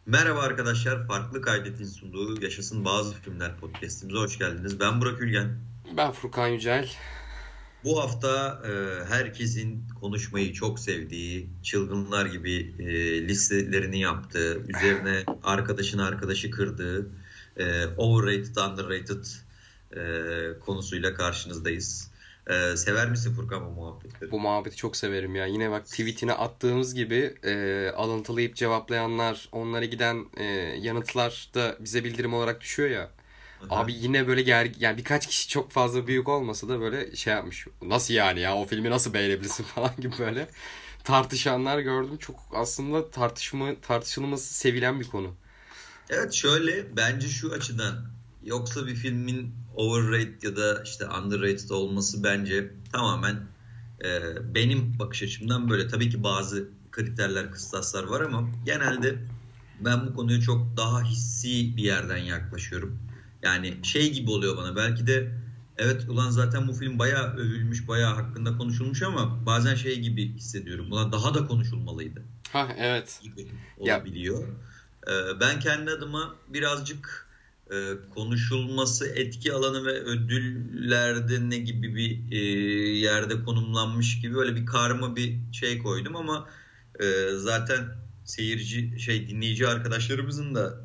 Merhaba arkadaşlar, Farklı Kaydet'in sunduğu Yaşasın Bazı Filmler podcastimize hoş geldiniz. Ben Burak Ülgen. Ben Furkan Yücel. Bu hafta herkesin konuşmayı çok sevdiği, çılgınlar gibi listelerini yaptığı, üzerine arkadaşın arkadaşı kırdığı, overrated, underrated konusuyla karşınızdayız. Sever misin Furkan bu muhabbetleri? Bu muhabbeti çok severim ya. Yine bak tweetine attığımız gibi alıntılayıp cevaplayanlar, onlara giden yanıtlar da bize bildirim olarak düşüyor ya. Aha. Abi yine böyle yani birkaç kişi çok fazla büyük olmasa da böyle şey yapmış. Nasıl yani ya, o filmi nasıl beğenebilirsin falan gibi böyle tartışanlar gördüm. Çok aslında tartışılması sevilen bir konu. Evet, şöyle bence şu açıdan, yoksa bir filmin overrated ya da işte underrated olması bence tamamen benim bakış açımdan böyle. Tabii ki bazı kriterler, kıstaslar var ama genelde ben bu konuya çok daha hissi bir yerden yaklaşıyorum. Yani şey gibi oluyor bana, belki de evet ulan zaten bu film bayağı övülmüş, bayağı hakkında konuşulmuş ama bazen şey gibi hissediyorum. Ulan daha da konuşulmalıydı Ha, evet. gibi Ya olabiliyor. Ben kendi adıma birazcık konuşulması, etki alanı ve ödüllerde ne gibi bir yerde konumlanmış gibi öyle bir karma bir şey koydum ama zaten dinleyici arkadaşlarımızın da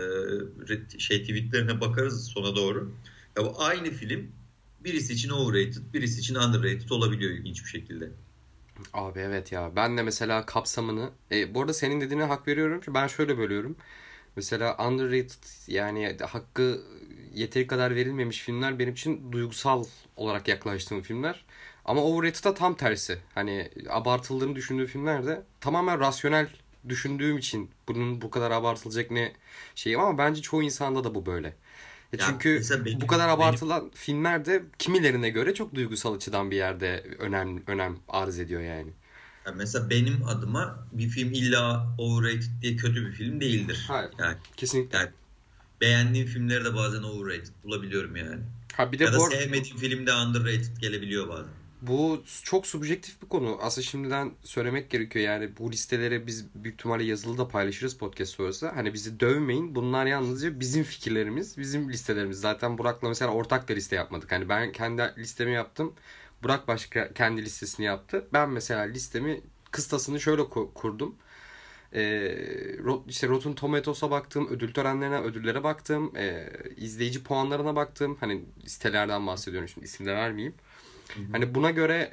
tweetlerine bakarız sona doğru. Ya bu aynı film birisi için overrated, birisi için underrated olabiliyor ilginç bir şekilde. abi, evet ya. Ben de mesela kapsamını bu arada senin dediğine hak veriyorum ki ben şöyle bölüyorum. Mesela underrated, yani hakkı yeteri kadar verilmemiş filmler benim için duygusal olarak yaklaştığım filmler. Ama overrated'da tam tersi. Hani abartıldığını düşündüğüm filmlerde tamamen rasyonel düşündüğüm için bunun bu kadar abartılacak ne şeyim, ama bence çoğu insanda da bu böyle. Ya Çünkü mesela bu kadar benim abartılan filmler de kimilerine göre çok duygusal açıdan bir yerde önem arz ediyor yani. Ya mesela benim adıma bir film illa overrated diye kötü bir film değildir. Hayır. Yani, Kesinlikle. yani beğendiğim filmleri de bazen overrated bulabiliyorum yani. Ha bir Ya de da sevmediğim film de underrated gelebiliyor bazen. bu çok subjektif bir konu. Aslında şimdiden söylemek gerekiyor, yani bu listeleri biz büyük ihtimalle yazılı da paylaşırız podcast sonrası. Hani bizi dövmeyin. Bunlar yalnızca bizim fikirlerimiz, bizim listelerimiz. Zaten Burak'la mesela ortak da liste yapmadık. Hani ben kendi listemi yaptım. Burak başka kendi listesini yaptı. Ben mesela listemi, kıstasını şöyle kurdum. İşte Rotten Tomatoes'a baktım, ödül törenlerine, ödüllere baktım, izleyici puanlarına baktım. Hani sitelerden bahsediyorum, şimdi isim de vermeyeyim. Hı hı. Hani buna göre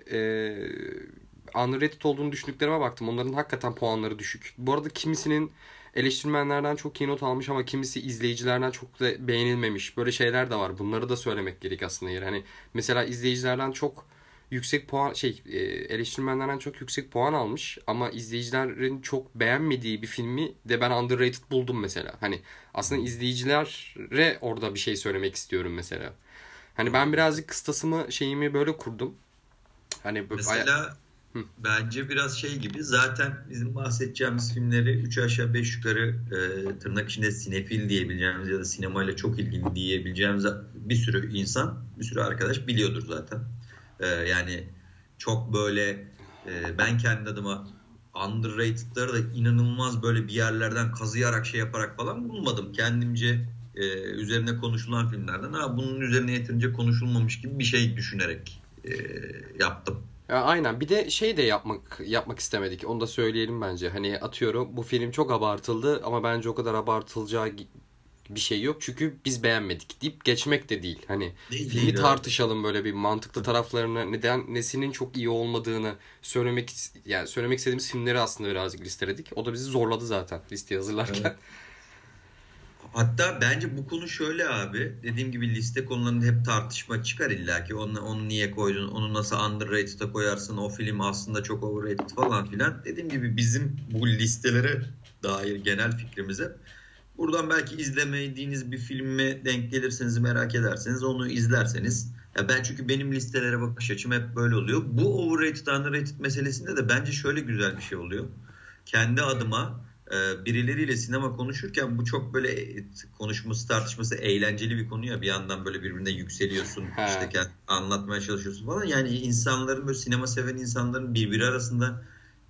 underrated olduğunu düşündüklerime baktım. Onların hakikaten puanları düşük. Bu arada kimisinin eleştirmenlerden çok iyi not almış ama kimisi izleyicilerden çok da beğenilmemiş. Böyle şeyler de var. Bunları da söylemek gerek aslında. Yani hani mesela izleyicilerden çok yüksek puan eleştirmenlerden çok yüksek puan almış ama izleyicilerin çok beğenmediği bir filmi de ben underrated buldum mesela. Hani aslında izleyicilere orada bir şey söylemek istiyorum mesela. Hani ben Anladım. birazcık kıstasımı, şeyimi böyle kurdum. Hani Mesela Hı, bence biraz şey gibi, zaten bizim bahsedeceğimiz filmleri 3 aşağı 5 yukarı tırnak içinde sinefil diyebileceğimiz ya da sinemayla çok ilgili diyebileceğimiz bir sürü insan, bir sürü arkadaş biliyordur zaten. Yani çok böyle ben kendi adıma underrated'ları da inanılmaz böyle bir yerlerden kazıyarak şey yaparak falan bulmadım. Kendimce üzerine konuşulan filmlerden bunun üzerine yeterince konuşulmamış gibi bir şey düşünerek yaptım. ya aynen. Bir de şey de yapmak istemedik. Onu da söyleyelim bence. Hani atıyorum, bu film çok abartıldı ama bence o kadar abartılacağı bir şey yok. Çünkü biz beğenmedik deyip geçmek de değil. Hani Değil filmi değil abi. tartışalım, böyle bir mantıklı taraflarını, neden nesinin çok iyi olmadığını söylemek istediğimiz filmleri aslında birazcık listeledik. O da bizi zorladı zaten listeyi hazırlarken. Evet. Hatta bence bu konu şöyle abi. Dediğim gibi liste konularında hep tartışma çıkar illa ki. Onu niye koydun? Onu nasıl underrated'a koyarsın? O film aslında çok overrated falan filan. Dediğim gibi bizim bu listelere dair genel fikrimize, buradan belki izlemediğiniz bir filme denk gelirseniz, merak ederseniz onu izlerseniz. Ya ben, çünkü benim listelere bakış açım hep böyle oluyor. Bu overrated underrated meselesinde de bence şöyle güzel bir şey oluyor. Kendi adıma birileriyle sinema konuşurken bu çok böyle konuşması, tartışması eğlenceli bir konu ya. Bir yandan böyle birbirine yükseliyorsun, işte He. anlatmaya çalışıyorsun falan. Yani insanların, böyle sinema seven insanların birbiri arasında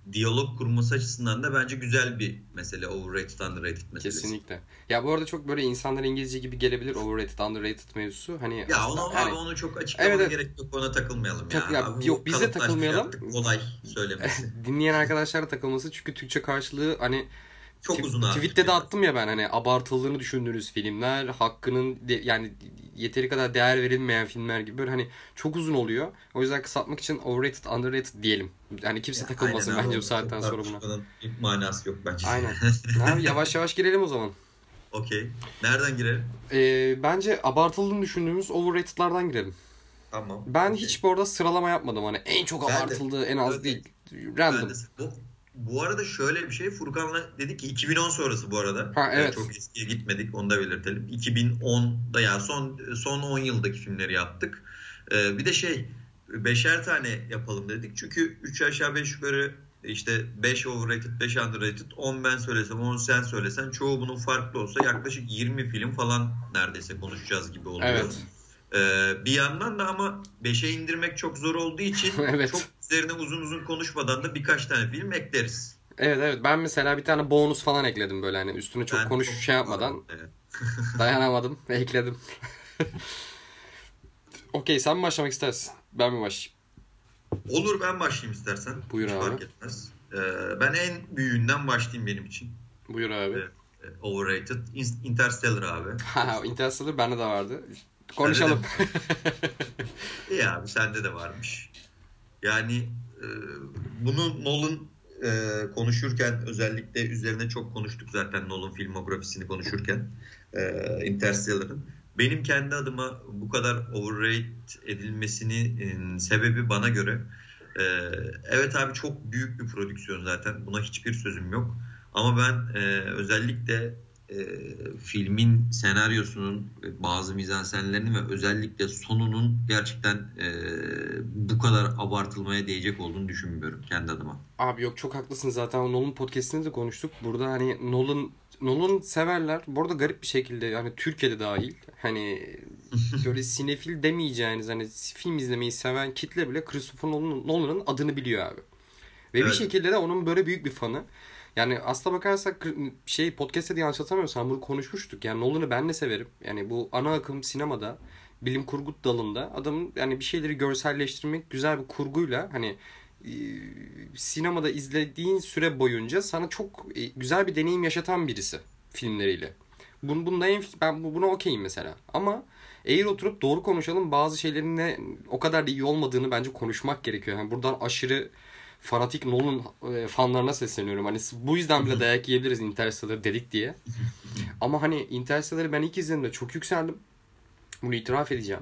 diyalog kurması açısından da bence güzel bir mesele. Overrated, underrated meselesi. Kesinlikle. Ya bu arada çok böyle insanlar İngilizce gibi gelebilir overrated, underrated mevzusu. Hani Ya aslında onu yani, abi onu çok açıklamana evet, gerek yok. Ona takılmayalım ya. Abi, yok biz de kalıplaşmış takılmayalım. artık, kolay söylemesi. Dinleyen arkadaşlar takılması çünkü Türkçe karşılığı hani Çok uzun abi. tweette de attım ya ben, hani abartıldığını düşündüğünüz filmler, hakkının yani yeteri kadar değer verilmeyen filmler gibi böyle hani çok uzun oluyor. O yüzden kısaltmak için overrated, underrated diyelim. Yani kimse Ya, takılmasın aynen bence abi, bu saatten çok sonra buna. tartışmanın bir manası yok bence. Aynen. Abi yavaş yavaş girelim o zaman. Okey. Nereden girelim? Bence abartıldığını düşündüğümüz overrated'lardan girelim. Tamam. Ben okey. hiç bu arada sıralama yapmadım. Hani en çok Ben de. abartıldığı, en az Evet. değil. Ben Random. de bu arada şöyle bir şey, Furkan'la dedik ki 2010 sonrası bu arada. Ha, evet. Çok eskiye gitmedik, onu da belirtelim. 2010'da yani son 10 yıldaki filmleri yaptık. Bir de beşer tane yapalım dedik. Çünkü 3 aşağı 5 yukarı işte 5 overrated, 5 underrated, 10 ben söylesem, 10 sen söylesen çoğu bunun farklı olsa yaklaşık 20 film falan neredeyse konuşacağız gibi oluyor. Evet. Bir yandan da ama 5'e indirmek çok zor olduğu için Evet. çok üzerine uzun uzun konuşmadan da birkaç tane film ekleriz. Evet. Ben mesela bir tane bonus falan ekledim böyle hani üstüne çok Ben şey yapmadan Evet. dayanamadım. Ekledim. Okey, sen mi başlamak istersin? Ben mi başlayayım? Olur, ben başlayayım istersen. Buyur Hiç abi. fark etmez. Ben en büyüğünden başlayayım benim için. Buyur abi. Overrated. Interstellar abi. Ha, Interstellar bende de vardı. Konuşalım. İyi abi, sende de varmış. Yani bunu Nolan konuşurken özellikle üzerine çok konuştuk zaten, Nolan filmografisini konuşurken Interstellar'ın. Benim kendi adıma bu kadar overrate edilmesinin sebebi bana göre evet abi, çok büyük bir prodüksiyon zaten. Buna hiçbir sözüm yok. Ama ben özellikle filmin senaryosunun, bazı mizansenlerinin ve özellikle sonunun gerçekten bu kadar abartılmaya değecek olduğunu düşünmüyorum kendi adıma. Abi yok, çok haklısın, zaten Nolan podcast'inde de konuştuk. Burada hani Nolan severler. Bu arada garip bir şekilde hani Türkiye'de dahil hani böyle sinefil demeyeceğiniz hani film izlemeyi seven kitle bile Christopher Nolan'ın adını biliyor abi. Ve Evet. bir şekilde de onun böyle büyük bir fanı. Yani aslına bakarsak podcast'te de yanlış hatırlamıyorsam bunu konuşmuştuk. Yani Nolan'ı ben de severim. Yani bu ana akım sinemada, bilim kurgu dalında adamın yani bir şeyleri görselleştirmek güzel bir kurguyla hani sinemada izlediğin süre boyunca sana çok güzel bir deneyim yaşatan birisi filmleriyle. Ben buna okeyim mesela. Ama eğer oturup doğru konuşalım, bazı şeylerin de o kadar da iyi olmadığını bence konuşmak gerekiyor. Yani buradan aşırı fanatik Nolan fanlarına sesleniyorum. Hani bu yüzden bile dayak yiyebiliriz Interstellar dedik diye. Ama hani Interstellar'ı ben ilk izlediğimde çok yükseldim. Bunu itiraf edeceğim.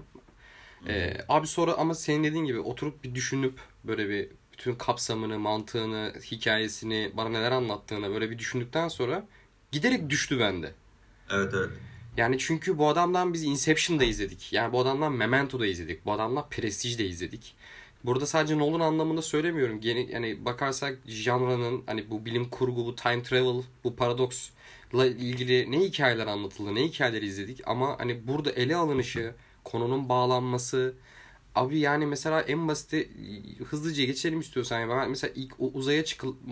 Abi sonra ama senin dediğin gibi oturup bir düşünüp böyle bir bütün kapsamını, mantığını, hikayesini, bana neler anlattığını böyle bir düşündükten sonra giderek düştü bende. Evet. Yani çünkü bu adamdan biz Inception'da izledik. Yani bu adamdan Memento'da izledik. Bu adamdan Prestige'de izledik. Burada sadece Nolan anlamında söylemiyorum. Yani bakarsak janranın hani bu bilim kurgu, bu time travel, bu paradoksla ilgili ne hikayeler anlatıldı, ne hikayeler izledik. Ama hani burada ele alınışı, konunun bağlanması. Abi yani mesela en basiti, hızlıca geçelim istiyorsan. Yani ben mesela ilk o uzaya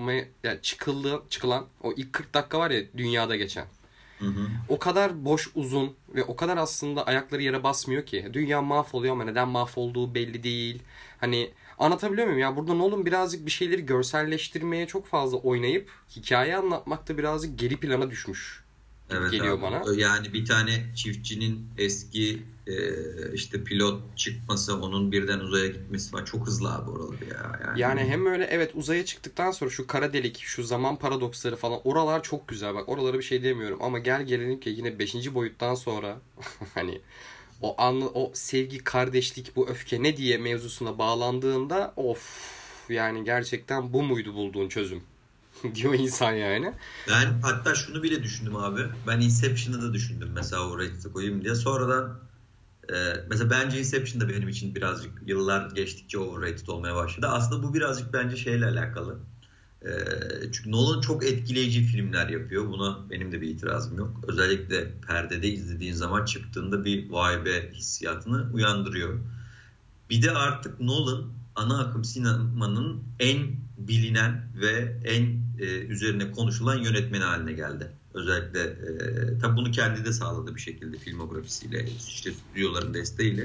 çıkılan o ilk 40 dakika var ya, dünyada geçen. Hı. O kadar boş, uzun ve o kadar aslında ayakları yere basmıyor ki. Dünya mahvoluyor ama neden mahvolduğu belli değil. Hani anlatabiliyor muyum? Ya burada Nolan birazcık bir şeyleri görselleştirmeye çok fazla oynayıp hikaye anlatmakta birazcık geri plana düşmüş. Evet Geliyor abi. bana. Yani bir tane çiftçinin eski işte pilot çıkması, onun birden uzaya gitmesi var. Çok hızlı abi oraları ya. Yani hem öyle, evet, uzaya çıktıktan sonra şu kara delik, şu zaman paradoksları falan, oralar çok güzel. Bak oralara bir şey demiyorum ama gelelim ki yine 5. boyuttan sonra hani o sevgi, kardeşlik, bu öfke ne diye mevzusuna bağlandığında of, yani gerçekten bu muydu bulduğun çözüm diyor insan yani. Ben hatta şunu bile düşündüm abi. Ben Inception'ı da düşündüm mesela overrated'e koyayım diye. Sonradan mesela bence Inception da benim için birazcık yıllar geçtikçe overrated olmaya başladı. Aslında bu birazcık bence şeyle alakalı. Çünkü Nolan çok etkileyici filmler yapıyor. Buna benim de bir itirazım yok. Özellikle perdede izlediğin zaman çıktığında bir vay be hissiyatını uyandırıyor. Bir de artık Nolan ana akım sinemanın en bilinen ve en üzerine konuşulan yönetmeni haline geldi. Özellikle tabii bunu kendi de sağladı bir şekilde filmografisiyle, işte stüdyoların desteğiyle.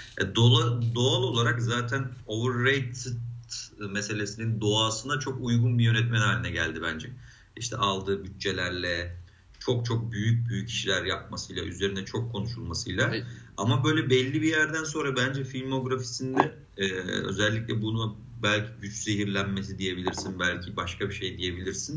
Doğal olarak zaten overrated meselesinin doğasına çok uygun bir yönetmen haline geldi bence. İşte aldığı bütçelerle, çok çok büyük işler yapmasıyla, üzerine çok konuşulmasıyla. Evet. Ama böyle belli bir yerden sonra bence filmografisinde özellikle bunu belki güç zehirlenmesi diyebilirsin, belki başka bir şey diyebilirsin.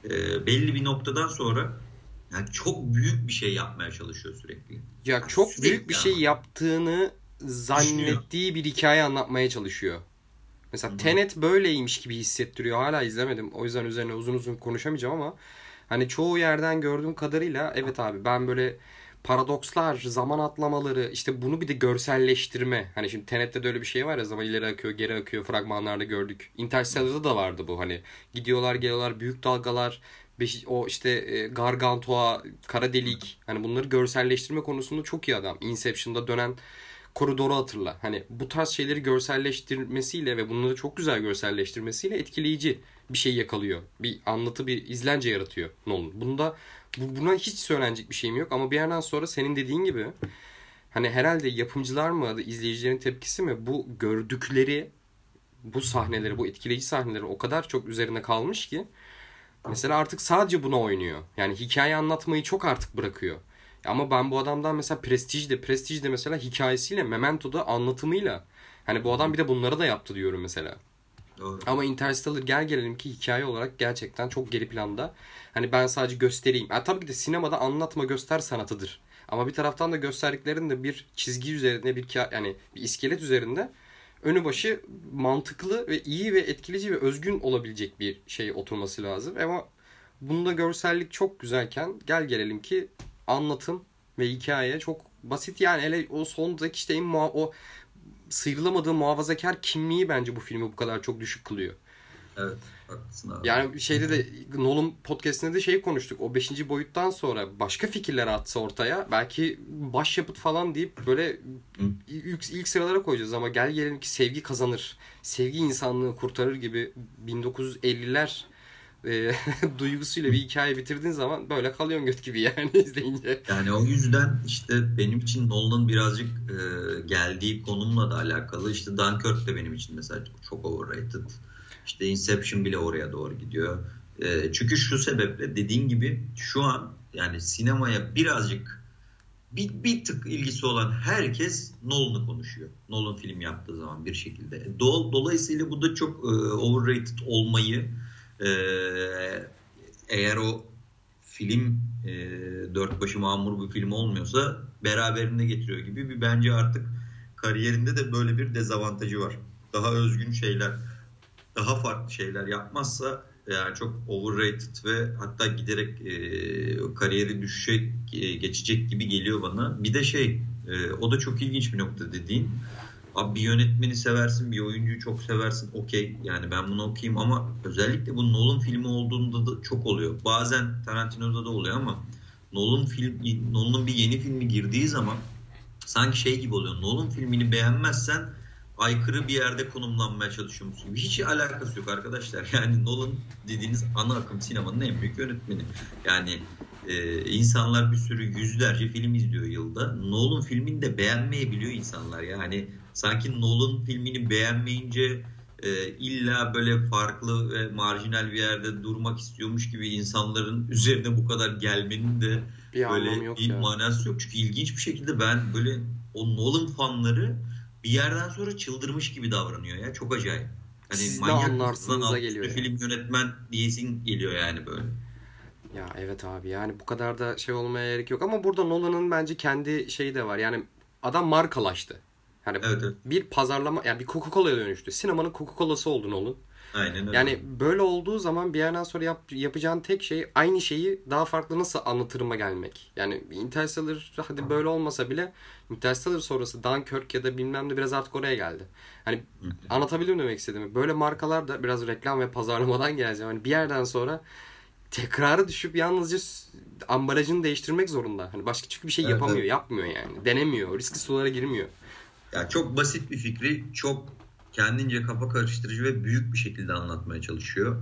Belli bir noktadan sonra yani çok büyük bir şey yapmaya çalışıyor sürekli. Ya çok sürekli büyük bir şey yaptığını zannettiği bir hikaye anlatmaya çalışıyor. Mesela Tenet böyleymiş gibi hissettiriyor. Hala izlemedim. O yüzden üzerine uzun konuşamayacağım ama hani çoğu yerden gördüğüm kadarıyla evet abi ben böyle paradokslar, zaman atlamaları, işte bunu bir de görselleştirme. Hani şimdi Tenet'te de öyle bir şey var ya, zaman ileri akıyor, geri akıyor, fragmanlarda gördük. Interstellar'da da vardı bu, hani gidiyorlar geliyorlar, büyük dalgalar, o işte Gargantua, kara delik, hani bunları görselleştirme konusunda çok iyi adam. Inception'da dönen koridoru hatırla. Hani bu tarz şeyleri görselleştirmesiyle ve bunları çok güzel görselleştirmesiyle etkileyici bir şey yakalıyor. Bir anlatı, bir izlence yaratıyor Nolan. Buna hiç söylenecek bir şeyim yok ama bir yerden sonra senin dediğin gibi hani herhalde yapımcılar mı, izleyicilerin tepkisi mi, bu gördükleri bu sahneleri, bu etkileyici sahneleri o kadar çok üzerine kalmış ki mesela artık sadece buna oynuyor. Yani hikaye anlatmayı çok artık bırakıyor. Ama ben bu adamdan mesela Prestige'de mesela hikayesiyle, Memento'da anlatımıyla, hani bu adam bir de bunları da yaptı diyorum mesela. Doğru. Ama Interstellar gel gelelim ki hikaye olarak gerçekten çok geri planda. Hani ben sadece göstereyim. Tabii ki de sinemada anlatma göster sanatıdır. Ama bir taraftan da gösterdiklerin de bir çizgi üzerinde, yani bir iskelet üzerinde önü başı mantıklı ve iyi ve etkileyici ve özgün olabilecek bir şey oturması lazım. Ama bunda görsellik çok güzelken gel gelelim ki anlatım ve hikaye çok basit. Yani hele o sondaki işte o sıyrılamadığı muhafazakar kimliği bence bu filmi bu kadar çok düşük kılıyor. Evet, haklısın abi. Yani şeyde de Nolan podcast'inde de şey konuştuk. O 5. boyuttan sonra başka fikirler atsa ortaya belki başyapıt falan deyip böyle ilk sıralara koyacağız ama gel gelelim ki sevgi kazanır. Sevgi insanlığı kurtarır gibi 1950'ler duygusuyla bir hikaye bitirdiğin zaman böyle kalıyorsun göt gibi yani izleyince. Yani o yüzden işte benim için Nolan'ın birazcık geldiği konumla da alakalı. İşte Dunkirk de benim için mesela çok overrated. İşte Inception bile oraya doğru gidiyor. Çünkü şu sebeple dediğin gibi şu an yani sinemaya birazcık bir tık ilgisi olan herkes Nolan'ı konuşuyor. Nolan film yaptığı zaman bir şekilde. Dolayısıyla bu da çok overrated olmayı, eğer o film dört başı mamur bir film olmuyorsa beraberinde getiriyor gibi bir, bence artık kariyerinde de böyle bir dezavantajı var. Daha özgün şeyler, daha farklı şeyler yapmazsa yani çok overrated ve hatta giderek kariyeri düşecek, geçecek gibi geliyor bana. Bir de o da çok ilginç bir nokta dediğin. Abi bir yönetmeni seversin, bir oyuncuyu çok seversin. Okey, yani ben bunu okuyayım ama özellikle bu Nolan filmi olduğunda da çok oluyor. Bazen Tarantino'da da oluyor ama Nolan'ın bir yeni filmi girdiği zaman sanki şey gibi oluyor. Nolan filmini beğenmezsen aykırı bir yerde konumlanmaya çalışıyormuş gibi. Hiç alakası yok arkadaşlar. Yani Nolan dediğiniz ana akım sinemanın en büyük yönetmeni. Yani insanlar bir sürü yüzlerce film izliyor yılda. Nolan filmini de beğenmeyebiliyor insanlar. Yani sanki Nolan filmini beğenmeyince illa böyle farklı ve marjinal bir yerde durmak istiyormuş gibi insanların üzerine bu kadar gelmenin de bir böyle bir manası yok. Çünkü ilginç bir şekilde ben böyle o Nolan fanları bir yerden sonra çıldırmış gibi davranıyor ya. Çok acayip. Hani siz de anlarsınıza geliyor. Yani. Film yönetmen diyesin geliyor yani böyle. Ya evet abi, yani bu kadar da şey olmaya gerek yok ama burada Nolan'ın bence kendi şeyi de var. Yani adam markalaştı. Yani evet. Bir pazarlama, yani bir Coca-Cola'ya dönüştü. Sinemanın Coca-Cola'sı oldu Nolan. Aynen öyle. Yani böyle olduğu zaman bir yerden sonra yapacağın tek şey aynı şeyi daha farklı nasıl anlatırıma gelmek. Yani Interstellar hadi böyle olmasa bile Interstellar sonrası Dunkirk ya da bilmem ne biraz artık oraya geldi. Hani anlatabiliyor demek istediğimi. Böyle markalar da biraz reklam ve pazarlamadan geleceğim. Yani bir yerden sonra tekrarı düşüp yalnızca ambalajını değiştirmek zorunda. Hani başka çünkü bir şey yapamıyor, evet. Yapmıyor yani. Denemiyor, riskli sulara girmiyor. Ya çok basit bir fikri çok kendince kafa karıştırıcı ve büyük bir şekilde anlatmaya çalışıyor.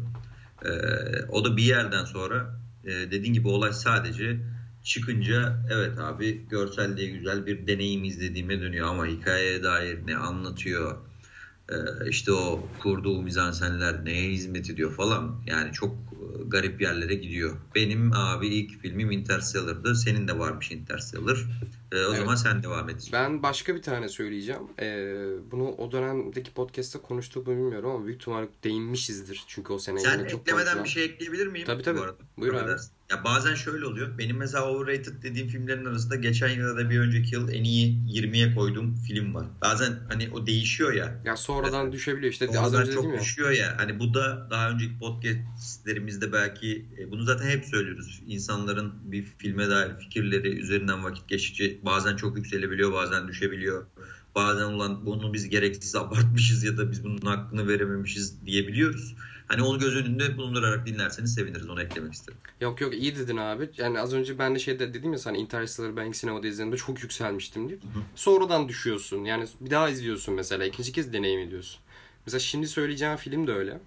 O da bir yerden sonra dediğin gibi olay sadece çıkınca evet abi görselliği güzel bir deneyim izlediğime dönüyor ama hikayeye dair ne anlatıyor, işte o kurduğu mizansenler neye hizmet ediyor falan, yani çok garip yerlere gidiyor. Benim abi ilk filmim Interstellar'dı. Senin de varmış Interstellar. O Evet. zaman sen devam et. Ben başka bir tane söyleyeceğim. Bunu o dönemdeki podcast'ta konuştuğumu bilmiyorum ama büyük ihtimalle değinmişizdir. Çünkü o sene Sen yine çok eklemeden konuşulan. bir şey ekleyebilir miyim Tabii. bu arada? Buyur abi. Affedersin. Ya bazen şöyle oluyor. Benim mesela overrated dediğim filmlerin arasında geçen yıl ya da bir önceki yıl en iyi 20'ye koyduğum film var. Bazen hani o değişiyor ya. Ya sonradan düşebiliyor işte. Az Sonradan önce dedim çok ya. düşüyor ya. Hani bu da daha önceki podcastlerimizde belki bunu zaten hep söylüyoruz. İnsanların bir filme dair fikirleri üzerinden vakit geçtikçe bazen çok yükselebiliyor, bazen düşebiliyor. Bazen ulan bunu biz gereksiz abartmışız ya da biz bunun hakkını verememişiz diyebiliyoruz. Hani onu göz önünde bulundurarak dinlerseniz seviniriz. Onu eklemek istedim. Yok iyi dedin abi. Yani az önce ben de şeyde dedim ya sana Interstellar'ı ben sinemada izlediğimde çok yükselmiştim diye. Sonradan düşüyorsun. Yani bir daha izliyorsun mesela. İkinci kez deneyim ediyorsun. Mesela şimdi söyleyeceğim film de öyle.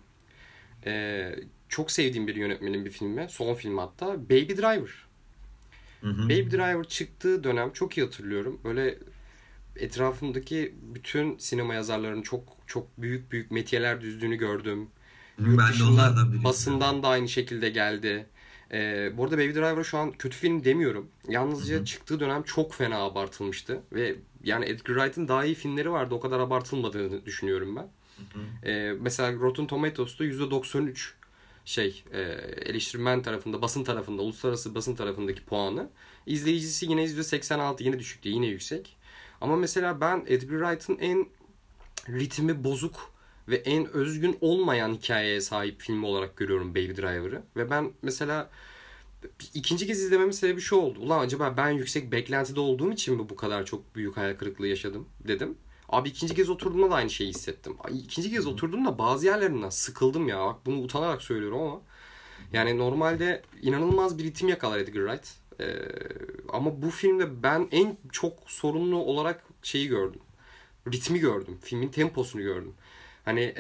Çok sevdiğim bir yönetmenin bir filmi. Son filmi hatta. Baby Driver. Baby Driver çıktığı dönem çok iyi hatırlıyorum. Böyle etrafımdaki bütün sinema yazarlarının çok büyük metiyeler düzdüğünü gördüm. Yurt Ben de onlardan biriyim. Basından da aynı şekilde geldi. Bu arada Baby Driver şu an kötü film demiyorum. Yalnızca çıktığı dönem çok fena abartılmıştı. Ve yani Edgar Wright'ın daha iyi filmleri vardı. O kadar abartılmadığını düşünüyorum ben. Mesela Rotten Tomatoes'ta %93 eleştirmen tarafında, basın tarafında, uluslararası basın tarafındaki puanı. İzleyicisi yine %86, yine düşük değil, yine yüksek. Ama mesela ben Edgar Wright'ın en ritmi bozuk ve en özgün olmayan hikayeye sahip filmi olarak görüyorum Baby Driver'ı. Ve ben mesela ikinci kez izlememin sebebi şu oldu. Ulan acaba ben yüksek beklentide olduğum için mi bu kadar çok büyük hayal kırıklığı yaşadım dedim. Abi ikinci kez oturduğumda da aynı şeyi hissettim. İkinci kez oturduğumda bazı yerlerinden sıkıldım ya. Bak bunu utanarak söylüyorum ama. Yani normalde inanılmaz bir ritim yakalar Edgar Wright. Ama bu filmde ben en çok sorunlu olarak şeyi gördüm. Ritmi gördüm. Filmin temposunu gördüm. Hani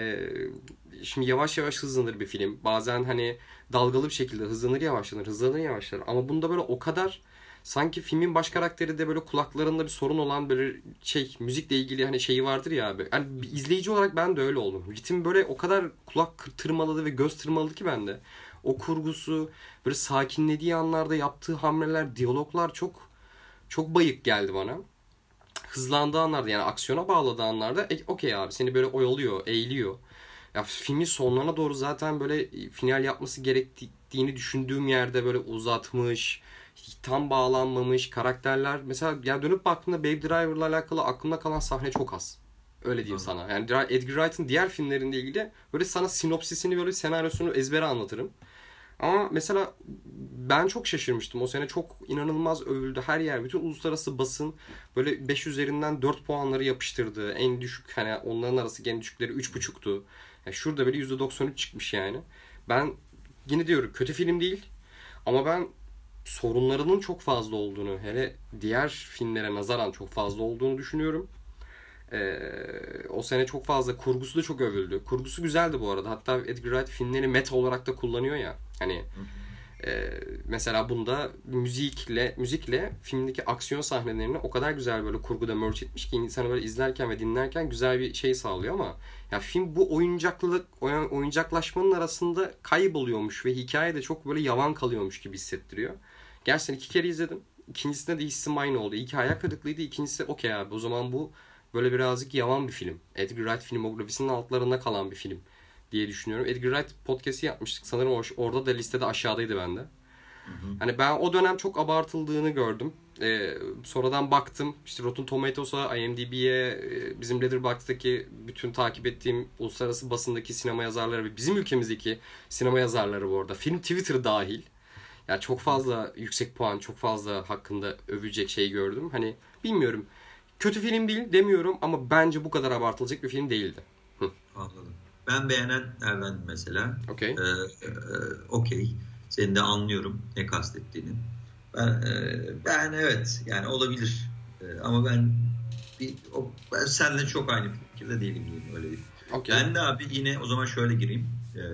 şimdi yavaş yavaş hızlanır bir film. Bazen hani dalgalı bir şekilde hızlanır yavaşlanır, hızlanır yavaşlanır. Ama bunda böyle o kadar sanki filmin baş karakteri de böyle kulaklarında bir sorun olan böyle müzikle ilgili hani şeyi vardır ya abi. Yani bir izleyici olarak ben de öyle oldum. Ritim böyle o kadar kulak tırmaladı ve göz tırmaladı ki bende. O kurgusu, böyle sakinlediği anlarda yaptığı hamleler, diyaloglar çok bayık geldi bana. Hızlandığı anlarda yani aksiyona bağladığı anlarda okey abi seni böyle oyalıyor, eğiliyor. Ya filmin sonlarına doğru zaten böyle final yapması gerektiğini düşündüğüm yerde böyle uzatmış, tam bağlanmamış karakterler. Mesela ya dönüp baktığımda Baby Driver'la alakalı aklımda kalan sahne çok az. Öyle diyeyim sana. Yani Edgar Wright'ın diğer filmlerinde ilgili böyle sana sinopsisini böyle senaryosunu ezbere anlatırım. Ama mesela ben çok şaşırmıştım. O sene çok inanılmaz övüldü. Her yer, bütün uluslararası basın böyle 5 üzerinden 4 puanları yapıştırdı. En düşük hani onların arası en düşükleri 3,5'tu. Yani şurada böyle %93 çıkmış yani. Ben yine diyorum kötü film değil. Ama ben sorunlarının çok fazla olduğunu, hele diğer filmlere nazaran çok fazla olduğunu düşünüyorum. O sene çok fazla kurgusu da çok övüldü. Kurgusu güzeldi bu arada. Hatta Edgar Wright filmleri meta olarak da kullanıyor ya. Hani mesela bunda müzikle filmdeki aksiyon sahnelerini o kadar güzel böyle kurguda merge etmiş ki insanı böyle izlerken ve dinlerken güzel bir şey sağlıyor ama ya film bu oyuncaklaşmanın arasında kayboluyormuş ve hikaye de çok böyle yavan kalıyormuş gibi hissettiriyor. Gerçekten 2 kere izledim. İkincisinde de hissim aynı oldu. İlki hayal kırıklığıydı. İkincisi okey abi o zaman bu böyle birazcık yavan bir film. Edgar Wright filmografisinin altlarında kalan bir film diye düşünüyorum. Edgar Wright podcast'i yapmıştık. Sanırım orada da listede aşağıdaydı bende. Hani ben o dönem çok abartıldığını gördüm. Sonradan baktım. İşte Rotten Tomatoes'a, IMDb'ye, bizim Letterboxd'daki bütün takip ettiğim uluslararası basındaki sinema yazarları ve bizim ülkemizdeki sinema yazarları bu arada. Film Twitter dahil. Yani çok fazla yüksek puan, çok fazla hakkında övülecek şey gördüm. Hani bilmiyorum. Kötü film değil demiyorum ama bence bu kadar abartılacak bir film değildi. Anladım. Ben beğenenlerden mesela. Okey. Okey. Seni de anlıyorum ne kastettiğini. Ben evet yani olabilir. Ama ben Ben seninle çok aynı fikirde değilim diyeyim, öyle değil. Okay. Ben de abi yine o zaman şöyle gireyim.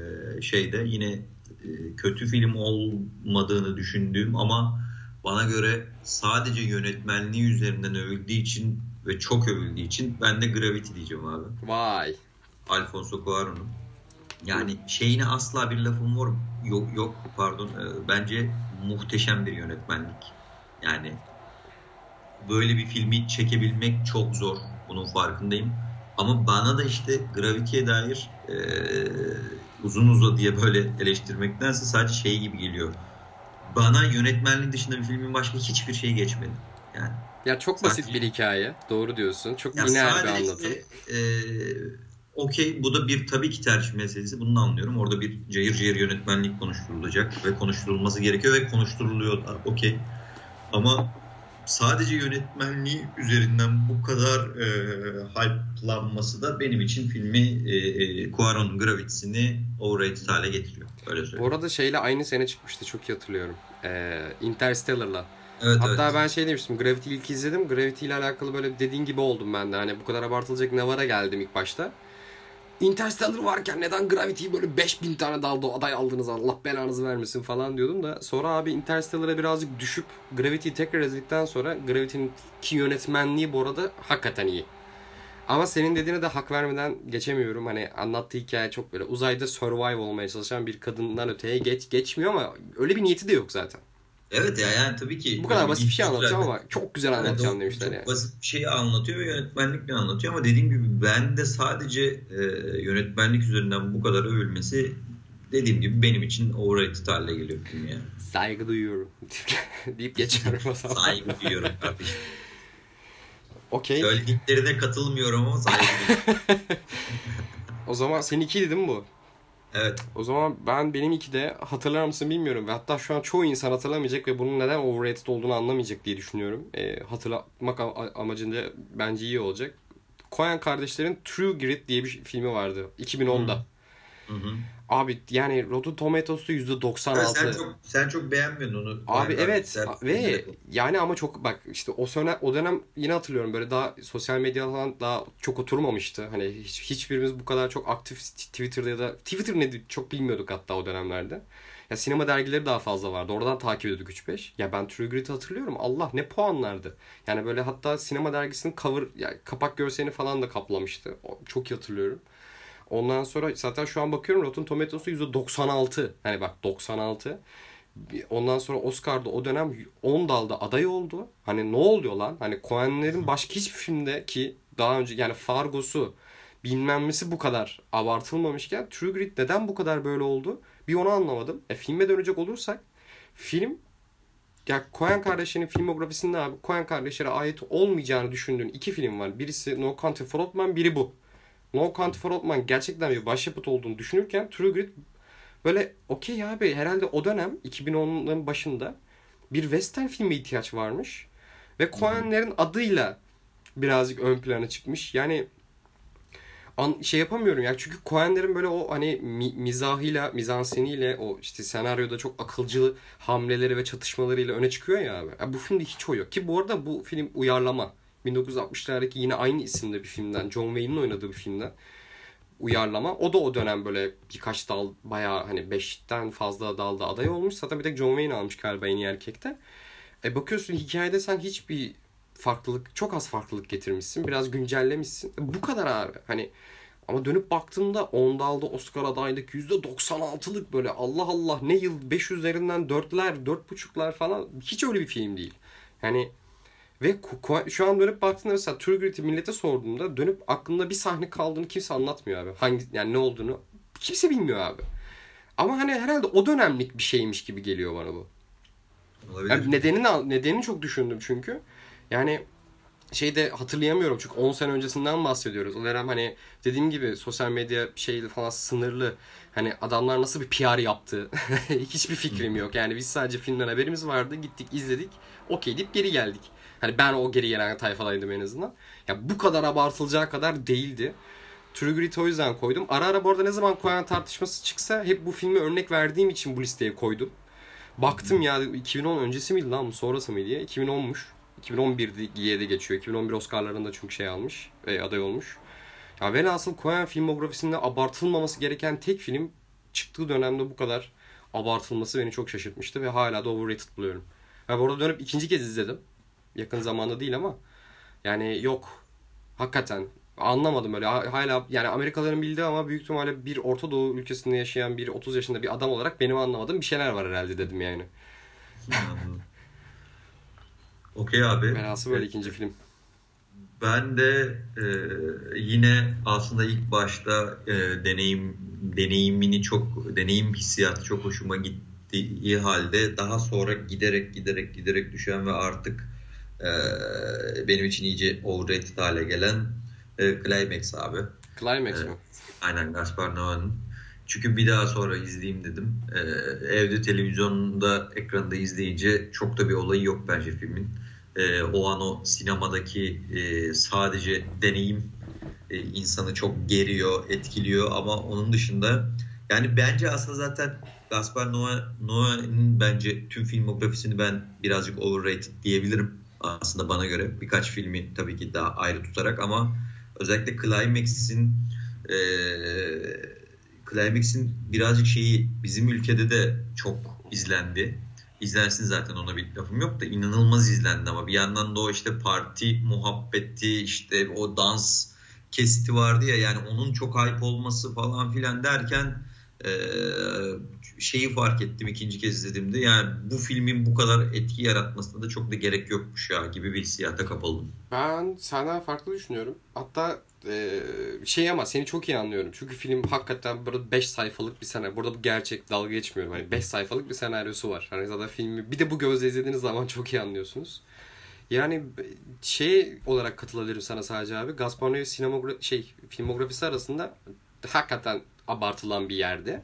Yine kötü film olmadığını düşündüğüm ama bana göre sadece yönetmenliği üzerinden övüldüğü için ve çok övüldüğü için ben de Gravity diyeceğim abi. Vay. Alfonso Cuarón'un. Yani şeyine asla bir lafım yok pardon. Bence muhteşem bir yönetmenlik. Yani böyle bir filmi çekebilmek çok zor. Bunun farkındayım. Ama bana da işte Gravity'ye dair uzun uzadıya böyle eleştirmektense sadece şey gibi geliyor. Bana yönetmenliği dışında bir filmin başka hiçbir şey geçmedi. Yani Ya çok basit sadece, bir hikaye. Doğru diyorsun. Çok ya lineer bir anlatım. Okey, bu da bir tabii ki tercih meselesi. Bunu da anlıyorum. Orada bir cayır cayır yönetmenlik konuşturulacak ve konuşturulması gerekiyor ve konuşturuluyor da. Okey. Ama sadece yönetmenliği üzerinden bu kadar hype'lanması da benim için filmi Cuarón'un Gravity'sini overrated hale getiriyor. Öyle söyleyeyim. Bu arada şeyle aynı sene çıkmıştı. Çok iyi hatırlıyorum. Interstellar'la. Evet, Hatta evet. ben şey demiştim. Gravity ilk izledim. Gravity ile alakalı böyle dediğin gibi oldum ben de. Hani bu kadar abartılacak ne vara geldim ilk başta. Interstellar varken neden Gravity'yi böyle 5000 tane dalda aday aldınız, Allah belanızı vermesin falan diyordum da sonra abi Interstellar'a birazcık düşüp Gravity'yi tekrar izledikten sonra Gravity'nin ki yönetmenliği bu arada hakikaten iyi. Ama senin dediğine de hak vermeden geçemiyorum. Hani anlattığı hikaye çok böyle uzayda survive olmaya çalışan bir kadından öteye geçmiyor ama öyle bir niyeti de yok zaten. Evet ya, yani tabii ki Bu kadar basit bir şey güzel. anlatacağım ama çok güzel anlatacağım Evet, demişler çok yani. basit bir şeyi anlatıyor ve yönetmenlikle anlatıyor ama dediğim gibi ben de sadece yönetmenlik üzerinden bu kadar övülmesi, dediğim gibi benim için overrated hale geliyor film yani. Saygı duyuyorum deyip geçiyorum o zaman. Saygı duyuyorum kardeşim. Okey. Söylediklerine katılmıyorum ama saygı duyuyorum. O zaman senin 2'ydi değil mi bu? Evet. O zaman benim 2'de hatırlar mısın bilmiyorum ve hatta şu an çoğu insan hatırlamayacak ve bunun neden overrated olduğunu anlamayacak diye düşünüyorum. Hatırlatmak amacında bence iyi olacak. Coen kardeşlerin True Grit diye bir filmi vardı 2010'da. Hı hı. Abi yani Rotten Tomatoes'u %96. Sen çok beğenmiyordun onu. Abi evet ve filmleri. yani ama çok bak işte o dönem yine hatırlıyorum böyle daha sosyal medya falan daha çok oturmamıştı. Hani hiçbirimiz bu kadar çok aktif Twitter'da ya da Twitter nedir çok bilmiyorduk hatta o dönemlerde. Ya sinema dergileri daha fazla vardı. Oradan takip ediyorduk 3-5. Ya ben True Grit'i hatırlıyorum. Allah ne puanlardı. Yani böyle hatta sinema dergisinin yani kapak görselini falan da kaplamıştı. Çok iyi hatırlıyorum. Ondan sonra zaten şu an bakıyorum Rotten Tomatoes'u %96. Hani bak 96. Ondan sonra Oscar'da o dönem 10 dalda aday oldu. Hani ne oluyor lan? Hani Coen'lerin başka hiçbir filmde ki daha önce yani Fargo'su bilmem nesi bu kadar abartılmamışken True Grit neden bu kadar böyle oldu? Bir onu anlamadım. Filme dönecek olursak film ya Coen kardeşlerin filmografisinde abi Coen kardeşlere ait olmayacağını düşündüğün 2 film var. Birisi No Country for Old Men, biri bu. No Country for Old Men gerçekten bir başyapıt olduğunu düşünürken True Grit böyle okey abi herhalde o dönem 2010'ların başında bir western filme ihtiyaç varmış. Ve Coen'lerin adıyla birazcık ön plana çıkmış. Yani şey yapamıyorum ya çünkü Coen'lerin böyle o hani mizahıyla, mizanseniyle o işte senaryoda çok akılcı hamleleri ve çatışmalarıyla öne çıkıyor ya abi. Ya bu filmde hiç o yok. Ki bu arada bu film uyarlama. 1960'lardaki yine aynı isimde bir filmden, John Wayne'in oynadığı bir filmden uyarlama. O da o dönem böyle birkaç dal bayağı hani 5'ten fazla dalda aday olmuş. Zaten bir tek John Wayne almış galiba en iyi erkekte. Bakıyorsun hikayede sen hiçbir farklılık, çok az farklılık getirmişsin. Biraz güncellemişsin. Bu kadar abi. Hani ama dönüp baktığımda 10 dalda Oscar adaylık %96'lık böyle Allah Allah ne yıl 500'lerinden 4'ler, 4.5'lar falan hiç öyle bir film değil. Yani ve şu an dönüp baktığında mesela True Grit'i millete sorduğumda dönüp aklında bir sahne kaldığını kimse anlatmıyor abi. Yani ne olduğunu kimse bilmiyor abi. Ama hani herhalde o dönemlik bir şeymiş gibi geliyor bana bu. Olabilir. Yani nedenini çok düşündüm çünkü. Yani şeyde hatırlayamıyorum çünkü 10 sene öncesinden bahsediyoruz. O dönem hani dediğim gibi sosyal medya şeyle falan sınırlı. Hani adamlar nasıl bir PR yaptı hiçbir fikrim yok. Yani biz sadece filmden haberimiz vardı. Gittik izledik. Okey deyip geri geldik. Hani ben o geri gelen tayfadaydım en azından. Ya bu kadar abartılacağı kadar değildi. True Grit'i o yüzden koydum. Ara ara bu arada ne zaman Coen tartışması çıksa hep bu filmi örnek verdiğim için bu listeye koydum. Baktım ya 2010 öncesi miydi lan bu sonrası mıydı ya? 2010'muş. 2011'de geçiyor. 2011 Oscar'larında çünkü şey almış. Aday olmuş. Ya velhasıl Coen filmografisinde abartılmaması gereken tek film çıktığı dönemde bu kadar abartılması beni çok şaşırtmıştı ve hala da overrated buluyorum. Ya bu arada dönüp ikinci kez izledim. Yakın zamanda değil ama yani yok. Hakikaten anlamadım öyle. Hala yani Amerikalıların bildiği ama büyük ihtimalle bir Orta Doğu ülkesinde yaşayan bir 30 yaşında bir adam olarak benim anlamadığım bir şeyler var herhalde dedim yani. Okey abi. Velhasıl böyle ikinci film. Ben de yine aslında ilk başta deneyim hissiyatı çok hoşuma gittiği halde daha sonra giderek düşen ve artık benim için iyice overrated hale gelen Climax abi. Climax mı? Aynen, Gaspar Noé'nin. Çünkü bir daha sonra izleyeyim dedim. Evde televizyonda ekranda izleyince çok da bir olayı yok bence filmin. O an o sinemadaki sadece deneyim insanı çok geriyor, etkiliyor ama onun dışında yani bence aslında zaten Gaspar Noé'nin bence tüm filmografisini ben birazcık overrated diyebilirim aslında bana göre. Birkaç filmi tabii ki daha ayrı tutarak ama özellikle Climax'in birazcık şeyi bizim ülkede de çok izlendi. İzlensin zaten, ona bir lafım yok da inanılmaz izlendi ama bir yandan da o işte parti muhabbeti, işte o dans kesiti vardı ya, yani onun çok hype olması falan filan derken şeyi fark ettim ikinci kez izlediğimde, yani bu filmin bu kadar etki yaratmasına da çok da gerek yokmuş ya gibi bir hissiyata kapıldım. Ben senden farklı düşünüyorum. Hatta ama seni çok iyi anlıyorum. Çünkü film hakikaten burada 5 sayfalık bir senaryo. Burada bu gerçek, dalga geçmiyorum. Hani 5 sayfalık bir senaryosu var. Hani zaten filmi bir de bu gözle izlediğiniz zaman çok iyi anlıyorsunuz. Yani olarak katılabilirim sana sadece abi. Gaspar Noé filmografisi arasında hakikaten abartılan bir yerde.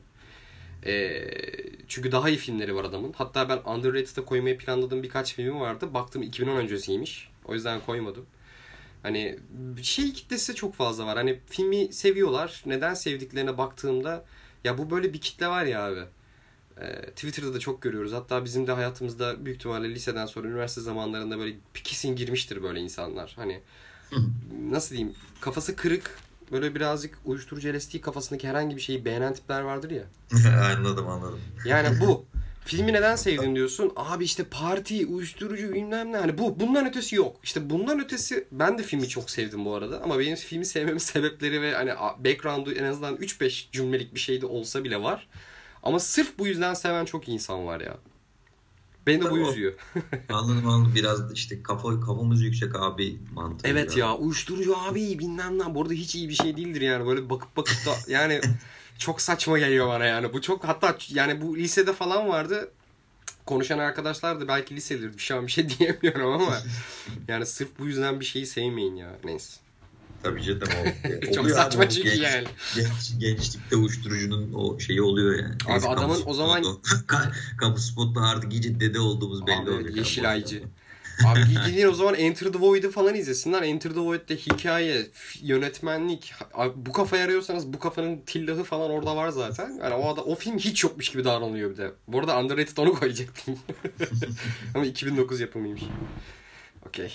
Çünkü daha iyi filmleri var adamın. Hatta ben underrated'a koymayı planladığım birkaç filmi vardı. Baktım 2010 öncesiymiş. O yüzden koymadım. Hani kitlesi çok fazla var. Hani filmi seviyorlar. Neden sevdiklerine baktığımda ya bu böyle bir kitle var ya abi. Twitter'da da çok görüyoruz. Hatta bizim de hayatımızda büyük ihtimalle liseden sonra üniversite zamanlarında böyle kesin girmiştir böyle insanlar. Hani nasıl diyeyim, kafası kırık, böyle birazcık uyuşturucu LSD kafasındaki herhangi bir şeyi beğenen tipler vardır ya. Anladım. Yani bu. Filmi neden sevdin diyorsun? Abi işte parti, uyuşturucu bilmem ne. Hani bundan ötesi yok. İşte bundan ötesi, ben de filmi çok sevdim bu arada. Ama benim filmi sevmemin sebepleri ve hani background'u en azından 3-5 cümlelik bir şey de olsa bile var. Ama sırf bu yüzden seven çok insan var ya. Beni de bu üzüyor. Anladım. Biraz işte kafamız yüksek abi mantığı. Evet ya, uyuşturucu abi bilmem ne. Bu arada hiç iyi bir şey değildir yani. Böyle bakıp da yani çok saçma geliyor bana yani. Bu çok, hatta yani bu lisede falan vardı. Konuşan arkadaşlar da belki liselidir. Şu an bir şey diyemiyorum ama yani sırf bu yüzden bir şeyi sevmeyin ya. Neyse. Tabii canım o. Çok saçma çünkü yani. Gençlikte uyuşturucunun o şeyi oluyor yani. Abi neyse, adamın o zaman kamu spotla artık iyice dede olduğumuz belli oluyor. Yeşil Aycı. Abi gidin o zaman Enter the Void'ı falan izlesinler. Enter the Void'de hikaye, yönetmenlik, bu kafayı arıyorsanız bu kafanın tillahı falan orada var zaten. Yani o film hiç yokmuş gibi davranılıyor bir de. Bu arada underrated onu koyacaktım. Ama 2009 yapımıymış. Okey.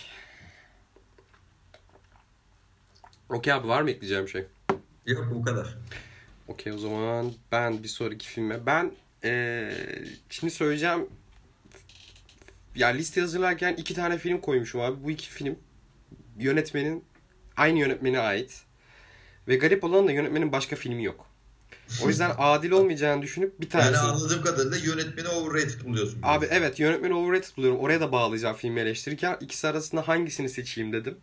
Okey abi, var mı ekleyeceğim şey? Yok, bu kadar. Okey, o zaman ben bir sonraki filme. Şimdi söyleyeceğim. Ya liste hazırlarken 2 tane film koymuşum abi. Bu 2 film aynı yönetmene ait. Ve garip olan da yönetmenin başka filmi yok. O yüzden adil olmayacağını düşünüp bir tanesini... Yani anladığım kadarıyla yönetmeni overrated buluyorsun. Abi evet, yönetmeni overrated buluyorum. Oraya da bağlayacağım filmi eleştirirken. İkisi arasında hangisini seçeyim dedim.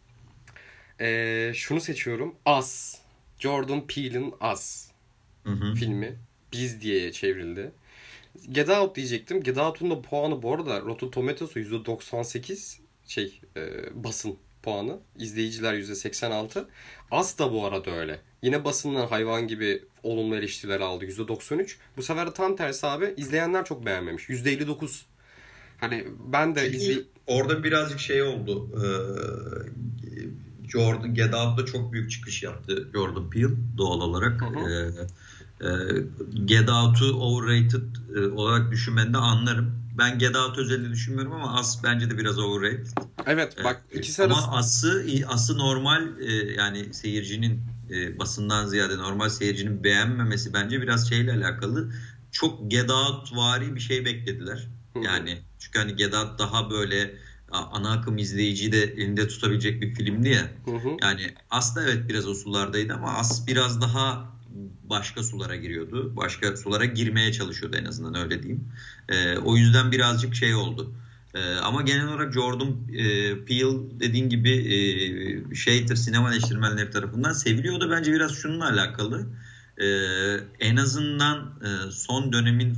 Şunu seçiyorum. Us. Jordan Peele'in Us filmi. Biz diye çevrildi. Get Out diyecektim. Get Out'un da puanı bu arada Rotten Tomatoes'u %98 basın puanı. İzleyiciler %86. Us da bu arada öyle. Yine basından hayvan gibi olumlu eleştiriler aldı. %93. Bu sefer de tam tersi abi. İzleyenler çok beğenmemiş. %59. Hani ben de orada birazcık şey oldu. Get Out'da çok büyük çıkış yaptı Jordan Peele doğal olarak. Get Out'u overrated olarak düşünmeni de anlarım. Ben Get Out özelinde düşünmüyorum ama Us bence de biraz overrated. Evet bak ikisi Ama arası... Us'ı normal yani seyircinin basından ziyade normal seyircinin beğenmemesi bence biraz şeyle alakalı. Çok Get Out vari bir şey beklediler. Yani çünkü hani Get Out daha böyle ana akım izleyiciyi de elinde tutabilecek bir filmdi ya. Yani aslında evet biraz o sulardaydı ama As biraz daha başka sulara giriyordu. Başka sulara girmeye çalışıyordu en azından öyle diyeyim. O yüzden birazcık şey oldu. Ama genel olarak Jordan Peele dediğin gibi şeydir sinema eleştirmenleri tarafından seviliyor da bence biraz şununla alakalı. En azından son dönemin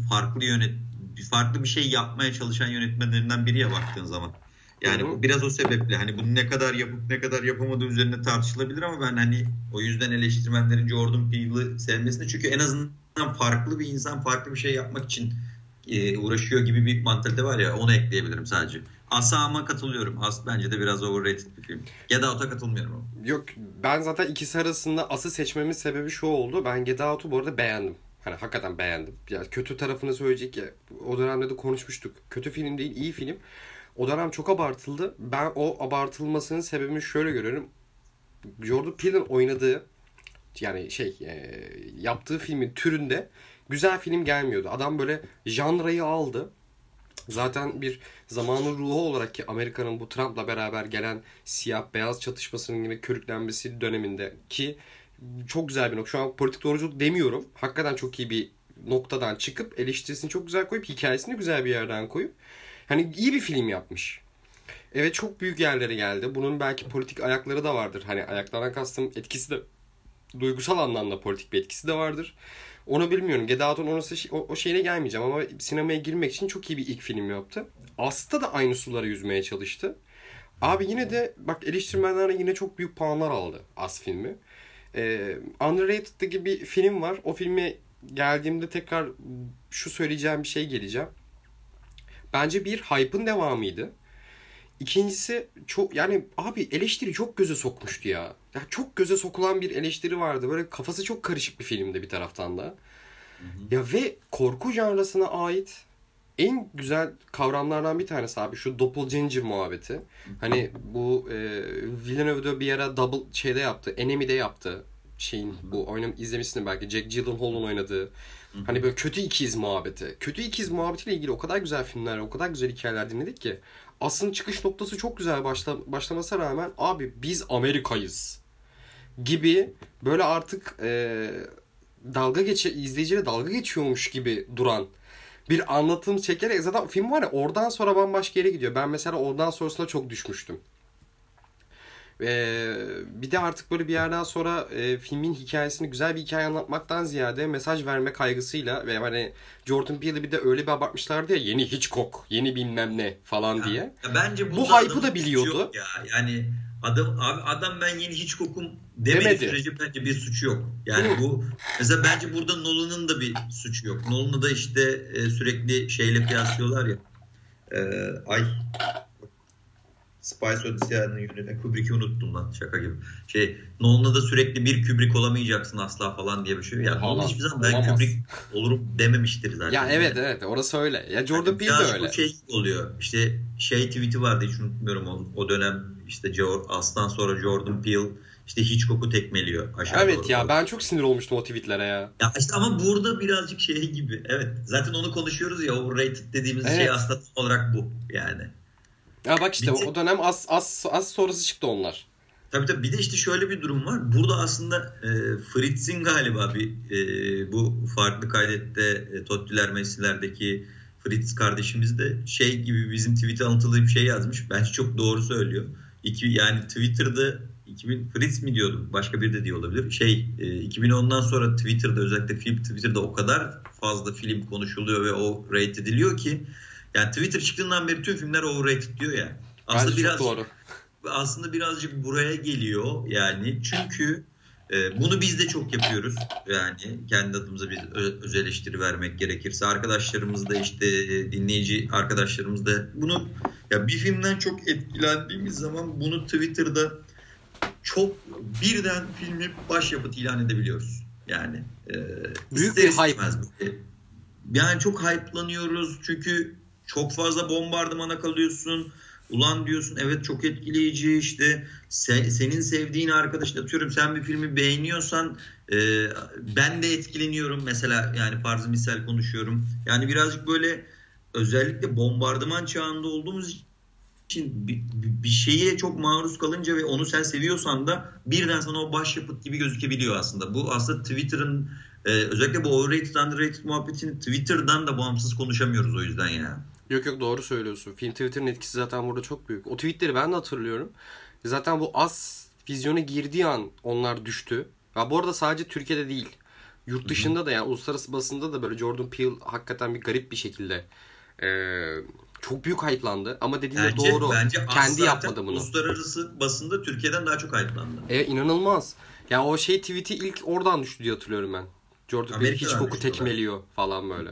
farklı bir şey yapmaya çalışan yönetmenlerinden biri ya baktığın zaman. Yani biraz o sebeple hani bunu ne kadar yapıp ne kadar yapamadığı üzerine tartışılabilir ama ben hani o yüzden eleştirmenlerin Jordan Peele'ı sevmesini çünkü en azından farklı bir insan farklı bir şey yapmak için uğraşıyor gibi bir mantalite var ya onu ekleyebilirim sadece. As'a ama katılıyorum. As bence de biraz overrated bir film. Get Out'a katılmıyorum ama. Yok ben zaten ikisi arasında As'ı seçmemin sebebi şu oldu. Ben Get Out'u bu arada beğendim. Hani hakikaten beğendim. Ya kötü tarafını söyleyecek ya. O dönemde de konuşmuştuk. Kötü film değil, iyi film. O dönem çok abartıldı. Ben o abartılmasının sebebini şöyle görüyorum. Jordan Peele'in oynadığı yani yaptığı filmin türünde güzel film gelmiyordu. Adam böyle janrayı aldı. Zaten bir zamanın ruhu olarak ki Amerika'nın bu Trump'la beraber gelen siyah beyaz çatışmasının yine körüklenmesi döneminde ki çok güzel bir nokta. Şu an politik doğruculuk demiyorum. Hakikaten çok iyi bir noktadan çıkıp eleştirisini çok güzel koyup hikayesini güzel bir yerden koyup hani iyi bir film yapmış. Evet çok büyük yerlere geldi. Bunun belki politik ayakları da vardır. Hani ayaklardan kastım etkisi de duygusal anlamda politik bir etkisi de vardır. Onu bilmiyorum. Get Out'un o şeyine gelmeyeceğim ama sinemaya girmek için çok iyi bir ilk film yaptı. As'ta da aynı sulara yüzmeye çalıştı. Abi yine de bak eleştirmenlerle yine çok büyük puanlar aldı As filmi. Underrated gibi bir film var. O filme geldiğimde tekrar şu söyleyeceğim bir şey geleceğim. Bence bir hype'ın devamıydı. İkincisi çok yani abi eleştiri çok göze sokmuştu ya. Ya çok göze sokulan bir eleştiri vardı. Böyle kafası çok karışık bir filmdi bir taraftan da. Ya ve korku janrasına ait en güzel kavramlardan bir tanesi abi şu doppelganger muhabbeti. Hani bu Villeneuve bir ara double şeyde yaptı. Enemy'de yaptı. Bu oyunu izlemişsin belki. Jack Gyllenhaal'ın oynadığı. Hani böyle kötü ikiz muhabbeti. Kötü ikiz muhabbetiyle ilgili o kadar güzel filmler, o kadar güzel hikayeler dinledik ki. Aslında çıkış noktası çok güzel başlamasına rağmen abi biz Amerika'yız gibi böyle artık izleyiciyle dalga geçiyormuş gibi duran bir anlatım çekerek zaten film var ya oradan sonra bambaşka yere gidiyor. Ben mesela oradan sonrasında çok düşmüştüm. Bir de artık böyle bir yerden sonra filmin hikayesini güzel bir hikaye anlatmaktan ziyade mesaj verme kaygısıyla ve hani Jordan Peele'i bir de öyle bir abartmışlardı ya yeni Hitchcock, yeni bilmem ne falan diye. Ya bence bu hype'ı da biliyordu. Ya. Yani adam ben yeni Hitchcock'um demedi sürece bence bir suçu yok. Yani bu mesela bence burada Nolan'ın da bir suçu yok. Nolan'ı da işte sürekli şeyle kıyaslıyorlar ya. Spice Odyssey'nin yönetmeni Kubrick'i unuttum lan şaka gibi. Nolan'la da sürekli bir Kubrick olamayacaksın asla falan diye bir şey. Ya Nolan hiçbir zaman ben Kubrick olurum dememiştir zaten. Ya evet orası öyle. Ya Jordan Peele de öyle. Şey oluyor. İşte tweet'i vardı hiç unutmuyorum o dönem işte As'tan sonra Jordan Peele işte Hitchcock'u tekmeliyor aşağı evet doğru. Ya ben çok sinir olmuştum o tweetlere ya. Ya işte ama burada birazcık şey gibi. Evet. Zaten onu konuşuyoruz ya overrated dediğimiz şey aslında olarak bu yani. Ya bak işte o dönem az sonrası çıktı onlar. Tabii bir de işte şöyle bir durum var. Burada aslında Fritz'in galiba bu farklı kaydette Tottiler Messi'lerdeki Fritz kardeşimiz de şey gibi bizim tweet'e alıntılı bir şey yazmış. Bence çok doğru söylüyor. Yani Twitter'da Fritz mi diyordum? Başka biri de diyor olabilir. 2010'dan sonra Twitter'da özellikle Twitter'da o kadar fazla film konuşuluyor ve o rate ediliyor ki yani Twitter çıktığından beri tüm filmler overrated diyor ya. Aslında birazcık buraya geliyor yani çünkü bunu biz de çok yapıyoruz yani kendi adımıza biz öz eleştiri vermek gerekirse arkadaşlarımız da işte dinleyici arkadaşlarımız da bunu ya bir filmden çok etkilendiğimiz zaman bunu Twitter'da çok birden filmi başyapıt ilan edebiliyoruz yani büyük bir hype yani çok hype'lanıyoruz çünkü çok fazla bombardımana kalıyorsun. Ulan diyorsun evet çok etkileyici, işte senin sevdiğin arkadaş, atıyorum sen bir filmi beğeniyorsan ben de etkileniyorum mesela, yani farzı misal konuşuyorum. Yani birazcık böyle özellikle bombardıman çağında olduğumuz için bir şeye çok maruz kalınca ve onu sen seviyorsan da birden sana o başyapıt gibi gözükebiliyor aslında. Bu aslında Twitter'ın özellikle bu overrated underrated muhabbetini Twitter'dan da bağımsız konuşamıyoruz o yüzden ya. Yok yok, doğru söylüyorsun. Film Twitter'ın etkisi zaten burada çok büyük. O tweetleri ben de hatırlıyorum. Zaten bu az vizyona girdiği an onlar düştü. Ya bu arada sadece Türkiye'de değil. Yurt dışında da, yani uluslararası basında da böyle Jordan Peele hakikaten bir garip bir şekilde çok büyük hype'landı. Ama dediğinde doğru. Bence kendi yapmadı bunu. Uluslararası basında Türkiye'den daha çok hype'landı. Evet, inanılmaz. Ya o şey tweet'i ilk oradan düştü diye hatırlıyorum ben. Jordan Peele hiç koku tekmeliyor falan böyle.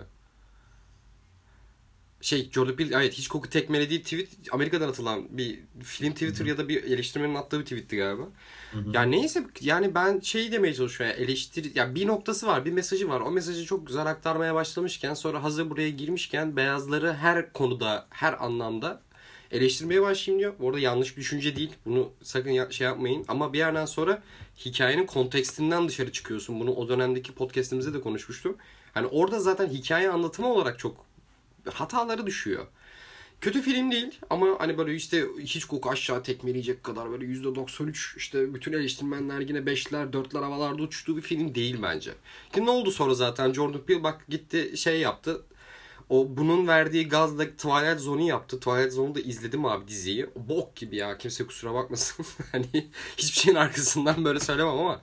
Jordan Peele evet hiç koku tekmelediği tweet Amerika'dan atılan bir film Twitter ya da bir eleştirmenin attığı bir tweetti galiba. Yani neyse, yani ben demeye çalışıyorum. Yani bir noktası var, bir mesajı var. O mesajı çok güzel aktarmaya başlamışken, sonra hazır buraya girmişken beyazları her konuda, her anlamda eleştirmeye başlayayım diyor. Bu arada yanlış bir düşünce değil. Bunu sakın yapmayın. Ama bir yerden sonra hikayenin kontekstinden dışarı çıkıyorsun. Bunu o dönemdeki podcastimizde de konuşmuştum. Hani orada zaten hikaye anlatımı olarak çok hataları düşüyor. Kötü film değil ama hani böyle işte hiç koku aşağı tekmeleyecek kadar böyle %93 işte bütün eleştirmenler yine 5'ler 4'ler havalarda uçtuğu bir film değil bence. Ki ne oldu sonra zaten? Jordan Peele bak gitti yaptı. O bunun verdiği gazla Twilight Zone'u yaptı. Twilight Zone'u da izledim abi, diziyi. Bok gibi ya, kimse kusura bakmasın. Hani hiçbir şeyin arkasından böyle söylemem ama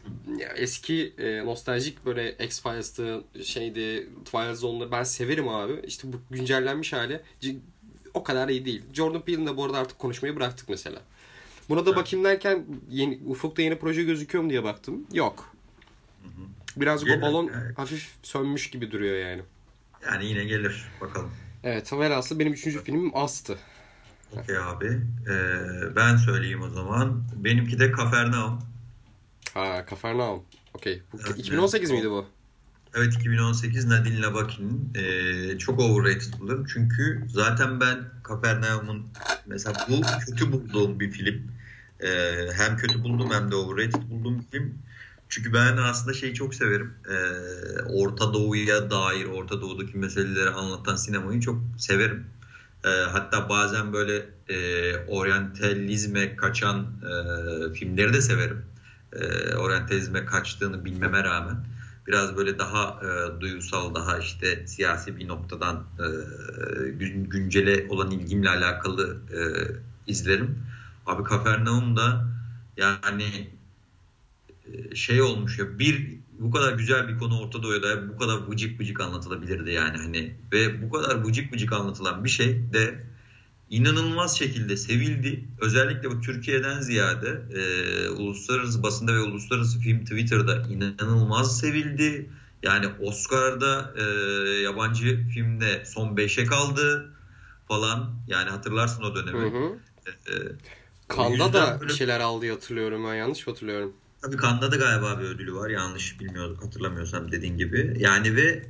eski nostaljik böyle X-Files'tı Twilight Zone'ları ben severim abi. İşte bu güncellenmiş hali o kadar iyi değil. Jordan Peele'in de bu arada artık konuşmayı bıraktık mesela. Buna da bakayım derken ufukta yeni proje gözüküyor mu diye baktım. Yok. Birazcık o balon hafif sönmüş gibi duruyor yani. Yani yine gelir bakalım. Evet, velhasıl benim 3. filmim As'tı. Okey abi. Ben söyleyeyim o zaman. Benimki de Kafernaum. Kafernaum. Okey. 2018 miydi bu? Evet, 2018 Nadine Lavakin'in çok overrated buluyorum. Çünkü zaten ben Kafernaum'un mesela bu kötü bulduğum bir film. Hem kötü buldum hem de overrated bulduğum bir film. Çünkü ben aslında çok severim. Orta Doğu'ya dair, Orta Doğu'daki meseleleri anlatan sinemayı çok severim. Hatta bazen böyle oryantalizme kaçan filmleri de severim. Oryantalizme kaçtığını bilmeme rağmen. Biraz böyle daha duygusal, daha işte siyasi bir noktadan güncele olan ilgimle alakalı izlerim. Abi Kafernaum'da yani olmuş ya, bu kadar güzel bir konu Orta Doğu'da bu kadar vıcık vıcık anlatılabilirdi yani hani, ve bu kadar vıcık vıcık anlatılan bir şey de inanılmaz şekilde sevildi. Özellikle bu Türkiye'den ziyade uluslararası basında ve uluslararası film Twitter'da inanılmaz sevildi. Yani Oscar'da yabancı filmde son 5'e kaldı falan. Yani hatırlarsın o dönemi. Cannes'da da bir şeyler aldı hatırlıyorum ben. Yanlış mı hatırlıyorum? Tabii Cannes'da da galiba bir ödülü var. Yanlış hatırlamıyorsam dediğin gibi. Yani ve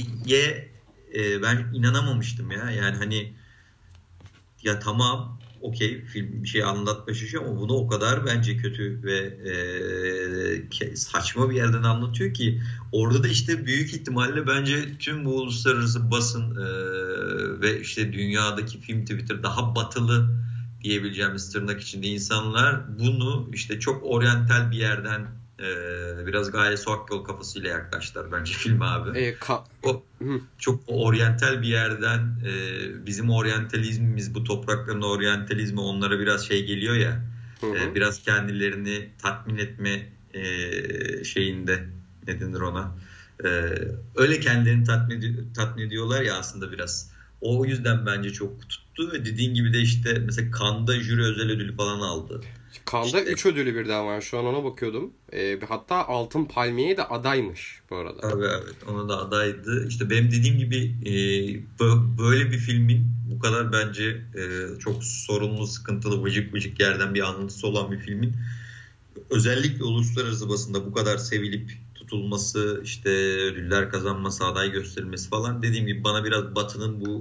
ben inanamamıştım ya. Yani hani ya tamam okey, film bir şey anlatma şişi ama bunu o kadar bence kötü ve saçma bir yerden anlatıyor ki orada da işte büyük ihtimalle bence tüm bu uluslararası basın ve işte dünyadaki film Twitter daha batılı diyebileceğimiz tırnak içinde insanlar bunu işte çok oryantal bir yerden biraz Gaye Suakyol kafasıyla yaklaştılar bence film abi. Çok oryantal bir yerden bizim oryantalizmimiz, bu toprakların oryantalizmi onlara biraz geliyor ya. Biraz kendilerini tatmin etme şeyinde, ne denir ona? Öyle kendilerini tatmin ediyorlar ya aslında biraz. O yüzden bence çok tuttu ve dediğin gibi de işte mesela Cannes'da jüri özel ödülü falan aldı. Cannes'da 3 ödülü birden var. Şu an ona bakıyordum. Hatta Altın Palmiye'ye de adaymış bu arada. Tabii evet, ona da adaydı. İşte benim dediğim gibi böyle bir filmin bu kadar bence çok sorunlu, sıkıntılı, vıcık vıcık yerden bir anlatısı olan bir filmin özellikle uluslararası basında bu kadar sevilip tutulması, işte ödüller kazanması, aday gösterilmesi falan, dediğim gibi bana biraz Batı'nın bu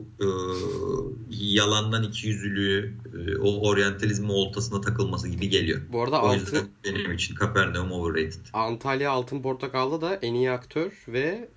yalandan ikiyüzlülüğü, o oryantalizm oltasına takılması gibi geliyor. Bu arada o yüzden benim için Kapernaum overrated. Antalya Altın Portakal'da da en iyi aktör ve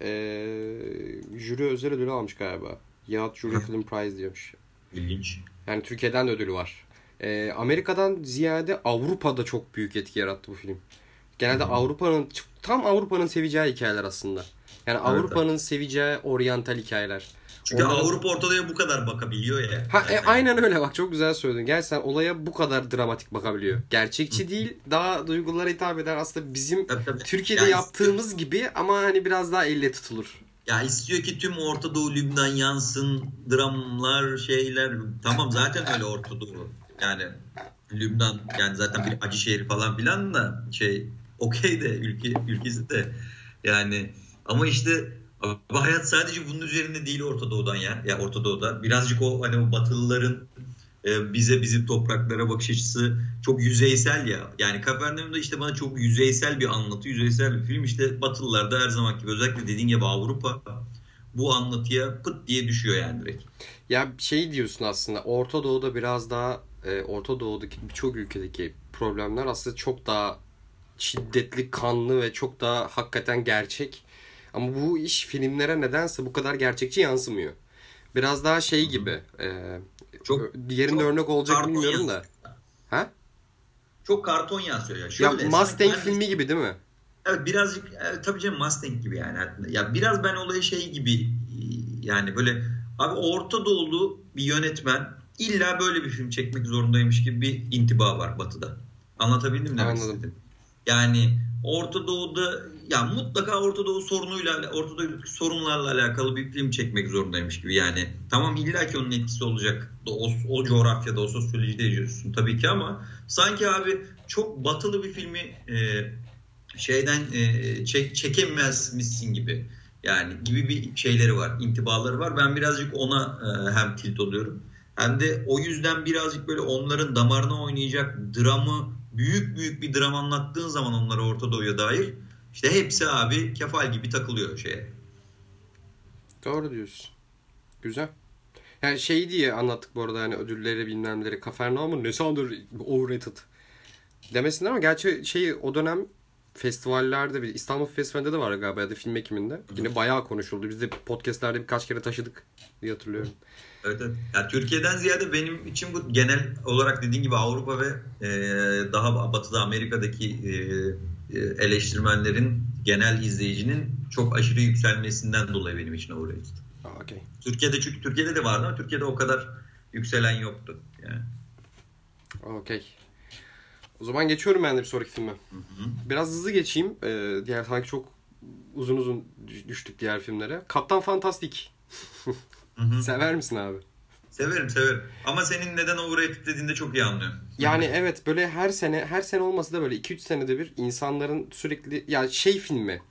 jüri özel ödülü almış galiba. Yacht Jury Film Prize diyormuş. İlginç. Yani Türkiye'den de ödülü var. Amerika'dan ziyade Avrupa'da çok büyük etki yarattı bu film. Genelde tam Avrupa'nın seveceği hikayeler aslında. Yani evet, Avrupa'nın seveceği oryantal hikayeler. Çünkü Avrupa ortaya bu kadar bakabiliyor ya. Aynen öyle, bak çok güzel söyledin. Gerçekten olaya bu kadar dramatik bakabiliyor. Gerçekçi değil, daha duygulara hitap eder. Aslında bizim tabii. Türkiye'de yaptığımız gibi ama hani biraz daha elle tutulur. Ya istiyor ki tüm Orta Doğu Lübnan yansın, dramlar, şeyler. Tamam, zaten öyle Orta Doğu. Yani Lübnan yani zaten bir acı şehir falan filan da okey de ülkesi de yani, ama işte hayat sadece bunun üzerinde değil Orta Doğu'dan ya. Ya Orta Doğu'da birazcık o hani o Batılıların bizim topraklara bakış açısı çok yüzeysel ya. Yani Kapernaum'da işte bana çok yüzeysel bir anlatı, yüzeysel bir film. İşte Batılılar da her zamanki gibi, özellikle dediğin gibi Avrupa bu anlatıya pıt diye düşüyor yani direkt. Ya diyorsun aslında, Orta Doğu'da biraz daha Orta Doğu'daki birçok ülkedeki problemler aslında çok daha şiddetli, kanlı ve çok daha hakikaten gerçek. Ama bu iş filmlere nedense bu kadar gerçekçi yansımıyor. Biraz daha gibi. Diğerinde örnek olacak bilmiyorum da. Ha? Çok karton yansıyor ya. Şöyle, ya Mustang filmi gibi değil mi? Evet, birazcık tabii canım, Mustang gibi yani. Ya biraz ben olayı gibi yani, böyle abi Orta Doğulu bir yönetmen illa böyle bir film çekmek zorundaymış gibi bir intiba var Batı'da. Anlatabildim mi demek istedim? Yani Orta Doğu'da ya mutlaka Orta Doğu sorunlarla alakalı bir film çekmek zorundaymış gibi yani. Tamam, illa ki onun etkisi olacak. O coğrafyada, o sosyolojide yaşıyorsun tabii ki, ama sanki abi çok batılı bir filmi çekemezmişsin gibi. Yani gibi bir şeyleri var, intibaları var. Ben birazcık ona hem tilt oluyorum. Hem de o yüzden birazcık böyle onların damarına oynayacak dramı, büyük bir dram anlattığın zaman onlara, Orta Doğu'ya dair, işte hepsi abi kefal gibi takılıyor şeye. Doğru diyorsun. Güzel. Yani diye anlattık bu arada, yani ödülleri bilmemleri, Kafernaum'un nesi overrated demesinler, ama gerçi o dönem festivallerde, bir İstanbul Festivali'nde de var galiba, ya da film ekiminde. Yine bayağı konuşuldu. Biz de podcastlerde birkaç kere taşıdık diye hatırlıyorum. Evet. Ya Türkiye'den ziyade benim için bu genel olarak dediğin gibi Avrupa ve daha batıda Amerika'daki eleştirmenlerin, genel izleyicinin çok aşırı yükselmesinden dolayı benim için overrated. Okay. Çünkü Türkiye'de de vardı ama Türkiye'de o kadar yükselen yoktu yani. Okey. O zaman geçiyorum ben de bir sonraki filme. Biraz hızlı geçeyim. Diğer sanki çok uzun düştük diğer filmlere. Kaptan Fantastik. Sever misin abi? Severim. Ama senin neden overrated dediğinde çok iyi anlıyorum. Yani evet, böyle her sene olması da böyle 2-3 senede bir insanların sürekli filmi.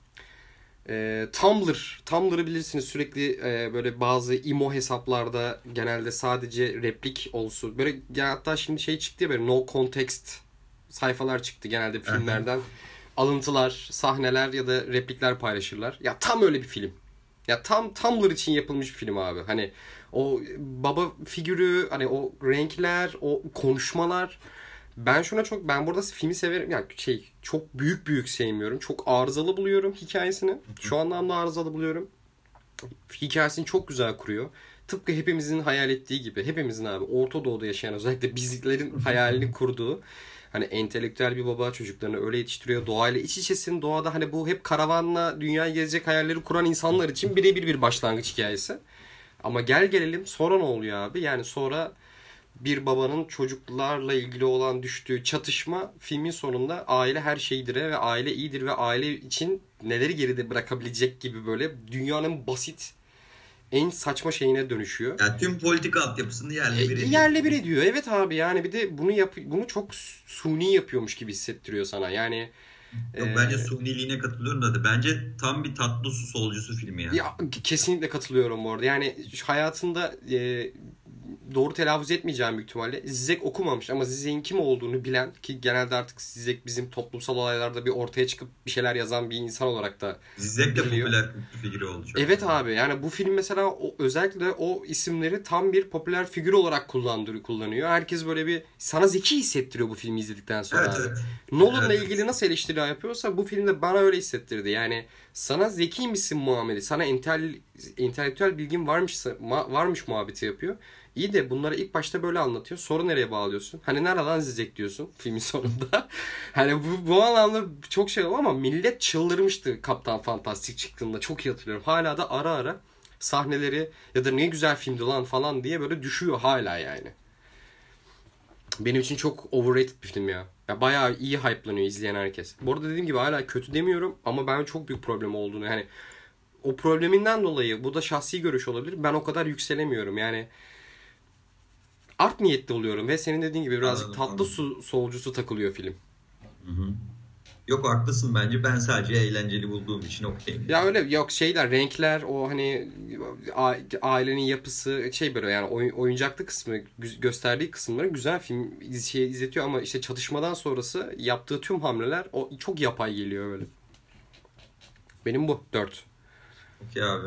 Tumblr'ı bilirsiniz, sürekli böyle bazı emo hesaplarda genelde sadece replik olsun. Böyle ya, hatta şimdi çıktı ya, böyle no context sayfalar çıktı genelde filmlerden. Alıntılar, sahneler ya da replikler paylaşırlar. Ya tam öyle bir film. Ya tam Tumblr için yapılmış bir film abi. Hani o baba figürü, hani o renkler, o konuşmalar. Ben burada filmi severim. Yani çok büyük sevmiyorum. Çok arızalı buluyorum hikayesini. Şu anlamda arızalı buluyorum. Hikayesini çok güzel kuruyor. Tıpkı hepimizin hayal ettiği gibi. Hepimizin abi Orta Doğu'da yaşayan, özellikle bizlerin hayalini kurduğu. Hani entelektüel bir baba çocuklarını öyle yetiştiriyor. Doğayla iç içesin. Doğada hani bu hep karavanla dünyayı gezecek hayalleri kuran insanlar için birebir bir başlangıç hikayesi. Ama gelelim sonra ne oluyor abi? Yani sonra bir babanın çocuklarla ilgili olan düştüğü çatışma, filmin sonunda aile her şeydir ve aile iyidir ve aile için neleri geride bırakabilecek gibi, böyle dünyanın basit, en saçma şeyine dönüşüyor. Yani tüm politika altyapısını yerle bir ediyor. Evet abi, yani bir de bunu çok suni yapıyormuş gibi hissettiriyor sana. Yani yok, bence suniliğine katılıyorum da bence tam bir tatlı su solcusu filmi yani. Ya kesinlikle katılıyorum bu arada. Yani hayatında doğru telaffuz etmeyeceğim büyük ihtimalle. Zizek okumamış ama Zizek'in kim olduğunu bilen, ki genelde artık Zizek bizim toplumsal olaylarda bir ortaya çıkıp bir şeyler yazan bir insan olarak da Zizek de biliniyor. popüler kültür figürü oldu. Evet abi, yani bu film mesela özellikle o isimleri tam bir popüler figür olarak kullanıyor. Herkes böyle bir sana zeki hissettiriyor bu filmi izledikten sonra Evet, abi. evet. Nolan'la Evet. ilgili nasıl eleştiri yapıyorsa bu filmde bana öyle hissettirdi. Yani sana zeki misin muameli, sana entelektüel bilgin varmış muhabbeti yapıyor. İyi de bunları ilk başta böyle anlatıyor. Sonra nereye bağlıyorsun? Hani nereden Zizek diyorsun filmin sonunda. Hani bu anlamda çok şey oldu ama millet çıldırmıştı Kaptan Fantastik çıktığında. Çok iyi hatırlıyorum. Hala da ara ara sahneleri ya da ne güzel filmdi lan falan diye böyle düşüyor hala yani. Benim için çok overrated bir film ya. Ya bayağı iyi hype'lanıyor izleyen herkes. Bu arada dediğim gibi hala kötü demiyorum ama ben çok büyük problem olduğunu, yani o probleminden dolayı, bu da şahsi görüş olabilir, ben o kadar yükselemiyorum. Yani art niyetli oluyorum ve senin dediğin gibi birazcık Anladım, tatlı anladım. solcusu takılıyor film. Hı hı. Yok, haklısın bence. Ben sadece eğlenceli bulduğum için okeyim. Ya öyle yok, şeyler, renkler, o hani ailenin yapısı şey böyle, yani oyuncaklı kısmı, gösterdiği kısımları güzel film izletiyor ama işte çatışmadan sonrası yaptığı tüm hamleler o çok yapay geliyor öyle. Benim bu 4. Okey abi.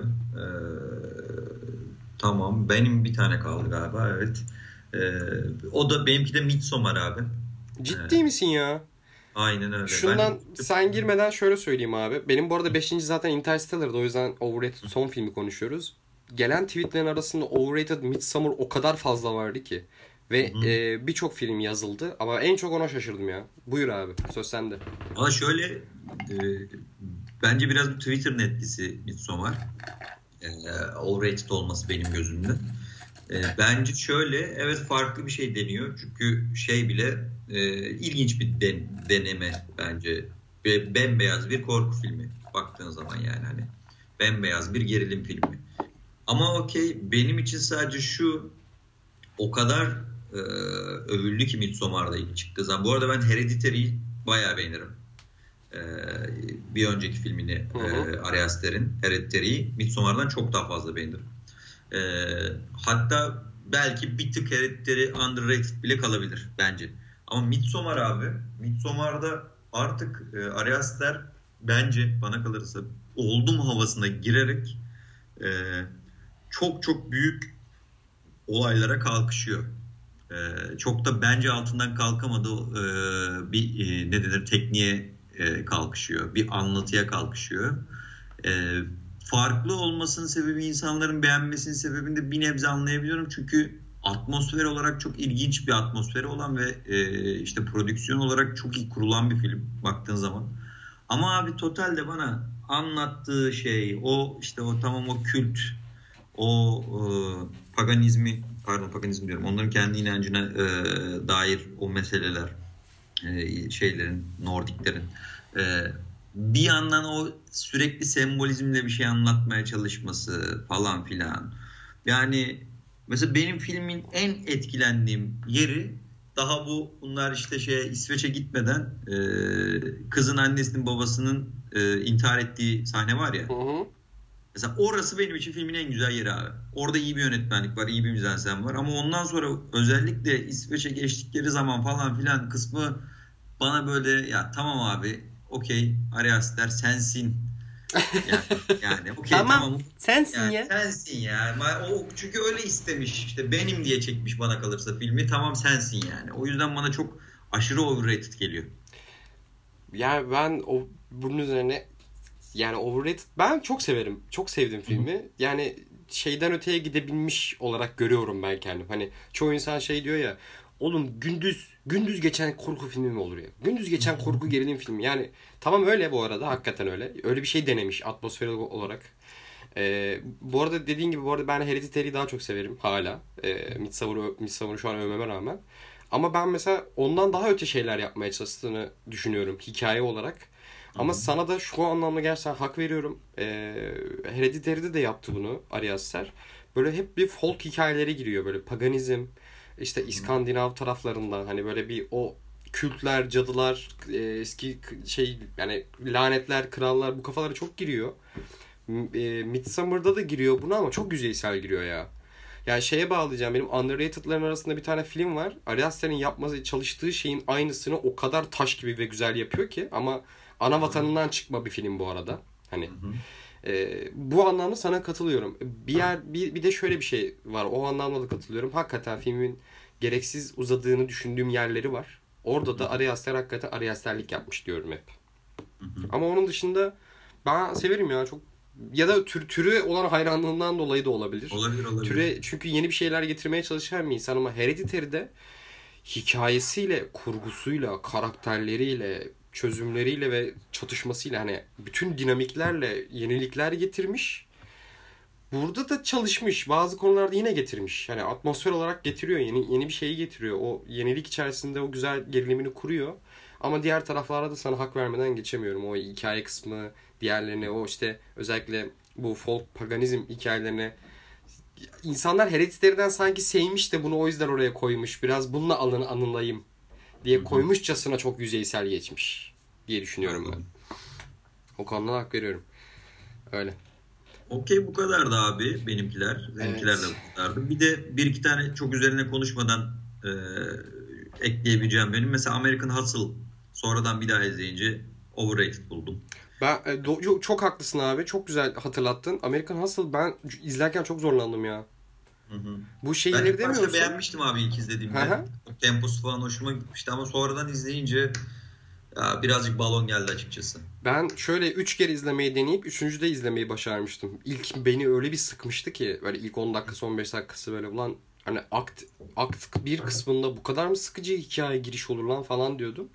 Tamam. Benim bir tane kaldı galiba. Evet. O da benimki de Midsommar abi. Ciddi misin ya? Aynen öyle. Şundan sen girmeden şöyle söyleyeyim abi. Benim bu arada 5. zaten Interstellar'da, o yüzden overrated son filmi konuşuyoruz. Gelen tweetlerin arasında overrated Midsommar o kadar fazla vardı ki. Ve birçok film yazıldı ama en çok ona şaşırdım ya. Buyur abi, söz sende. Ama şöyle bence biraz bir Twitter'ın etkisi Midsommar. Overrated olması benim gözümde. Bence şöyle, evet, farklı bir şey deniyor. Çünkü şey bile ilginç bir deneme bence. Bembeyaz bir korku filmi baktığın zaman, yani hani bembeyaz bir gerilim filmi. Ama okey, benim için sadece şu o kadar övüldü ki Midsommar'da ilk çıktığı zaman. Bu arada ben Hereditary'yi bayağı beğenirim. Bir önceki filmini Ari Aster'in Hereditary'yi Midsommar'dan çok daha fazla beğenirim. Hatta belki bir tık Hereditary underrated bile kalabilir bence. Ama Midsommar abi, Midsommar'da artık Ari Aster bence bana kalırsa oldum havasına girerek çok çok büyük olaylara kalkışıyor. Çok da bence altından kalkamadığı bir ne denir, tekniğe kalkışıyor. Bir anlatıya kalkışıyor. Farklı olmasının sebebi, insanların beğenmesinin sebebini de bir nebze anlayabiliyorum. Çünkü atmosfer olarak çok ilginç bir atmosferi olan ve işte prodüksiyon olarak çok iyi kurulan bir film baktığın zaman. Ama abi totalde bana anlattığı şey o işte o tamam o kült, o paganizm diyorum. Onların kendi inancına dair o meseleler, şeylerin, Nordiklerin bir yandan o sürekli sembolizmle bir şey anlatmaya çalışması falan filan. Yani mesela benim filmin en etkilendiğim yeri, daha bunlar işte İsveç'e gitmeden kızın annesinin babasının intihar ettiği sahne var ya. Hı hı. Mesela orası benim için filmin en güzel yeri abi. Orada iyi bir yönetmenlik var, iyi bir mizansen var. Ama ondan sonra özellikle İsveç'e geçtikleri zaman falan filan kısmı bana böyle, ya tamam abi, okey, Ari Aster sensin. Yani okey, tamam. Sensin Yani ya. sensin ya. O çünkü öyle istemiş, işte benim diye çekmiş bana kalırsa filmi. Tamam, sensin yani. O yüzden bana çok aşırı overrated geliyor. Yani ben bunun üzerine, yani overrated, ben çok severim. Çok sevdim filmi. Yani şeyden öteye gidebilmiş olarak görüyorum ben kendim. Hani çoğu insan şey diyor ya, oğlum gündüz geçen korku filmi mi olur ya? Gündüz geçen korku gerilim filmi. Yani tamam, öyle bu arada, hakikaten öyle. Öyle bir şey denemiş atmosfer olarak. Bu arada dediğin gibi, bu arada ben Hereditary'yi daha çok severim hala. Midsommar'ı şu an övmeme rağmen. Ama ben mesela ondan daha öte şeyler yapmaya çalıştığını düşünüyorum hikaye olarak. Ama sana da şu anlamda gerçekten hak veriyorum. Hereditary'de de yaptı bunu Ari Aster. Böyle hep bir folk hikayeleri giriyor. Böyle paganizm, işte İskandinav taraflarından, hani böyle bir o kültler, cadılar, eski şey, yani lanetler, krallar, bu kafalara çok giriyor. Midsommar'da da giriyor buna ama çok yüzeysel giriyor ya. Yani şeye bağlayacağım. Benim underrated'ların arasında bir tane film var. Ari Aster'in yapması çalıştığı şeyin aynısını o kadar taş gibi ve güzel yapıyor ki. Ama ana vatanından çıkma bir film bu arada. Hani bu anlamda sana katılıyorum. Bir de şöyle bir şey var. O anlamda da katılıyorum. Hakikaten filmin gereksiz uzadığını düşündüğüm yerleri var. Orada da Ari Aster hakikaten Ari Aster'lik yapmış diyorum hep. Ama onun dışında ben severim ya çok. Ya da türü olan hayranlığından dolayı da olabilir. Olabilir. Türe, çünkü yeni bir şeyler getirmeye çalışan bir insan ama Hereditary'de hikayesiyle, kurgusuyla, karakterleriyle, çözümleriyle ve çatışmasıyla hani bütün dinamiklerle yenilikler getirmiş. Burada da çalışmış. Bazı konularda yine getirmiş. Yani atmosfer olarak getiriyor. Yeni bir şeyi getiriyor. O yenilik içerisinde o güzel gerilimini kuruyor. Ama diğer taraflara da sana hak vermeden geçemiyorum. O hikaye kısmı, diğerlerine, o işte özellikle bu folk paganizm hikayelerine insanlar Hereditary'den sanki sevmiş de bunu o yüzden oraya koymuş. Biraz bununla anılayım diye koymuşçasına çok yüzeysel geçmiş diye düşünüyorum ben. O konuda hak veriyorum. Öyle. Okey, bu kadardı abi benimkiler. Benimkiler de bu kadardı. Bir de bir iki tane çok üzerine konuşmadan ekleyebileceğim benim. Mesela American Hustle sonradan bir daha izleyince overrated buldum. Ben çok haklısın abi. Çok güzel hatırlattın. American Hustle ben izlerken çok zorlandım ya. Bu şeyleri demiyorsun. Ben ilk başta beğenmiştim abi ilk izlediğimde. O temposu falan hoşuma gitmişti ama sonradan izleyince ya birazcık balon geldi açıkçası. Ben şöyle 3 kere izlemeyi deneyip 3. izlemeyi başarmıştım. İlk beni öyle bir sıkmıştı ki böyle ilk 10 dakikası 15 dakikası böyle ulan hani akt bir kısmında bu kadar mı sıkıcı hikaye giriş olur lan falan diyordum.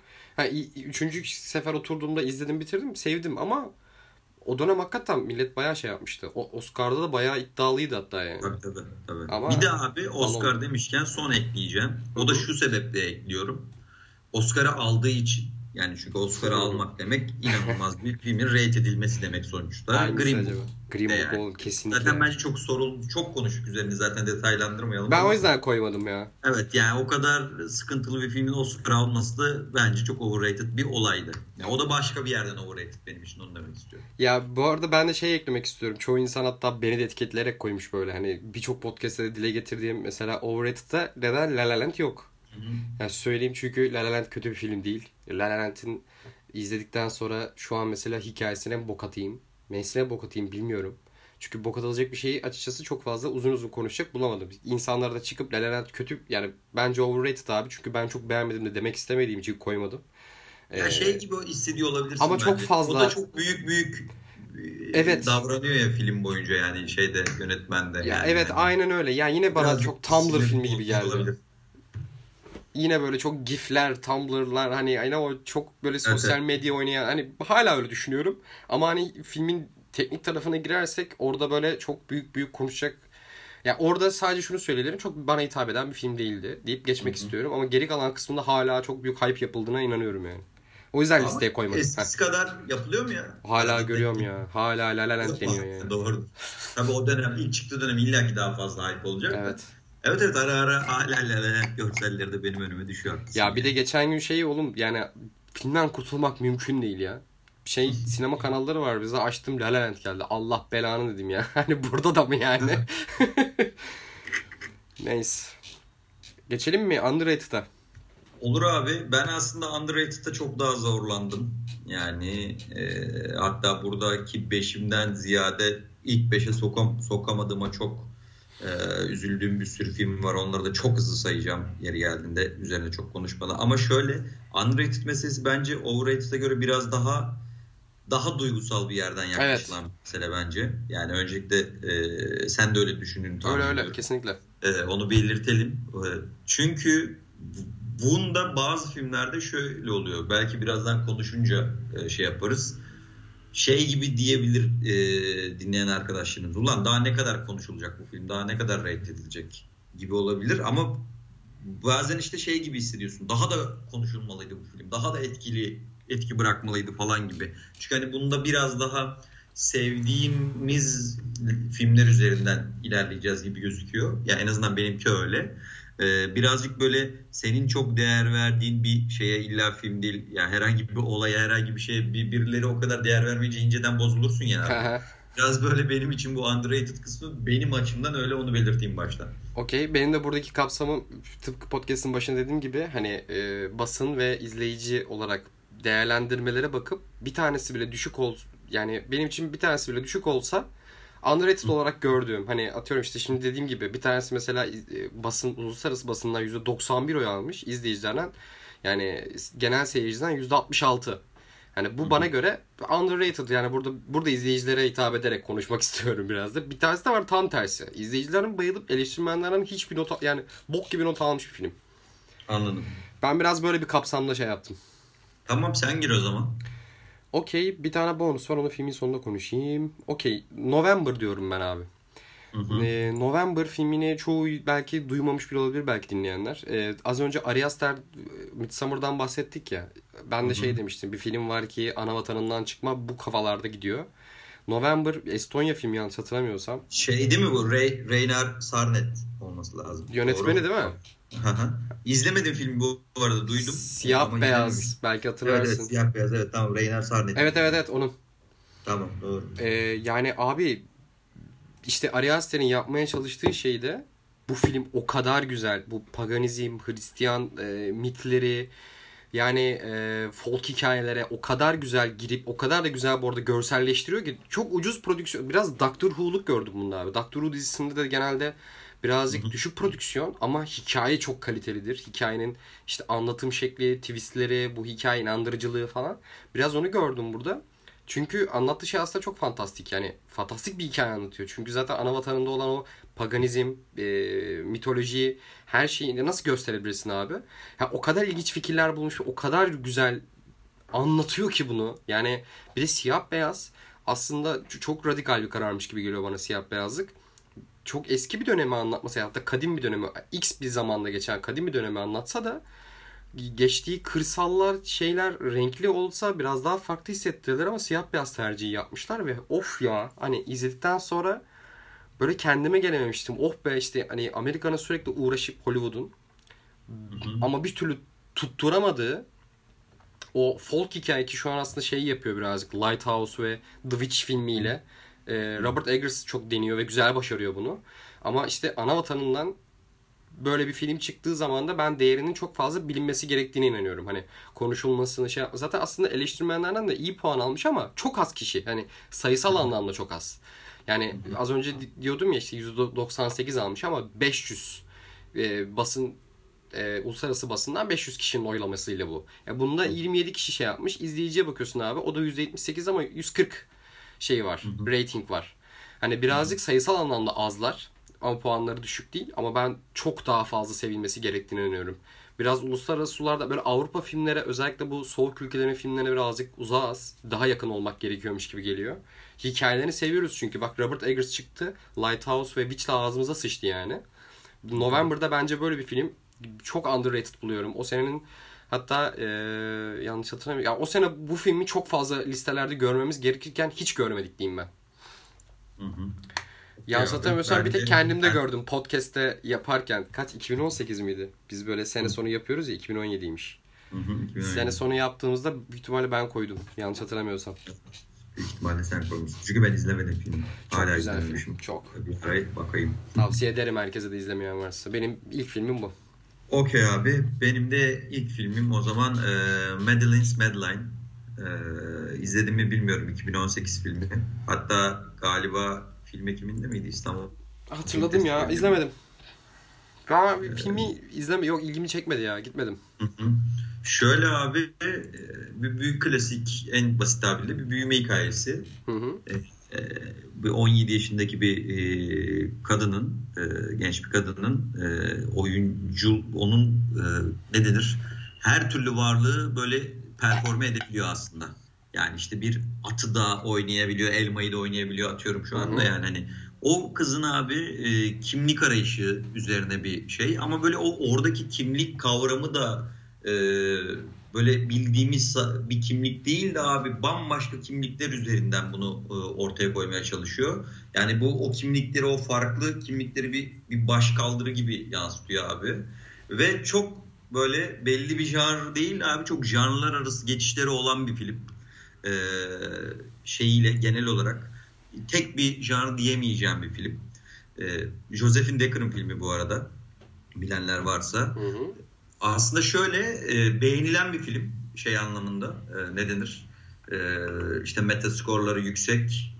3. sefer oturduğumda izledim bitirdim sevdim ama o dönem hakikaten millet bayağı şey yapmıştı. Oscar'da da bayağı iddialıydı hatta yani. Tabii. Ama bir de abi Oscar demişken son ekleyeceğim. O da şu sebeple ekliyorum. Oscar'ı aldığı için. Yani çünkü Oscar'ı almak demek inanılmaz bir filmin rate edilmesi demek sonuçta. Green Book kesinlikle. Zaten bence çok çok konuştuk üzerine, zaten detaylandırmayalım. Ben o yüzden koymadım ya. Evet, yani o kadar sıkıntılı bir filmin Oscar alması da bence çok overrated bir olaydı. Yani o da başka bir yerden overrated benim için, onu demek istiyorum. Ya bu arada ben de şey eklemek istiyorum. Çoğu insan hatta beni de etiketleyerek koymuş böyle. Hani birçok podcast'te de dile getirdiğim mesela overrated'da neden La La Land yok? Yani söyleyeyim çünkü La La Land kötü bir film değil. La La Land'in izledikten sonra şu an mesela hikayesine mi bok atayım, nesine bok atayım bilmiyorum. Çünkü bok atılacak bir şeyi açıkçası çok fazla uzun konuşacak bulamadım. İnsanlar da çıkıp La La Land kötü, yani bence overrated abi. Çünkü ben çok beğenmedim de demek istemediğim için koymadım. Ya şey gibi hissediyor olabilirsin ama bence. çok fazla. O da çok büyük davranıyor ya film boyunca, yani şeyde, yönetmende. Ya yani. Evet aynen öyle. Yani yine bana birazcık çok Tumblr filmi gibi geldi. Olabilir. Yine böyle çok gifler, Tumblr'lar, hani yine o çok böyle sosyal medya oynayan, hani hala öyle düşünüyorum. Ama hani filmin teknik tarafına girersek orada böyle çok büyük konuşacak. Ya orada sadece şunu söyleyebilirim, çok bana hitap eden bir film değildi deyip geçmek istiyorum. Ama geri kalan kısmında hala çok büyük hype yapıldığına inanıyorum yani. O yüzden listeye koymadım. Eskisi kadar yapılıyor mu ya? Hala görüyorum ya. Hala La La Land deniyor yani. Doğru. Tabii o dönem, ilk çıktığı dönem illaki daha fazla hype olacak. Evet. Evet, ara hala La La Land görselleri de benim önüme düşüyor. Ya bir de geçen gün oğlum yani filmden kurtulmak mümkün değil ya. Sinema kanalları var, bize açtım, La La Land geldi. Allah belanı dedim ya. Hani burada da mı yani? Neyse. Geçelim mi underrated'a? Olur abi. Ben aslında underrated'da çok daha zorlandım. Yani hatta buradaki 5'imden ziyade ilk 5'e sokamadığıma çok üzüldüğüm bir sürü film var. Onları da çok hızlı sayacağım yeri geldiğinde, üzerine çok konuşmadan. Ama şöyle, underrated meselesi bence overrated'a göre biraz daha duygusal bir yerden yaklaşılan bir mesele bence. Yani öncelikle sen de öyle düşündüğünü tahmin ediyorum. Öyle kesinlikle. Onu belirtelim. Çünkü bunda bazı filmlerde şöyle oluyor. Belki birazdan konuşunca şey yaparız. Şey gibi diyebilir dinleyen arkadaşlarımız. Ulan daha ne kadar konuşulacak bu film? Daha ne kadar rate edilecek gibi olabilir. Ama bazen işte şey gibi hissediyorsun. Daha da konuşulmalıydı bu film. Daha da etki bırakmalıydı falan gibi. Çünkü hani bunda biraz daha sevdiğimiz filmler üzerinden ilerleyeceğiz gibi gözüküyor. Yani en azından benimki öyle. Birazcık böyle senin çok değer verdiğin bir şeye, illa film değil, yani herhangi bir olaya, herhangi bir şeye birileri o kadar değer vermeyince inceden bozulursun ya. biraz böyle benim için bu underrated kısmı benim açımdan öyle, onu belirteyim baştan. Okey. Benim de buradaki kapsamım tıpkı podcast'ın başında dediğim gibi hani basın ve izleyici olarak değerlendirmelere bakıp bir tanesi bile düşük yani benim için bir tanesi bile düşük olsa underrated olarak gördüğüm, hani atıyorum işte şimdi dediğim gibi bir tanesi mesela uluslararası basından %91 oy almış izleyicilerden, yani genel seyirciden %66. Hani bu bana göre underrated, yani burada izleyicilere hitap ederek konuşmak istiyorum biraz da. Bir tanesi de var tam tersi. İzleyicilerin bayılıp eleştirmenlerden hiçbir not, yani bok gibi not almış bir film. Anladım. Ben biraz böyle bir kapsamda şey yaptım. Tamam, sen gir o zaman. Okey, bir tane bonus var, onu filmin sonunda konuşayım. Okey, November diyorum ben abi. November filmini çoğu belki duymamış bile olabilir belki dinleyenler. Az önce Ari Aster Midsommar'dan bahsettik ya. Ben de şey demiştim, bir film var ki ana vatanından çıkma, bu kafalarda gidiyor. November Estonya filmi yanlış hatırlamıyorsam. Şey değil mi bu? Rayner Sarnet olması lazım. Yönetmeni doğru. Değil mi? İzlemedim filmi bu arada, duydum. Siyah beyaz belki hatırlarsın. Evet, siyah beyaz, evet tamam, Rayner Sarnet. Evet onun. Tamam, doğru. Yani abi işte Ari Aster'in yapmaya çalıştığı şey de, bu film o kadar güzel. Bu paganizm, Hristiyan mitleri, yani folk hikayelere o kadar güzel girip o kadar da güzel bu arada görselleştiriyor ki, çok ucuz prodüksiyon. Biraz Doctor Who'luk gördüm bunda abi. Doctor Who dizisinde de genelde birazcık düşük prodüksiyon ama hikaye çok kalitelidir. Hikayenin işte anlatım şekli, twistleri, bu hikaye inandırıcılığı falan. Biraz onu gördüm burada. Çünkü anlattığı şey aslında çok fantastik. Yani fantastik bir hikaye anlatıyor. Çünkü zaten ana vatanında olan o paganizm, mitoloji, her şeyi nasıl gösterebilirsin abi? Ya, o kadar ilginç fikirler bulmuş, o kadar güzel anlatıyor ki bunu. Yani bir de siyah beyaz aslında çok radikal bir kararmış gibi geliyor bana, siyah beyazlık. Çok eski bir dönemi anlatmasa, hatta kadim bir dönemi, X bir zamanda geçen kadim bir dönemi anlatsa da, geçtiği kırsallar, şeyler renkli olsa biraz daha farklı hissettirirler ama siyah beyaz tercihi yapmışlar ve of ya, hani izledikten sonra böyle kendime gelememiştim. Oh be, işte hani Amerika'nın sürekli uğraşıp Hollywood'un ama bir türlü tutturamadığı o folk hikaye ki şu an aslında şeyi yapıyor birazcık, Lighthouse ve The Witch filmiyle. Robert Eggers çok deniyor ve güzel başarıyor bunu. Ama işte ana vatanından böyle bir film çıktığı zaman da ben değerinin çok fazla bilinmesi gerektiğine inanıyorum. Hani konuşulmasını zaten aslında eleştirmenlerden de iyi puan almış ama çok az kişi. Hani sayısal anlamda çok az. Yani az önce diyordum ya, işte %98 almış ama 500 uluslararası basından 500 kişinin oylamasıyla bu. Yani bunda 27 kişi şey yapmış. İzleyiciye bakıyorsun abi, o da %78 ama 140 şey var. Rating var. Hani birazcık sayısal anlamda azlar. Ama puanları düşük değil. Ama ben çok daha fazla sevilmesi gerektiğini inanıyorum. Biraz uluslararası sularda, böyle Avrupa filmlere, özellikle bu soğuk ülkelerin filmlerine birazcık uzağız. Daha yakın olmak gerekiyormuş gibi geliyor. Hikayelerini seviyoruz çünkü. Bak, Robert Eggers çıktı. Lighthouse ve Witch'le ağzımıza sıçtı yani. November'da bence böyle bir film çok underrated buluyorum. O senenin, hatta yanlış hatırlamıyorum. Ya, o sene bu filmi çok fazla listelerde görmemiz gerekirken hiç görmedik diyeyim ben. Yanlış hatırlamıyorsam bir tek kendimde gördüm podcast'te yaparken. 2018 miydi? Biz böyle sene sonu yapıyoruz ya, 2017'ymiş. Sene sonu yaptığımızda büyük ihtimalle ben koydum. Yanlış hatırlamıyorsam. Büyük ihtimalle sen koymuşsun. Çünkü ben izlemedim filmi. Çok hala güzel film. Çok. Bir bakayım. Tavsiye ederim herkese de, izlemeyen varsa. Benim ilk filmim bu. Okey abi. Benim de ilk filmim o zaman Madeline's Madeline. İzledim mi bilmiyorum, 2018 filmi. Hatta galiba film ekiminde miydi İstanbul? Hatırladım ya, izlemedim. Ama filmi yok, ilgimi çekmedi ya, gitmedim. Şöyle abi, bir büyük klasik, en basit tabirle bir büyüme hikayesi. Bir 17 yaşındaki bir kadının, genç bir kadının oyuncu, onun ne denir? Her türlü varlığı böyle performe edebiliyor aslında. Yani işte bir atı da oynayabiliyor, elmayı da oynayabiliyor, atıyorum şu anda. Yani hani o kızın abi kimlik arayışı üzerine bir şey, ama böyle oradaki kimlik kavramı da böyle bildiğimiz bir kimlik değil de abi, bambaşka kimlikler üzerinden bunu ortaya koymaya çalışıyor. Yani o kimlikleri, o farklı kimlikleri bir başkaldırı gibi yansıtıyor abi. Ve çok böyle belli bir janr değil abi, çok janrlar arası geçişleri olan bir film. Şeyiyle genel olarak tek bir janr diyemeyeceğim bir film. Josephine Decker'ın filmi bu arada. Bilenler varsa. Hı hı. Aslında şöyle beğenilen bir film şey anlamında ne denir? İşte metaskorları yüksek,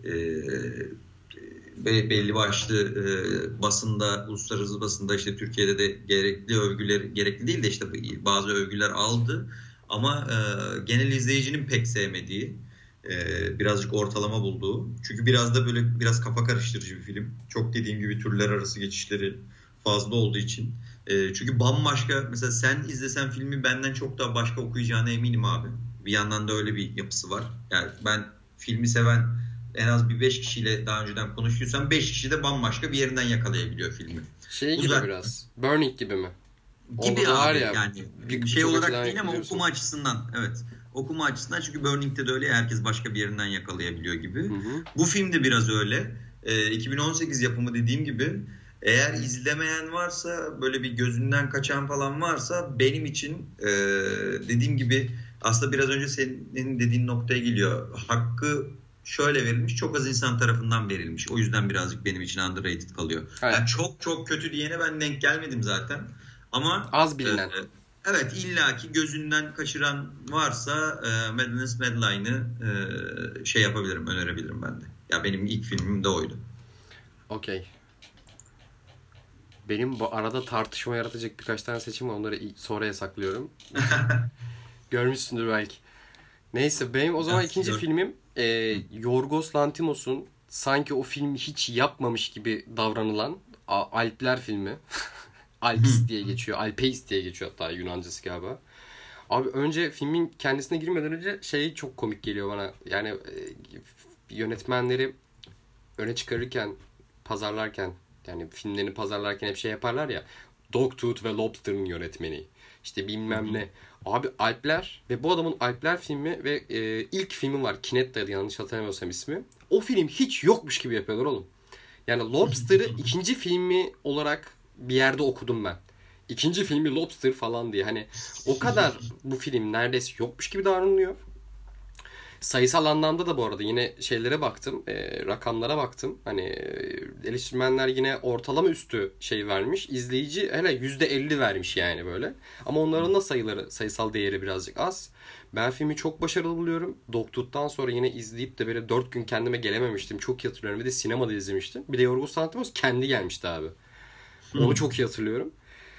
belli başlı basında, uluslararası basında, işte Türkiye'de de gerekli övgüler, gerekli değil de işte bazı övgüler aldı ama genel izleyicinin pek sevmediği, birazcık ortalama bulduğu, çünkü biraz da böyle biraz kafa karıştırıcı bir film. Çok dediğim gibi türler arası geçişleri fazla olduğu için. Çünkü bambaşka, mesela sen izlesen filmi benden çok daha başka okuyacağına eminim abi. Bir yandan da öyle bir yapısı var. Yani ben filmi seven en az bir 5 kişiyle daha önceden konuştuysam 5 kişi de bambaşka bir yerinden yakalayabiliyor filmi. Şey gibi Uzak biraz. Burning gibi mi? gibi Orada abi ya, yani. bir Şey çok olarak açıdan değil ama biliyorsun. okuma açısından. Evet. Okuma açısından, çünkü Burning'de de öyle, herkes başka bir yerinden yakalayabiliyor gibi. Hı hı. Bu film de biraz öyle. 2018 yapımı dediğim gibi. Eğer izlemeyen varsa, böyle bir gözünden kaçan falan varsa, benim için dediğim gibi aslında biraz önce senin dediğin noktaya geliyor. Hakkı şöyle verilmiş, çok az insan tarafından verilmiş. O yüzden birazcık benim için underrated kalıyor. Evet. Yani çok çok kötü diyene ben denk gelmedim zaten. Ama Az bilinen. evet, illaki gözünden kaçıran varsa Madness Madeline'ı şey yapabilirim, önerebilirim ben de. Ya benim ilk filmim de oydu. Okey. Benim bu arada tartışma yaratacak birkaç tane seçim var. Onları sonraya saklıyorum. Görmüşsündür belki. Neyse, benim o zaman Evet, ikinci filmim Yorgos Lanthimos'un sanki o filmi hiç yapmamış gibi davranılan Alpler filmi. Alps diye geçiyor. Alpeis diye geçiyor hatta Yunancası galiba. Abi önce filmin kendisine girmeden önce şey çok komik geliyor bana. Yani yönetmenleri öne çıkarırken, pazarlarken, yani filmlerini pazarlarken hep şey yaparlar ya. Dogtooth ve Lobster'ın yönetmeni. İşte bilmem ne. Abi Alpler ve bu adamın Alpler filmi ve ilk filmi var. Kinetta'ydı yanlış hatırlamıyorsam ismi. O film hiç yokmuş gibi yapıyorlar oğlum. Yani Lobster'ı ikinci filmi olarak bir yerde okudum ben. İkinci filmi Lobster falan diye. Hani o kadar bu film neredeyse yokmuş gibi davranılıyor. Sayısal anlamda da bu arada yine şeylere baktım, rakamlara baktım. Hani eleştirmenler yine ortalama üstü şey vermiş. İzleyici hele %50 vermiş yani böyle. Ama onların da sayısal değeri birazcık az. Ben filmi çok başarılı buluyorum. Dogtooth'tan sonra yine izleyip de böyle 4 gün kendime gelememiştim. Çok iyi hatırlıyorum. Bir de sinemada izlemiştim. Bir de Yorgos Lanthimos kendi gelmişti abi. Onu çok iyi hatırlıyorum.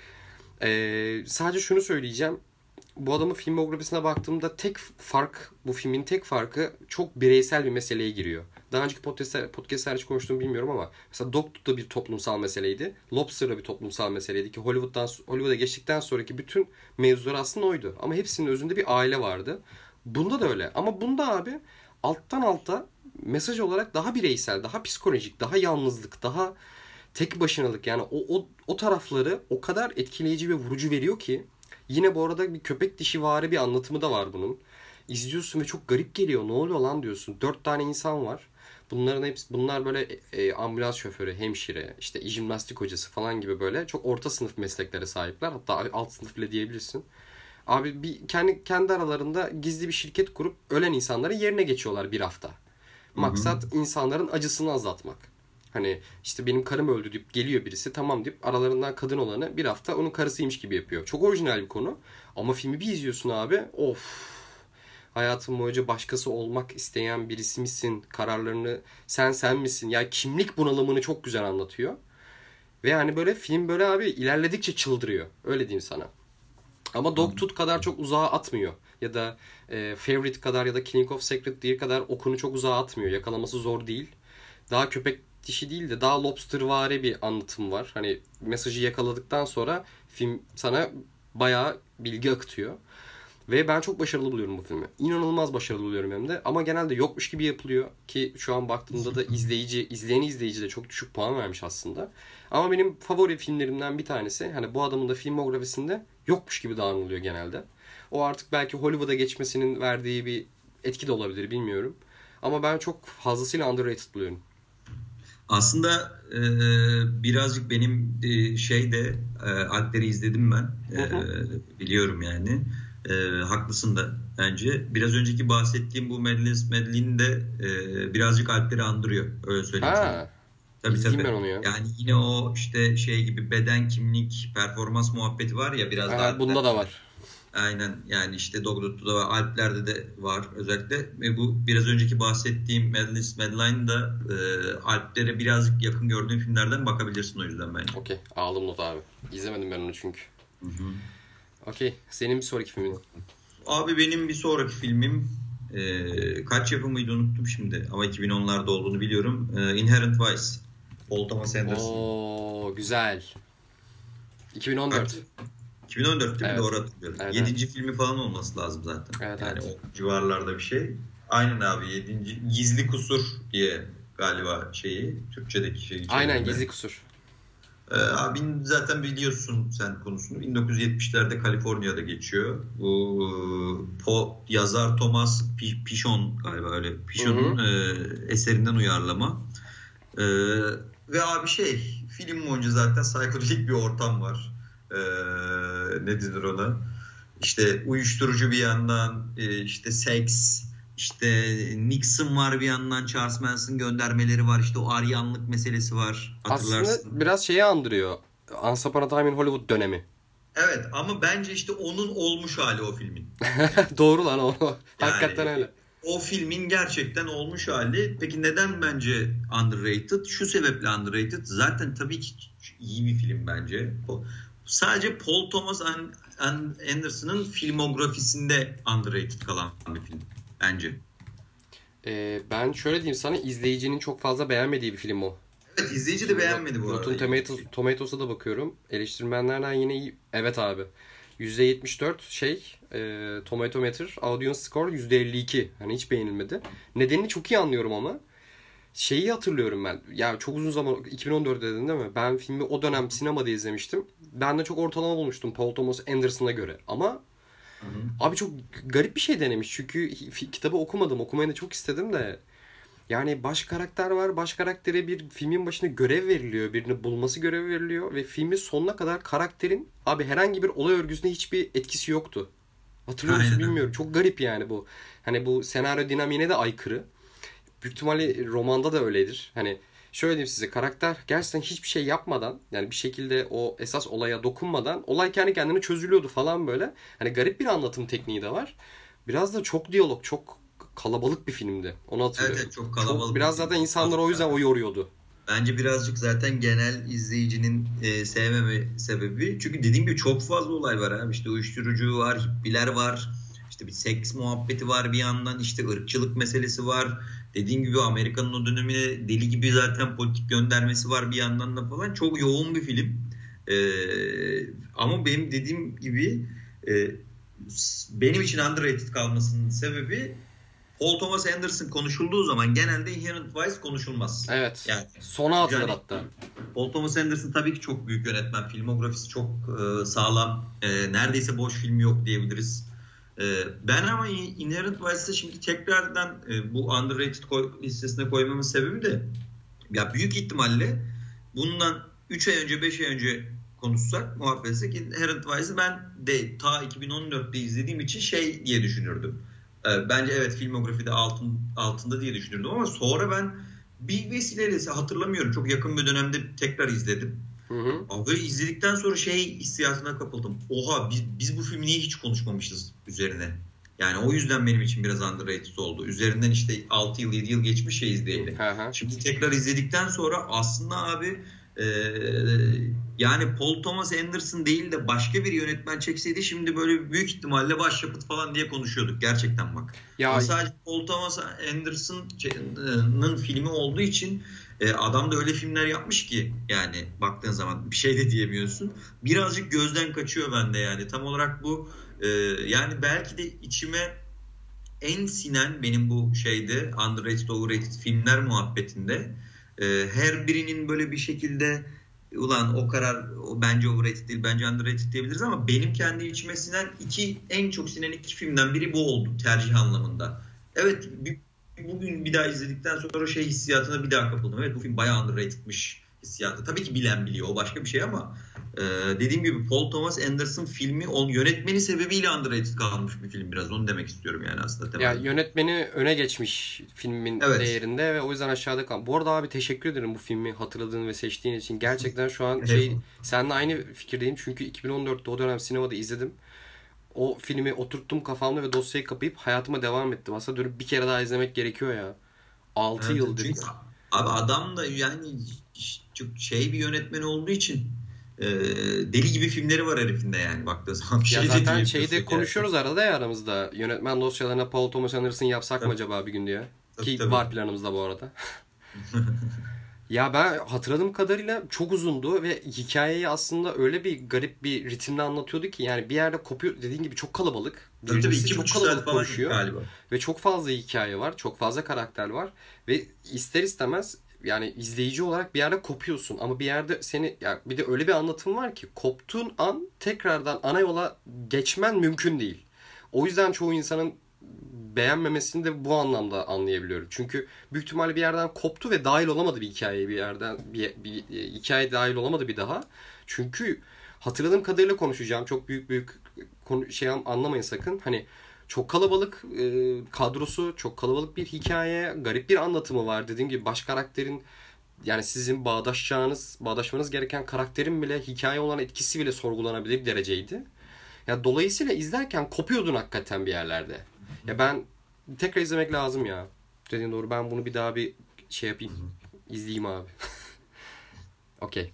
Sadece şunu söyleyeceğim. Bu adamın filmografisine baktığımda bu filmin tek farkı çok bireysel bir meseleye giriyor. Daha önceki podcast'lerde hiç konuştuğumu bilmiyorum ama mesela Dogtooth da bir toplumsal meseleydi. Lobster da bir toplumsal meseleydi ki Hollywood'a geçtikten sonraki bütün mevzular aslında oydu. Ama hepsinin özünde bir aile vardı. Bunda da öyle. Ama bunda abi alttan alta mesaj olarak daha bireysel, daha psikolojik, daha yalnızlık, daha tek başınalık, yani o tarafları o kadar etkileyici ve vurucu veriyor ki. Yine bu arada bir köpek dişivari bir anlatımı da var bunun. İzliyorsun ve çok garip geliyor. Ne oluyor lan diyorsun. 4 tane insan var. Bunlar böyle ambulans şoförü, hemşire, işte jimnastik hocası falan gibi böyle çok orta sınıf mesleklere sahipler. Hatta alt sınıf bile diyebilirsin. Abi bir kendi aralarında gizli bir şirket kurup ölen insanların yerine geçiyorlar bir hafta. Maksat insanların acısını azaltmak. Hani işte benim karım öldü deyip geliyor birisi, tamam deyip aralarından kadın olanı bir hafta onun karısıymış gibi yapıyor. Çok orijinal bir konu. Ama filmi bir izliyorsun abi. Of. Hayatın boyunca başkası olmak isteyen birisi misin? Kararlarını sen misin? Ya kimlik bunalımını çok güzel anlatıyor. Ve hani böyle film böyle abi ilerledikçe çıldırıyor. Öyle diyeyim sana. Ama Dogtooth kadar çok uzağa atmıyor. Ya da Favorite kadar ya da Killing of Sacred Deer kadar okunu çok uzağa atmıyor. Yakalaması zor değil. Daha köpek dişi değil de daha lobstervari bir anlatım var. Hani mesajı yakaladıktan sonra film sana bayağı bilgi akıtıyor. Ve ben çok başarılı buluyorum bu filmi. İnanılmaz başarılı buluyorum hem de. Ama genelde yokmuş gibi yapılıyor. Ki şu an baktığımda da izleyen izleyici de çok düşük puan vermiş aslında. Ama benim favori filmlerimden bir tanesi. Hani bu adamın da filmografisinde yokmuş gibi davranılıyor genelde. O artık belki Hollywood'a geçmesinin verdiği bir etki de olabilir, bilmiyorum. Ama ben çok fazlasıyla underrated buluyorum. Aslında birazcık benim Alpleri izledim ben. Biliyorum yani. Haklısın da bence. Biraz önceki bahsettiğim bu Madeline'i de birazcık Alpleri andırıyor. Öyle söyleyeyim sana. Ha, Tabii izleyeyim tabii. ben onu ya. Yani yine o işte şey gibi beden, kimlik, performans muhabbeti var ya biraz da Ha, bunda da var. Aynen yani işte Dogwood'da da var, Alpler'de de var özellikle. Bu biraz önceki bahsettiğim Madeline'da Alplere birazcık yakın gördüğüm filmlerden bakabilirsin o yüzden bence. Okey. Aldım not abi. İzlemedim ben onu çünkü. Hı hı. Okey. Senin bir sonraki filmin. Abi benim bir sonraki filmim kaç yapımıydı unuttum şimdi ama 2010'larda olduğunu biliyorum. Inherent Vice. Paul Thomas Anderson. Oo, güzel. 2014. 2014 değil mi? Evet. Doğru hatırlıyorum. Evet, 7. evet. filmi falan olması lazım zaten. Evet, Yani evet. o civarlarda bir şey. Aynen abi 7. Gizli Kusur diye galiba Türkçedeki şeyi. Aynen, Gizli Kusur. Abi zaten biliyorsun sen konusunu. 1970'lerde Kaliforniya'da geçiyor. Bu yazar Thomas Pynchon galiba öyle. Pynchon'un eserinden uyarlama. Ve abi film boyunca zaten psikodelik bir ortam var. Ne denir ona? İşte uyuşturucu bir yandan, işte seks, işte Nixon var bir yandan, Charles Manson göndermeleri var, işte o Aryanlık meselesi var. Hatırlarsın. Aslında biraz şeyi andırıyor. Once Upon a Time in Hollywood dönemi. Evet ama bence işte onun olmuş hali o filmin. Doğru lan o. Yani, Hakikaten öyle. O filmin gerçekten olmuş hali. Peki neden bence underrated? Şu sebeple underrated. Zaten tabii ki iyi bir film bence. Sadece Paul Thomas Anderson'ın filmografisinde underrated kalan bir film bence. Ben şöyle diyeyim sana, izleyicinin çok fazla beğenmediği bir film o. Evet, izleyici de beğenmedi bu arada. Rotten Tomatoes'a da bakıyorum. Eleştirmenlerden yine iyi. Evet abi. %74 Tomato Meter, Audience Score %52. Hani hiç beğenilmedi. Nedenini çok iyi anlıyorum ama. Şeyi hatırlıyorum ben. Ya çok uzun zaman 2014 dedin değil mi? Ben filmi o dönem sinemada izlemiştim. Ben de çok ortalama bulmuştum Paul Thomas Anderson'a göre. Ama abi çok garip bir şey denemiş. Çünkü kitabı okumadım. Okumayı da çok istedim de. Yani baş karakter var. Baş karaktere bir filmin başında görev veriliyor. Birini bulması görevi veriliyor. Ve filmin sonuna kadar karakterin abi herhangi bir olay örgüsünde hiçbir etkisi yoktu. Hatırlıyor musun bilmiyorum. Çok garip yani bu. Hani bu senaryo dinamiğine de aykırı. Büyük ihtimalle romanda da öyledir. Hani şöyle diyeyim size, karakter gerçekten hiçbir şey yapmadan, yani bir şekilde o esas olaya dokunmadan olay kendi kendine çözülüyordu falan böyle. Hani garip bir anlatım tekniği de var. Biraz da çok diyalog, çok kalabalık bir filmdi. Onu hatırlıyorum. Evet, çok kalabalık. Biraz zaten insanlar o yüzden o yoruyordu. Bence birazcık zaten genel izleyicinin sevmeme sebebi. Çünkü dediğim gibi çok fazla olay var abi. İşte uyuşturucu var, hippiler var. İşte bir seks muhabbeti var bir yandan. İşte ırkçılık meselesi var. Dediğim gibi Amerika'nın o dönemine deli gibi zaten politik göndermesi var bir yandan da falan. Çok yoğun bir film. Ama benim dediğim gibi benim için underrated kalmasının sebebi Paul Thomas Anderson konuşulduğu zaman genelde Inherent Vice konuşulmaz. Evet. Yani, sona atılır hatta. Paul Thomas Anderson tabii ki çok büyük yönetmen. Filmografisi çok sağlam. Neredeyse boş film yok diyebiliriz. Ben ama Inherent Vice'ı şimdi tekrardan bu underrated listesine koymamın sebebi de ya büyük ihtimalle bundan 3 ay önce 5 ay önce konuşsak muhabbet etsek Inherent Vice'ı ben de ta 2014'te izlediğim için diye düşünürdüm. Bence evet filmografide altında diye düşünürdüm ama sonra ben bir vesileyle hatırlamıyorum. Çok yakın bir dönemde tekrar izledim. Abi izledikten sonra hissiyatına kapıldım. Oha biz bu filmi niye hiç konuşmamışız üzerine. Yani o yüzden benim için biraz underrated oldu. Üzerinden işte 6 yıl 7 yıl geçmiş izleyeli. Şimdi tekrar izledikten sonra aslında abi yani Paul Thomas Anderson değil de başka bir yönetmen çekseydi şimdi böyle büyük ihtimalle başyapıt falan diye konuşuyorduk gerçekten bak. Ya, ama sadece Paul Thomas Anderson'ın filmi olduğu için adam da öyle filmler yapmış ki yani baktığın zaman bir şey de diyemiyorsun. Birazcık gözden kaçıyor bende yani tam olarak bu yani belki de içime en sinen benim bu underrated overrated filmler muhabbetinde her birinin böyle bir şekilde ulan o karar bence overrated değil bence underrated diyebiliriz ama benim kendi içime sinen en çok sinen iki filmden biri bu oldu tercih anlamında. Evet bugün bir daha izledikten sonra hissiyatına bir daha kapıldım. Evet bu film bayağı underrated'mış hissiyatı. Tabii ki bilen biliyor, o başka bir şey ama dediğim gibi Paul Thomas Anderson filmi yönetmeni sebebiyle underrated kalmış bir film biraz. Onu demek istiyorum yani aslında. Ya yönetmeni öne geçmiş filmin değerinde ve o yüzden aşağıda kalmış. Bu arada abi teşekkür ederim bu filmi hatırladığın ve seçtiğin için. Gerçekten şu an seninle aynı fikirdeyim. Çünkü 2014'te o dönem sinemada izledim. O filmi oturttum kafamda ve dosyayı kapayıp hayatıma devam ettim. Aslında dönüp bir kere daha izlemek gerekiyor ya. 6 yıldır. Çünkü abi adam da yani çok bir yönetmen olduğu için deli gibi filmleri var herifinde yani baktığı zaman. Ya zaten şeyde konuşuyoruz arada ya aramızda. Yönetmen dosyalarına Paul Thomas Anderson yapsak mı acaba bir gün diye. Ki var planımızda bu arada. Ya ben hatırladığım kadarıyla çok uzundu ve hikayeyi aslında öyle bir garip bir ritimle anlatıyordu ki yani bir yerde kopuyor, dediğin gibi çok kalabalık. Tabii çok kalabalık konuşuyor. Galiba. Ve çok fazla hikaye var, çok fazla karakter var ve ister istemez yani izleyici olarak bir yerde kopuyorsun ama bir yerde seni yani bir de öyle bir anlatım var ki koptuğun an tekrardan ana yola geçmen mümkün değil. O yüzden çoğu insanın beğenmemesini de bu anlamda anlayabiliyorum. Çünkü büyük ihtimalle bir yerden koptu ve dahil olamadı bir hikayeye bir yerden bir hikaye dahil olamadı bir daha. Çünkü hatırladığım kadarıyla konuşacağım. Çok büyük anlamayın sakın. Hani çok kalabalık kadrosu, çok kalabalık bir hikaye, garip bir anlatımı var. Dediğim gibi baş karakterin yani sizin bağdaşmanız gereken karakterin bile hikaye olan etkisi bile sorgulanabilir bir dereceydi. Ya dolayısıyla izlerken kopuyordun hakikaten bir yerlerde. Ya ben tekrar izlemek lazım ya. Dediğin doğru. Ben bunu bir daha bir şey yapayım. İzleyeyim abi. Okey.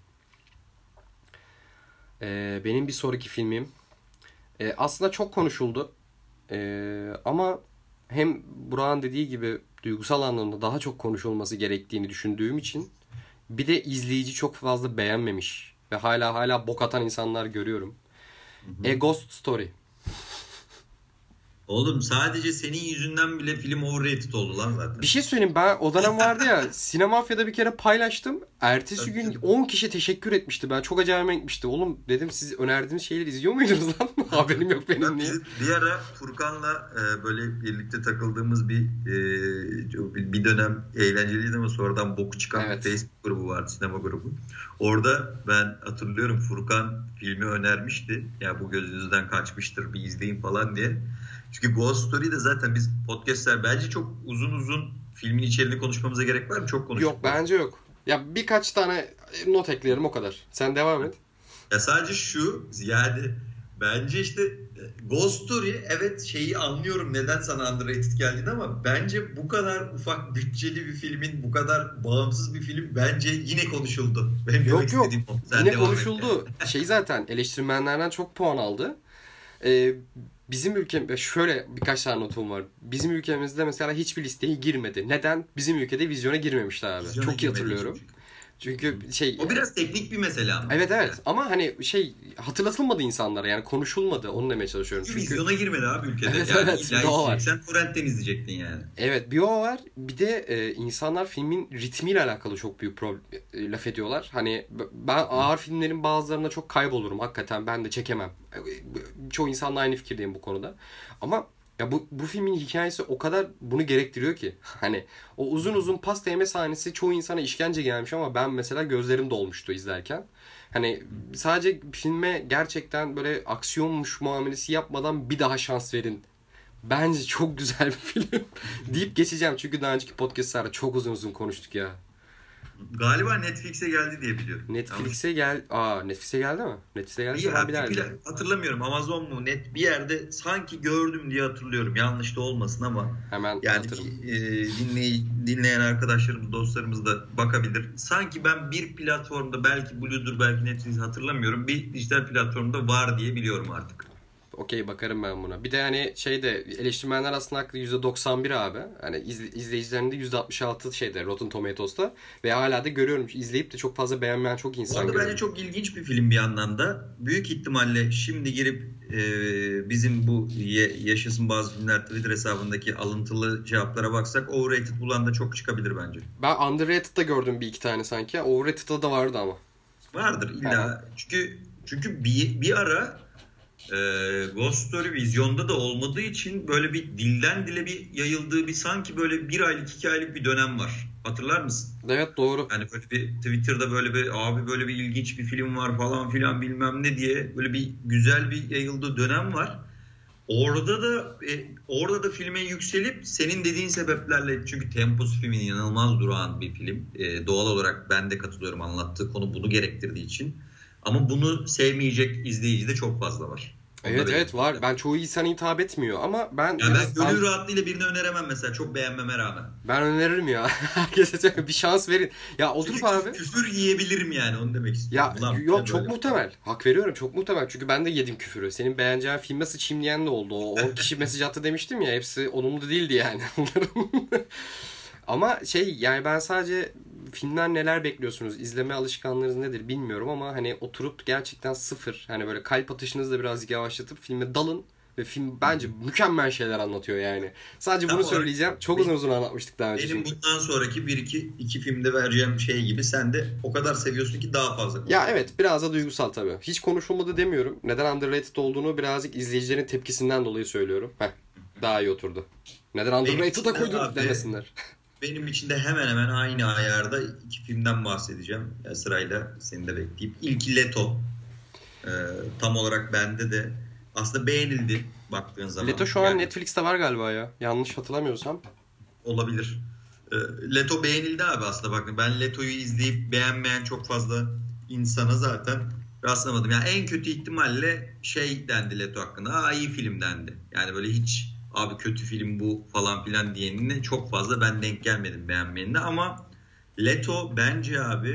Benim bir sonraki filmim. Aslında çok konuşuldu. Ama hem Burak'ın dediği gibi duygusal anlamda daha çok konuşulması gerektiğini düşündüğüm için bir de izleyici çok fazla beğenmemiş ve hala bok atan insanlar görüyorum. A Ghost Story. Oğlum sadece senin yüzünden bile film overrated oldu lan zaten. Bir şey söyleyeyim, ben o dönem vardı ya Sinemafya'da bir kere paylaştım. Ertesi gün 10 kişi teşekkür etmişti. Ben çok acayip gitmişti. Oğlum dedim siz önerdiğiniz şeyleri izliyor muydunuz lan? Haberim yok benim niye. Bir ara Furkan'la böyle birlikte takıldığımız bir dönem eğlenceliydi ama sonradan boku çıkan bir Facebook grubu vardı, sinema grubu. Orada ben hatırlıyorum Furkan filmi önermişti. Ya bu gözünüzden kaçmıştır bir izleyin falan diye. Çünkü Ghost Story'de zaten biz podcastler bence çok uzun filmin içeriğini konuşmamıza gerek var mı? Çok konuştuk. Yok bence yok. Ya birkaç tane not ekleyelim o kadar. Sen devam et. Ya sadece şu yani bence işte Ghost Story evet şeyi anlıyorum neden sana underrated geldiğini ama bence bu kadar ufak bütçeli bir filmin bu kadar bağımsız bir film bence yine konuşuldu. Benim yok. Yine konuşuldu. Şey zaten eleştirmenlerden çok puan aldı. Bizim ülkemizde şöyle birkaç tane notum var. Bizim ülkemizde mesela hiçbir listeye girmedi. Neden? Bizim ülkede vizyona girmemişti abi. Vizyona çok iyi hatırlıyorum. Çünkü o biraz teknik bir mesele ama. Evet ama hani hatırlatılmadı insanlara yani konuşulmadı. Onu demeye çalışıyorum. Çünkü vizyona girmedi abi ülkede. Evet, bir o var. Sen torrentten izleyecektin yani. Evet bir o var. Bir de insanlar filmin ritmiyle alakalı çok büyük laf ediyorlar. Hani ben ağır filmlerin bazılarında çok kaybolurum. Hakikaten ben de çekemem. Çoğu insanla aynı fikirdeyim bu konuda. Ama ya bu filmin hikayesi o kadar bunu gerektiriyor ki. Hani o uzun pasta yeme sahnesi çoğu insana işkence gelmiş ama ben mesela gözlerim dolmuştu izlerken. Hani sadece filme gerçekten böyle aksiyonmuş muamelesi yapmadan bir daha şans verin. Bence çok güzel bir film deyip geçeceğim. Çünkü daha önceki podcastlarda çok uzun konuştuk ya. Galiba Netflix'e geldi diye biliyorum. Netflix'e geldi mi? Netflix'e geldi. Hatırlamıyorum. Amazon mu? Bir yerde sanki gördüm diye hatırlıyorum. Yanlış da olmasın ama. Hemen yani dinleyen arkadaşlarımız, dostlarımız da bakabilir. Sanki ben bir platformda belki Blue'dur, belki Netflix hatırlamıyorum. Bir dijital platformda var diye biliyorum artık. Okey bakarım ben buna. Bir de hani eleştirmenler aslında haklı %91 abi. Hani izleyicilerin de %66 Rotten Tomatoes'ta ve hala da görüyorum izleyip de çok fazla beğenmeyen çok insan görüyorum. Bence çok ilginç bir film bir yandan da. Büyük ihtimalle şimdi girip bizim bu Yaşasın Bazı Filmler Twitter hesabındaki alıntılı cevaplara baksak overrated bulan da çok çıkabilir bence. Ben underrated'da gördüm bir iki tane sanki. Overrated'da da vardı ama. Vardır illa. Çünkü bir ara Ghost Story vizyonda da olmadığı için böyle bir dilden dile bir yayıldığı bir sanki böyle bir aylık 2 aylık bir dönem var. Hatırlar mısın? Evet, doğru. Yani böyle bir Twitter'da böyle bir abi böyle bir ilginç bir film var falan filan bilmem ne diye böyle bir güzel bir yayıldığı dönem var. Orada da filme yükselip senin dediğin sebeplerle, çünkü temposu filmin inanılmaz durağan bir film. Doğal olarak ben de katılıyorum, anlattığı konu bunu gerektirdiği için. Ama bunu sevmeyecek izleyici de çok fazla var. Evet var. Ben çoğu insana hitap etmiyor ama ben ya ben gönül rahatlığıyla birini öneremem mesela, çok beğenmeme rağmen. Ben öneririm ya. Herkese bir şans verin. Ya oturup abi. Küfür yiyebilirim yani, onu demek istiyorum. Ya yok, çok muhtemel. Hak veriyorum, çok muhtemel. Çünkü ben de yedim küfürü. Senin beğeneceğin filme sıçayım diyen de oldu. O 10 kişi mesaj attı demiştim ya. Hepsi olumlu değildi yani. Ama yani ben sadece filmler neler bekliyorsunuz? İzleme alışkanlığınız nedir bilmiyorum ama hani oturup gerçekten sıfır, hani böyle kalp atışınızı da birazcık yavaşlatıp filme dalın ve film bence mükemmel şeyler anlatıyor yani. Sadece bunu söyleyeceğim. Çok uzun anlatmıştık daha önce. Benim bundan sonraki iki filmde vereceğim şey gibi sen de o kadar seviyorsun ki daha fazla. Ya evet, biraz da duygusal tabii. Hiç konuşulmadı demiyorum. Neden underrated olduğunu birazcık izleyicilerin tepkisinden dolayı söylüyorum. Daha iyi oturdu. Neden underrated'a koydun demesinler. Benim için de hemen hemen aynı ayarda iki filmden bahsedeceğim. Sırayla seni de bekleyip. İlki Leto. Tam olarak bende de aslında beğenildi baktığın zaman. Leto şu an Netflix'te var galiba ya. Yanlış hatırlamıyorsam. Olabilir. Leto beğenildi abi aslında bakın. Ben Leto'yu izleyip beğenmeyen çok fazla insana zaten rastlamadım. Yani en kötü ihtimalle dendi Leto hakkında. İyi film dendi. Yani böyle hiç abi kötü film bu falan filan diyenine çok fazla ben denk gelmedim beğenmeyenine. Ama Leto bence abi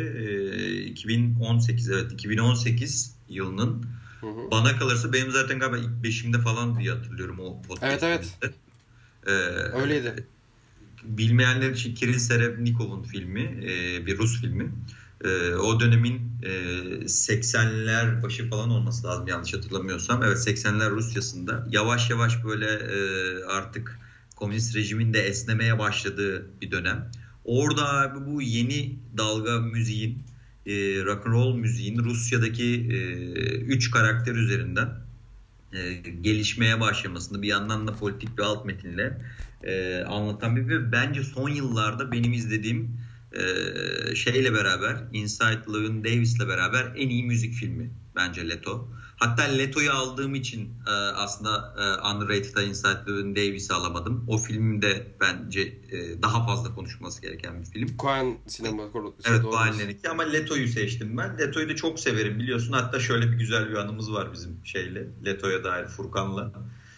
2018 yılının bana kalırsa benim zaten galiba ilk 5'imde falan diye hatırlıyorum o podcast'te. Evet. Öyleydi. Bilmeyenler için Kirill Serebrennikov'un filmi, bir Rus filmi. O dönemin 80'ler başı falan olması lazım yanlış hatırlamıyorsam. Evet, 80'ler Rusya'sında yavaş yavaş böyle artık komünist rejimin de esnemeye başladığı bir dönem. Orada abi bu yeni dalga müziğin, rock and roll müziğin Rusya'daki 3 karakter üzerinden gelişmeye başlamasını bir yandan da politik bir alt metinle anlatan bir bence son yıllarda benim izlediğim şeyle beraber, Inside Llewyn Davis'le beraber en iyi müzik filmi bence Leto. Hatta Leto'yu aldığım için aslında underrated'a Inside Llewyn Davis'i alamadım. O film de bence daha fazla konuşulması gereken bir film. Coen sinema. Evet, Coen'lerinki ama Leto'yu seçtim ben. Leto'yu da çok severim biliyorsun. Hatta şöyle bir güzel bir anımız var bizim Leto'ya dair Furkan'la.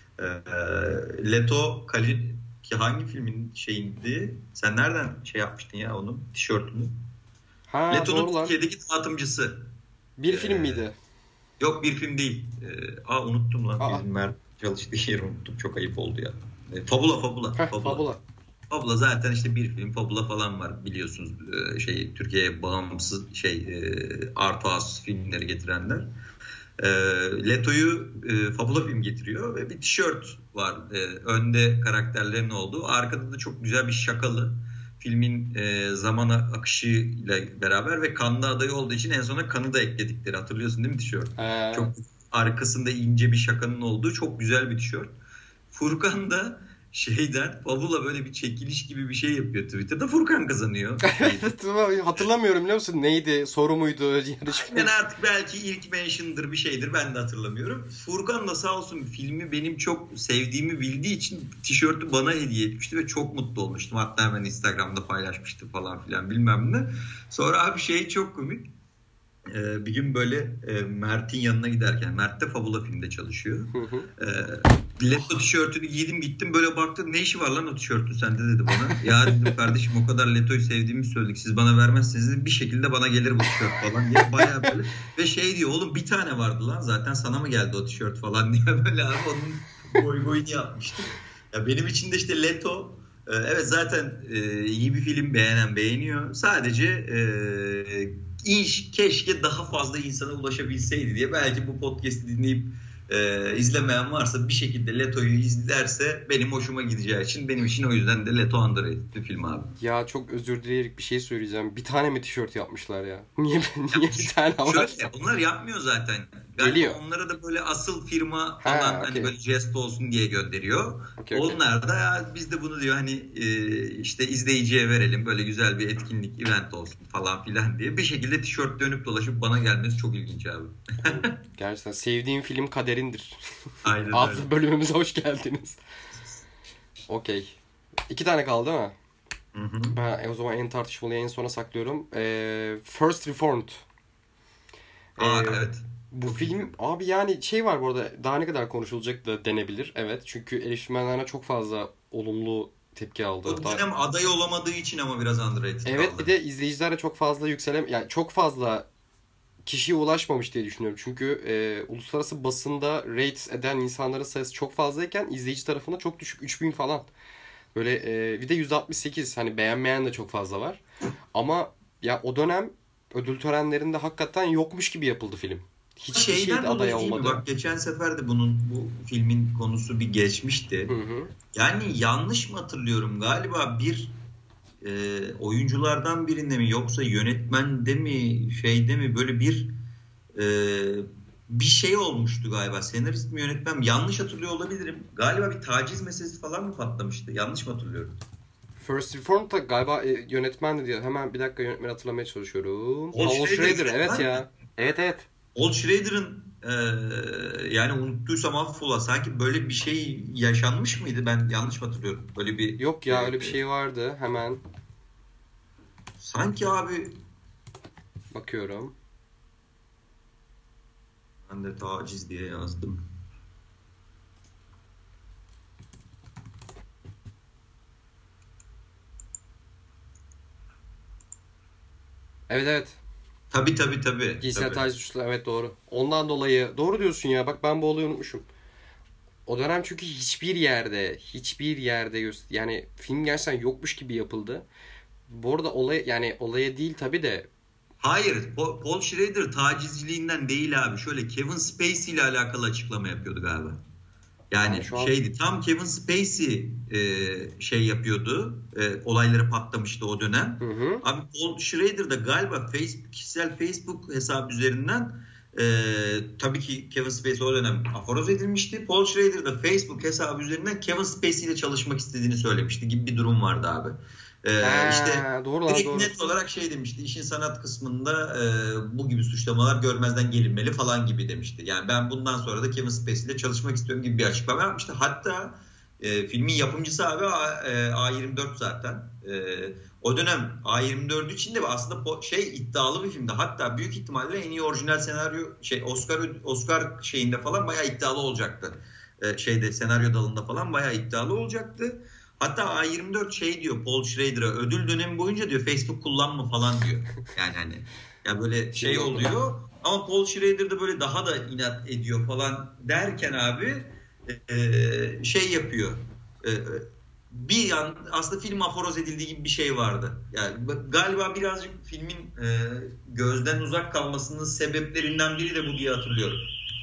Leto ki hangi filmin şeyindi? Sen nereden yapmıştın ya onun tişörtünü? Leto'nun Türkiye'deki dağıtımcısı. Bir film miydi? Yok, bir film değil. Unuttum lan. Bizim Mert çalıştığı yeri unuttum. Çok ayıp oldu ya. Fabula. Fabula zaten işte bir film. Fabula falan var biliyorsunuz. Türkiye'ye bağımsız art house filmleri getirenler. Leto'yu Fabula film getiriyor ve bir tişört var. Önde karakterlerin olduğu. Arkada da çok güzel bir şakalı. Filmin zaman akışıyla beraber ve Cannes'da adayı olduğu için en sona Cannes'ı da ekledikleri. Hatırlıyorsun değil mi tişört? Çok arkasında ince bir şakanın olduğu çok güzel bir tişört. Furkan da Fabula böyle bir çekiliş gibi bir şey yapıyor Twitter'da. Furkan kazanıyor. Hatırlamıyorum biliyor musun? Neydi? Soru muydu? Yani artık belki ilk mention'dır bir şeydir. Ben de hatırlamıyorum. Furkan da sağ olsun filmi benim çok sevdiğimi bildiği için tişörtü bana hediye etmişti ve çok mutlu olmuştum. Hatta hemen Instagram'da paylaşmıştım falan filan bilmem ne. Sonra abi çok komik. Bir gün böyle Mert'in yanına giderken, Mert de Fabula filmde çalışıyor. Leto tişörtünü giydim gittim, böyle baktım, ne işi var lan o tişörtün sende dedi bana. Ya dedim kardeşim, o kadar Leto'yu sevdiğimi söyledik, siz bana vermezseniz bir şekilde bana gelir bu tişört falan diye bayağı böyle. Ve diyor, oğlum bir tane vardı lan zaten, sana mı geldi o tişört falan diye böyle abi onun boyunu yapmıştım. Ya benim için de Leto evet zaten iyi bir film, beğenen beğeniyor. Sadece keşke daha fazla insana ulaşabilseydi diye, belki bu podcast'i dinleyip izlemeyen varsa bir şekilde Leto'yu izlerse benim hoşuma gideceği için, benim için o yüzden de Leto underrated bir film abi. Ya çok özür dileyerek bir şey söyleyeceğim. Bir tane mi tişört yapmışlar ya? Niye bir tane var? Onlar yapmıyor zaten Galiba Geliyor. onlara da böyle asıl firma Ha, falan hani okey. böyle jest olsun diye gönderiyor. Okey, okey. Onlar da ya biz de bunu diyor hani işte izleyiciye verelim böyle güzel bir etkinlik, event olsun falan filan diye. Bir şekilde tişört dönüp dolaşıp bana gelmesi çok ilginç abi. Gerçekten sevdiğim film Kaderindir. Aynen öyle. Adlı bölümümüze hoş geldiniz. Okey. 2 tane kaldı değil mi? Hı hı. Ben o zaman en tartışmalıyı en sona saklıyorum. First Reformed. Evet. Bu Çok film iyi. abi yani şey var bu arada daha ne kadar konuşulacak da denebilir. Evet çünkü eleştirmenlerine çok fazla olumlu tepki aldı. O dönem aday olamadığı için ama biraz underrated Evet kaldı. bir de izleyicilere çok fazla yani çok fazla kişiye ulaşmamış diye düşünüyorum. Çünkü uluslararası basında rate eden insanların sayısı çok fazlayken izleyici tarafında çok düşük 3000 falan. Böyle bir de %68 hani beğenmeyen de çok fazla var. Ama ya o dönem ödül törenlerinde hakikaten yokmuş gibi yapıldı film. Hiçbir şey Şeyden de aday dolayı değil mi? olmadı. Bak geçen sefer de bu filmin konusu bir geçmişti. Hı hı. Yani yanlış mı hatırlıyorum? Galiba bir oyunculardan birinde mi yoksa yönetmende mi şeyde mi böyle e, bir şey olmuştu galiba. Senarist mi yönetmen mi? Yanlış hatırlıyor olabilirim. Galiba bir taciz meselesi falan mı patlamıştı? Yanlış mı hatırlıyorum? First Reformed da galiba yönetmen de diyor. Hemen bir dakika yönetmeni hatırlamaya çalışıyorum. Paul Schrader Schrader evet yönetmen mi? ya. Evet evet. Paul Schrader'ın yani unuttuysam affola sanki böyle bir şey yaşanmış mıydı? Ben yanlış mı hatırlıyorum? Böyle bir Yok ya öyle bir şey vardı. Hemen sanki abi bakıyorum. ben de taciz diye yazdım. Evet evet. Tabii. Cinsel taciz suçları evet doğru. Ondan dolayı doğru diyorsun ya. Bak ben bu olayı unutmuşum. O dönem çünkü hiçbir yerde yani film gerçekten yokmuş gibi yapıldı. Bu arada olaya değil tabii de Hayır, Paul Schrader tacizciliğinden değil abi. Şöyle Kevin Spacey ile alakalı açıklama yapıyordu galiba. ben Yani şu an şeydi tam Kevin Spacey şey yapıyordu. Olayları patlamıştı o dönem. hı hı. Abi Paul Schrader da galiba kişisel Facebook hesabı üzerinden tabii ki Kevin Spacey o dönem aforoz edilmişti. Paul Schrader da Facebook hesabı üzerinden Kevin Spacey ile çalışmak istediğini söylemişti gibi bir durum vardı abi. İşte Doğru lan direkt doğru. net olarak şey demişti. İşin sanat kısmında bu gibi suçlamalar görmezden gelinmeli falan gibi demişti. Yani ben bundan sonra da Kevin Spacey ile çalışmak istiyorum gibi bir açıklama yapmıştı. Hatta filmin yapımcısı abi A24 zaten. O dönem A24 için de aslında şey iddialı bir filmdi. Hatta büyük ihtimalle en iyi orijinal senaryo Oscar şeyinde falan bayağı iddialı olacaktı. Şeyde senaryo dalında falan bayağı iddialı olacaktı. Hatta A24 şey diyor Paul Schrader'a ödül dönemi boyunca diyor Facebook kullanma falan diyor. Yani hani ya böyle şey oluyor ama Paul Schrader de böyle daha da inat ediyor falan derken abi şey yapıyor. Bir yan aslında film aforoz edildiği gibi bir şey vardı. Yani galiba birazcık filmin gözden uzak kalmasının sebeplerinden biri de bu diye hatırlıyorum.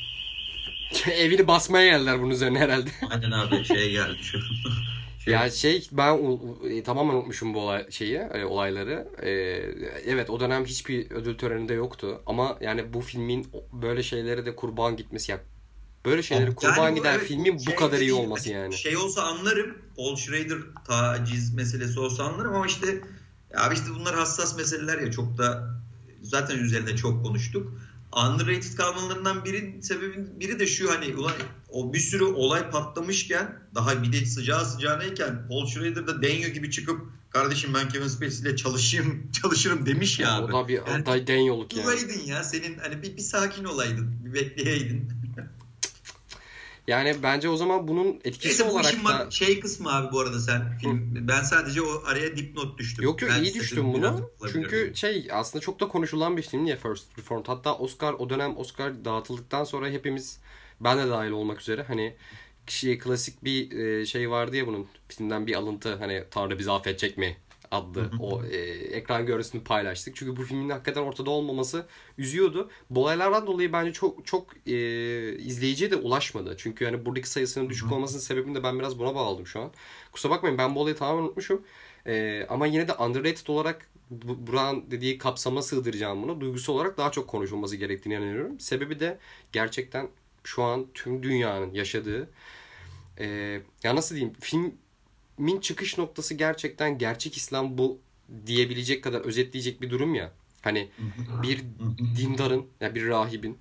Evini basmaya geldiler bunun üzerine herhalde. Aynen abi şeye geldi şu. Ya ben tamamen unutmuşum bu olayları. Evet o dönem hiçbir ödül töreninde yoktu. Ama yani bu filmin böyle şeylere de kurban gitmesi ya böyle şeyleri kurban yani giden evet, filmin bu şey kadar iyi değil, olması yani. Şey olsa anlarım. Paul Schrader taciz meselesi olsa anlarım ama işte abi işte bunlar hassas meseleler ya çok da zaten üzerine çok konuştuk. Underrated kalmalarından biri de şu hani ulan o bir sürü olay patlamışken daha bir de sıcağınayken Paul Schrader da Denyo gibi çıkıp kardeşim ben Kevin Spacey ile çalışırım demiş ya abi. O da bir yani, denyoluk yani. duraydın ya senin hani bir sakin olaydın bir bekleyeydin. Yani bence o zaman bunun etkisi Neyse bu olarak işin da şey kısmı abi bu arada sen film ben sadece o araya dipnot düştüm. yok Ben iyi düştüm bunu. olabilir Çünkü diye. aslında çok da konuşulan bir film ya First Reformed. Hatta o dönem Oscar dağıtıldıktan sonra hepimiz ben de dahil olmak üzere hani klasik bir şey vardı ya bunun filmden bir alıntı hani Tanrı bizi affedecek mi adlı o ekran görüntüsünü paylaştık. Çünkü bu filmin hakikaten ortada olmaması üzüyordu. Bu olaylardan dolayı bence çok izleyiciye de ulaşmadı. Çünkü hani buradaki sayısının düşük olmasının sebebini de ben biraz buna bağladım şu an. Kusura bakmayın ben bu olayı tamamen unutmuşum. Ama yine de underrated olarak Burak'ın dediği kapsama sığdıracağım bunu. Duygusal olarak daha çok konuşulması gerektiğini inanıyorum. Sebebi de gerçekten şu an tüm dünyanın yaşadığı ya nasıl diyeyim, filmin çıkış noktası gerçekten gerçek İslam bu diyebilecek kadar özetleyecek bir durum ya. Hani bir dindarın ya bir rahibin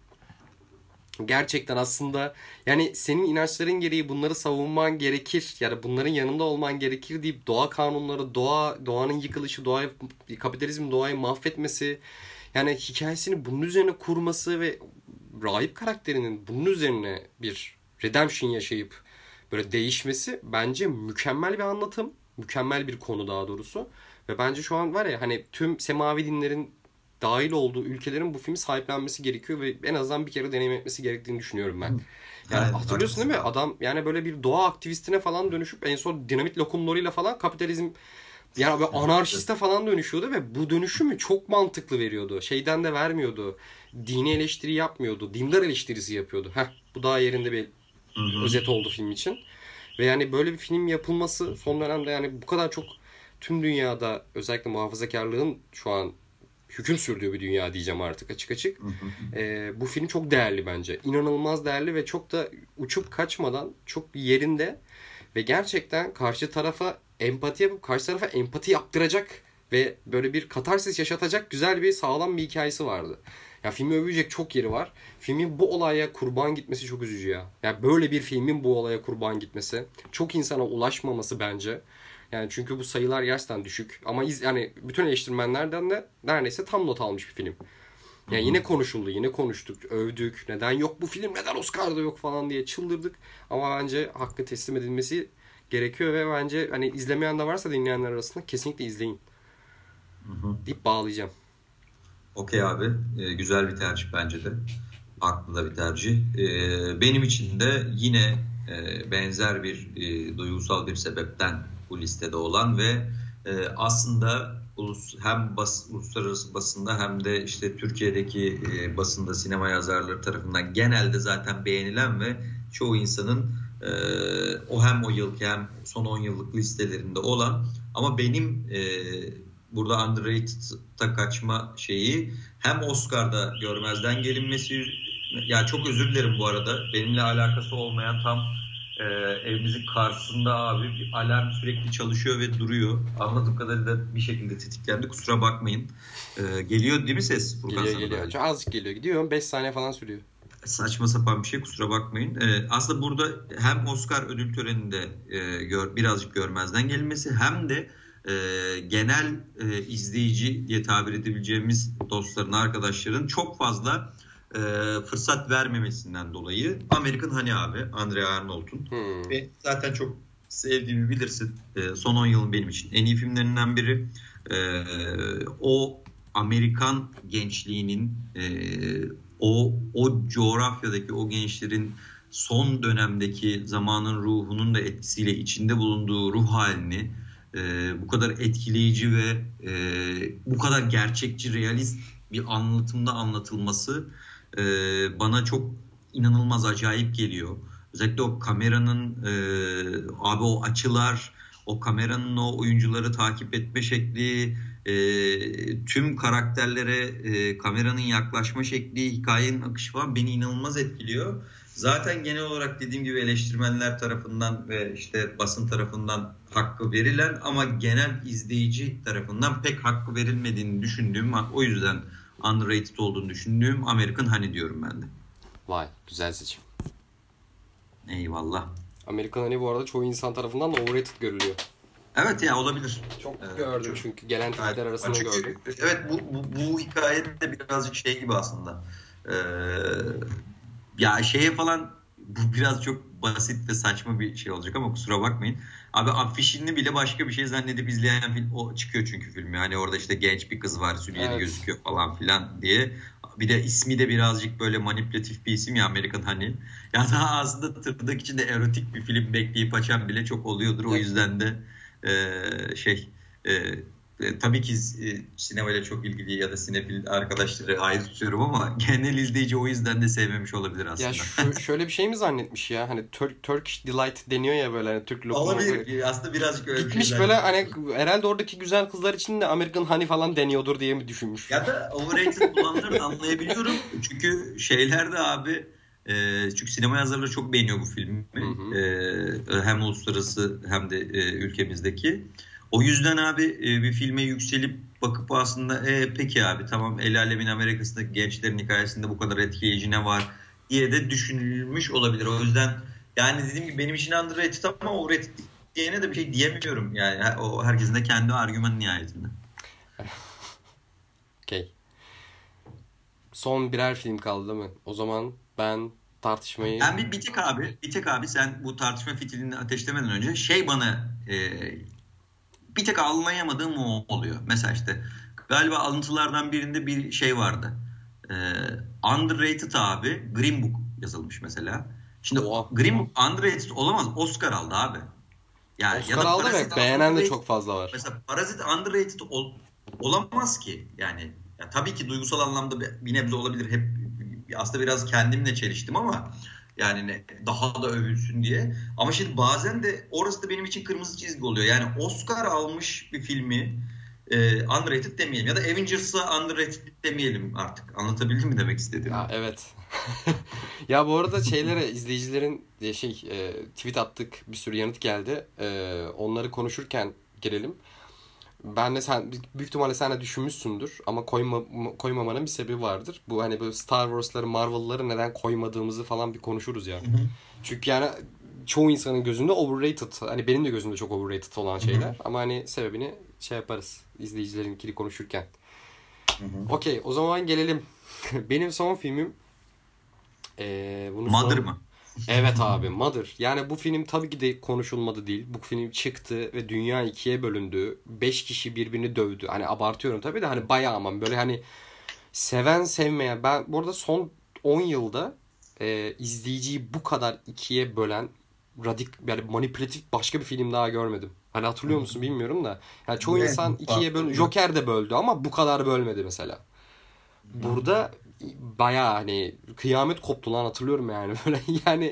gerçekten aslında yani senin inançların gereği bunları savunman gerekir. Yani bunların yanında olman gerekir deyip doğa kanunları, doğanın yıkılışı, kapitalizmin doğayı mahvetmesi, yani hikayesini bunun üzerine kurması ve rahip karakterinin bunun üzerine bir redemption yaşayıp böyle değişmesi bence mükemmel bir anlatım. Mükemmel bir konu daha doğrusu. Ve bence şu an var ya hani tüm semavi dinlerin dahil olduğu ülkelerin bu filmi sahiplenmesi gerekiyor ve en azından bir kere deneyim etmesi gerektiğini düşünüyorum ben. Yani evet, hatırlıyorsun değil mi? Adam yani böyle bir doğa aktivistine falan dönüşüp en son dinamit lokumlarıyla falan kapitalizm yani böyle anarşiste falan dönüşüyordu ve bu dönüşümü çok mantıklı veriyordu. Şeyden de vermiyordu. Dini eleştiri yapmıyordu. Dindar eleştirisi yapıyordu. Bu daha yerinde bir özet oldu film için. Ve yani böyle bir film yapılması son dönemde yani bu kadar çok tüm dünyada özellikle muhafazakarlığın şu an hüküm sürdüğü bir dünya diyeceğim artık açık açık. Bu film çok değerli bence. İnanılmaz değerli ve çok da uçup kaçmadan çok yerinde ve gerçekten karşı tarafa empati yapıp karşı tarafa empati yaptıracak ve böyle bir katarsis yaşatacak güzel bir sağlam bir hikayesi vardı. Ya filmi övecek çok yeri var. Filmin bu olaya kurban gitmesi çok üzücü ya. Yani böyle bir filmin bu olaya kurban gitmesi, çok insana ulaşmaması bence. Yani çünkü bu sayılar gerçekten düşük. Ama yani bütün eleştirmenlerden de neredeyse tam not almış bir film. Yani yine konuşuldu, yine konuştuk, övdük. Neden yok bu film, neden Oscar'da yok falan diye çıldırdık. Ama bence hakkı teslim edilmesi gerekiyor ve bence hani izlemeyen de varsa dinleyenler arasında kesinlikle izleyin. Deyip bağlayacağım. Okey abi. Güzel bir tercih bence de. Haklı da bir tercih. Benim için de yine benzer bir duygusal bir sebepten bu listede olan ve aslında hem uluslararası basında hem de işte Türkiye'deki basında sinema yazarları tarafından genelde zaten beğenilen ve çoğu insanın hem o yılki hem son 10 yıllık listelerinde olan ama benim burada underrated'a kaçma şeyi hem Oscar'da görmezden gelinmesi, ya çok özür dilerim bu arada, benimle alakası olmayan tam evimizin karşısında abi bir alarm sürekli çalışıyor ve duruyor. Anladığım kadarıyla bir şekilde tetiklendi. Kusura bakmayın. Geliyor değil mi ses? Furkan geliyor. Çok azıcık geliyor. Gidiyor. 5 saniye falan sürüyor. Saçma sapan bir şey. Kusura bakmayın. Aslında burada hem Oscar ödül töreninde birazcık görmezden gelinmesi hem de genel izleyici diye tabir edebileceğimiz dostların, arkadaşların çok fazla fırsat vermemesinden dolayı American Honey abi, Andrea Arnold'un ve zaten çok sevdiğimi bilirsin. Son 10 yılın benim için en iyi filmlerinden biri. O Amerikan gençliğinin o coğrafyadaki o gençlerin son dönemdeki zamanın ruhunun da etkisiyle içinde bulunduğu ruh halini bu kadar etkileyici ve bu kadar gerçekçi, realist bir anlatımda anlatılması bana çok inanılmaz acayip geliyor. Özellikle o kameranın abi o açılar, o kameranın o oyuncuları takip etme şekli, tüm karakterlere kameranın yaklaşma şekli, hikayenin akışı falan beni inanılmaz etkiliyor. Zaten genel olarak dediğim gibi eleştirmenler tarafından ve işte basın tarafından hakkı verilen ama genel izleyici tarafından pek hakkı verilmediğini düşündüğüm, o yüzden underrated olduğunu düşündüğüm American Honey diyorum ben de. Vay, güzel seçim. Eyvallah. American Honey bu arada çoğu insan tarafından da overrated görülüyor. Evet ya, olabilir. Çok gördüm çünkü gelen tweetler arasında çünkü, gördüm. Evet, bu hikaye de birazcık şey gibi aslında. Ya şeye falan, bu biraz çok basit ve saçma bir şey olacak ama kusura bakmayın. Abi afişini bile başka bir şey zannedip izleyen film o çıkıyor çünkü filmi. Hani orada işte genç bir kız var, Süryeli gözüküyor falan filan diye. Bir de ismi de birazcık böyle manipülatif bir isim ya, American Honey. Ya daha aslında tırnak içinde erotik bir film bekleyip açan bile çok oluyordur. O yüzden de Tabii ki sinemayla çok ilgili ya da sinefil arkadaşları ayrı tutuyorum ama genel izleyici o yüzden de sevmemiş olabilir Ya aslında. şöyle bir şey mi zannetmiş ya? Hani Turkish Delight deniyor ya, böyle hani Türk lokumu böyle. Olabilir. Aslında birazcık öyle bir Gitmiş şeyler. böyle hani herhalde oradaki güzel kızlar için de American Honey falan deniyordur diye mi düşünmüş? Ya da overrated bulanları da anlayabiliyorum. Çünkü şeyler de abi, çünkü sinema yazarları çok beğeniyor bu filmi. Hı hı. Hem uluslararası hem de ülkemizdeki. O yüzden abi bir filme yükselip bakıp aslında peki abi tamam, el alemin Amerika'sındaki gençlerin hikayesinde bu kadar etkileyici ne var diye de düşünülmüş olabilir. O yüzden yani dediğim gibi benim için underrated ama overrated diyene de bir şey diyemiyorum. Yani o herkesin de kendi argümanı nihayetinde. Okey. Son birer film kaldı değil mi? O zaman ben tartışmayı... Ben bir tek abi sen bu tartışma fitilini ateşlemeden önce şey bana bir tek anlayamadığım o oluyor. Mesela işte galiba alıntılardan birinde bir şey vardı. E, Underrated abi Green Book yazılmış mesela. Şimdi Oha. Green Book underrated olamaz. Oscar aldı abi. Yani ya Oscar da aldı Parazit ve beğenen de underrated. çok fazla var. Mesela Parazit underrated olamaz ki. Yani ya tabii ki duygusal anlamda bir nebze olabilir. Hep aslında biraz kendimle çeliştim ama yani daha da övülsün diye. Ama şimdi bazen de orası da benim için kırmızı çizgi oluyor. Yani Oscar almış bir filmi underrated demeyelim ya da Avengers'a underrated demeyelim artık. Anlatabildim mi demek istediğimi? Ya evet. Ya bu arada şeylere, izleyicilerin tweet attık, bir sürü yanıt geldi. Onları konuşurken girelim. Ben de sen büyük ihtimalle sen de düşünmüşsündür ama koymamanın bir sebebi vardır. Bu hani böyle Star Wars'ları, Marvel'ları neden koymadığımızı falan bir konuşuruz ya. Hı hı. Çünkü yani çoğu insanın gözünde overrated. Hani benim de gözümde çok overrated olan Hı hı. şeyler. Ama hani sebebini şey yaparız, izleyicilerinkini konuşurken. Hı hı. Okey, o zaman gelelim. Benim son filmim bunu Mother sor. mı? Evet abi, Mother. Yani bu film tabii ki de konuşulmadı değil. Bu film çıktı ve dünya ikiye bölündü. 5 kişi birbirini dövdü. Hani abartıyorum tabii de hani bayağı, ama böyle hani seven sevmeyen. Ben bu arada son 10 yılda izleyiciyi bu kadar ikiye bölen yani manipülatif başka bir film daha görmedim. Hani hatırlıyor musun bilmiyorum da. Yani çoğu Evet, insan bu ikiye farklı. Joker de böldü ama bu kadar bölmedi mesela. Burada bayağı hani kıyamet koptu lan, hatırlıyorum yani. Böyle yani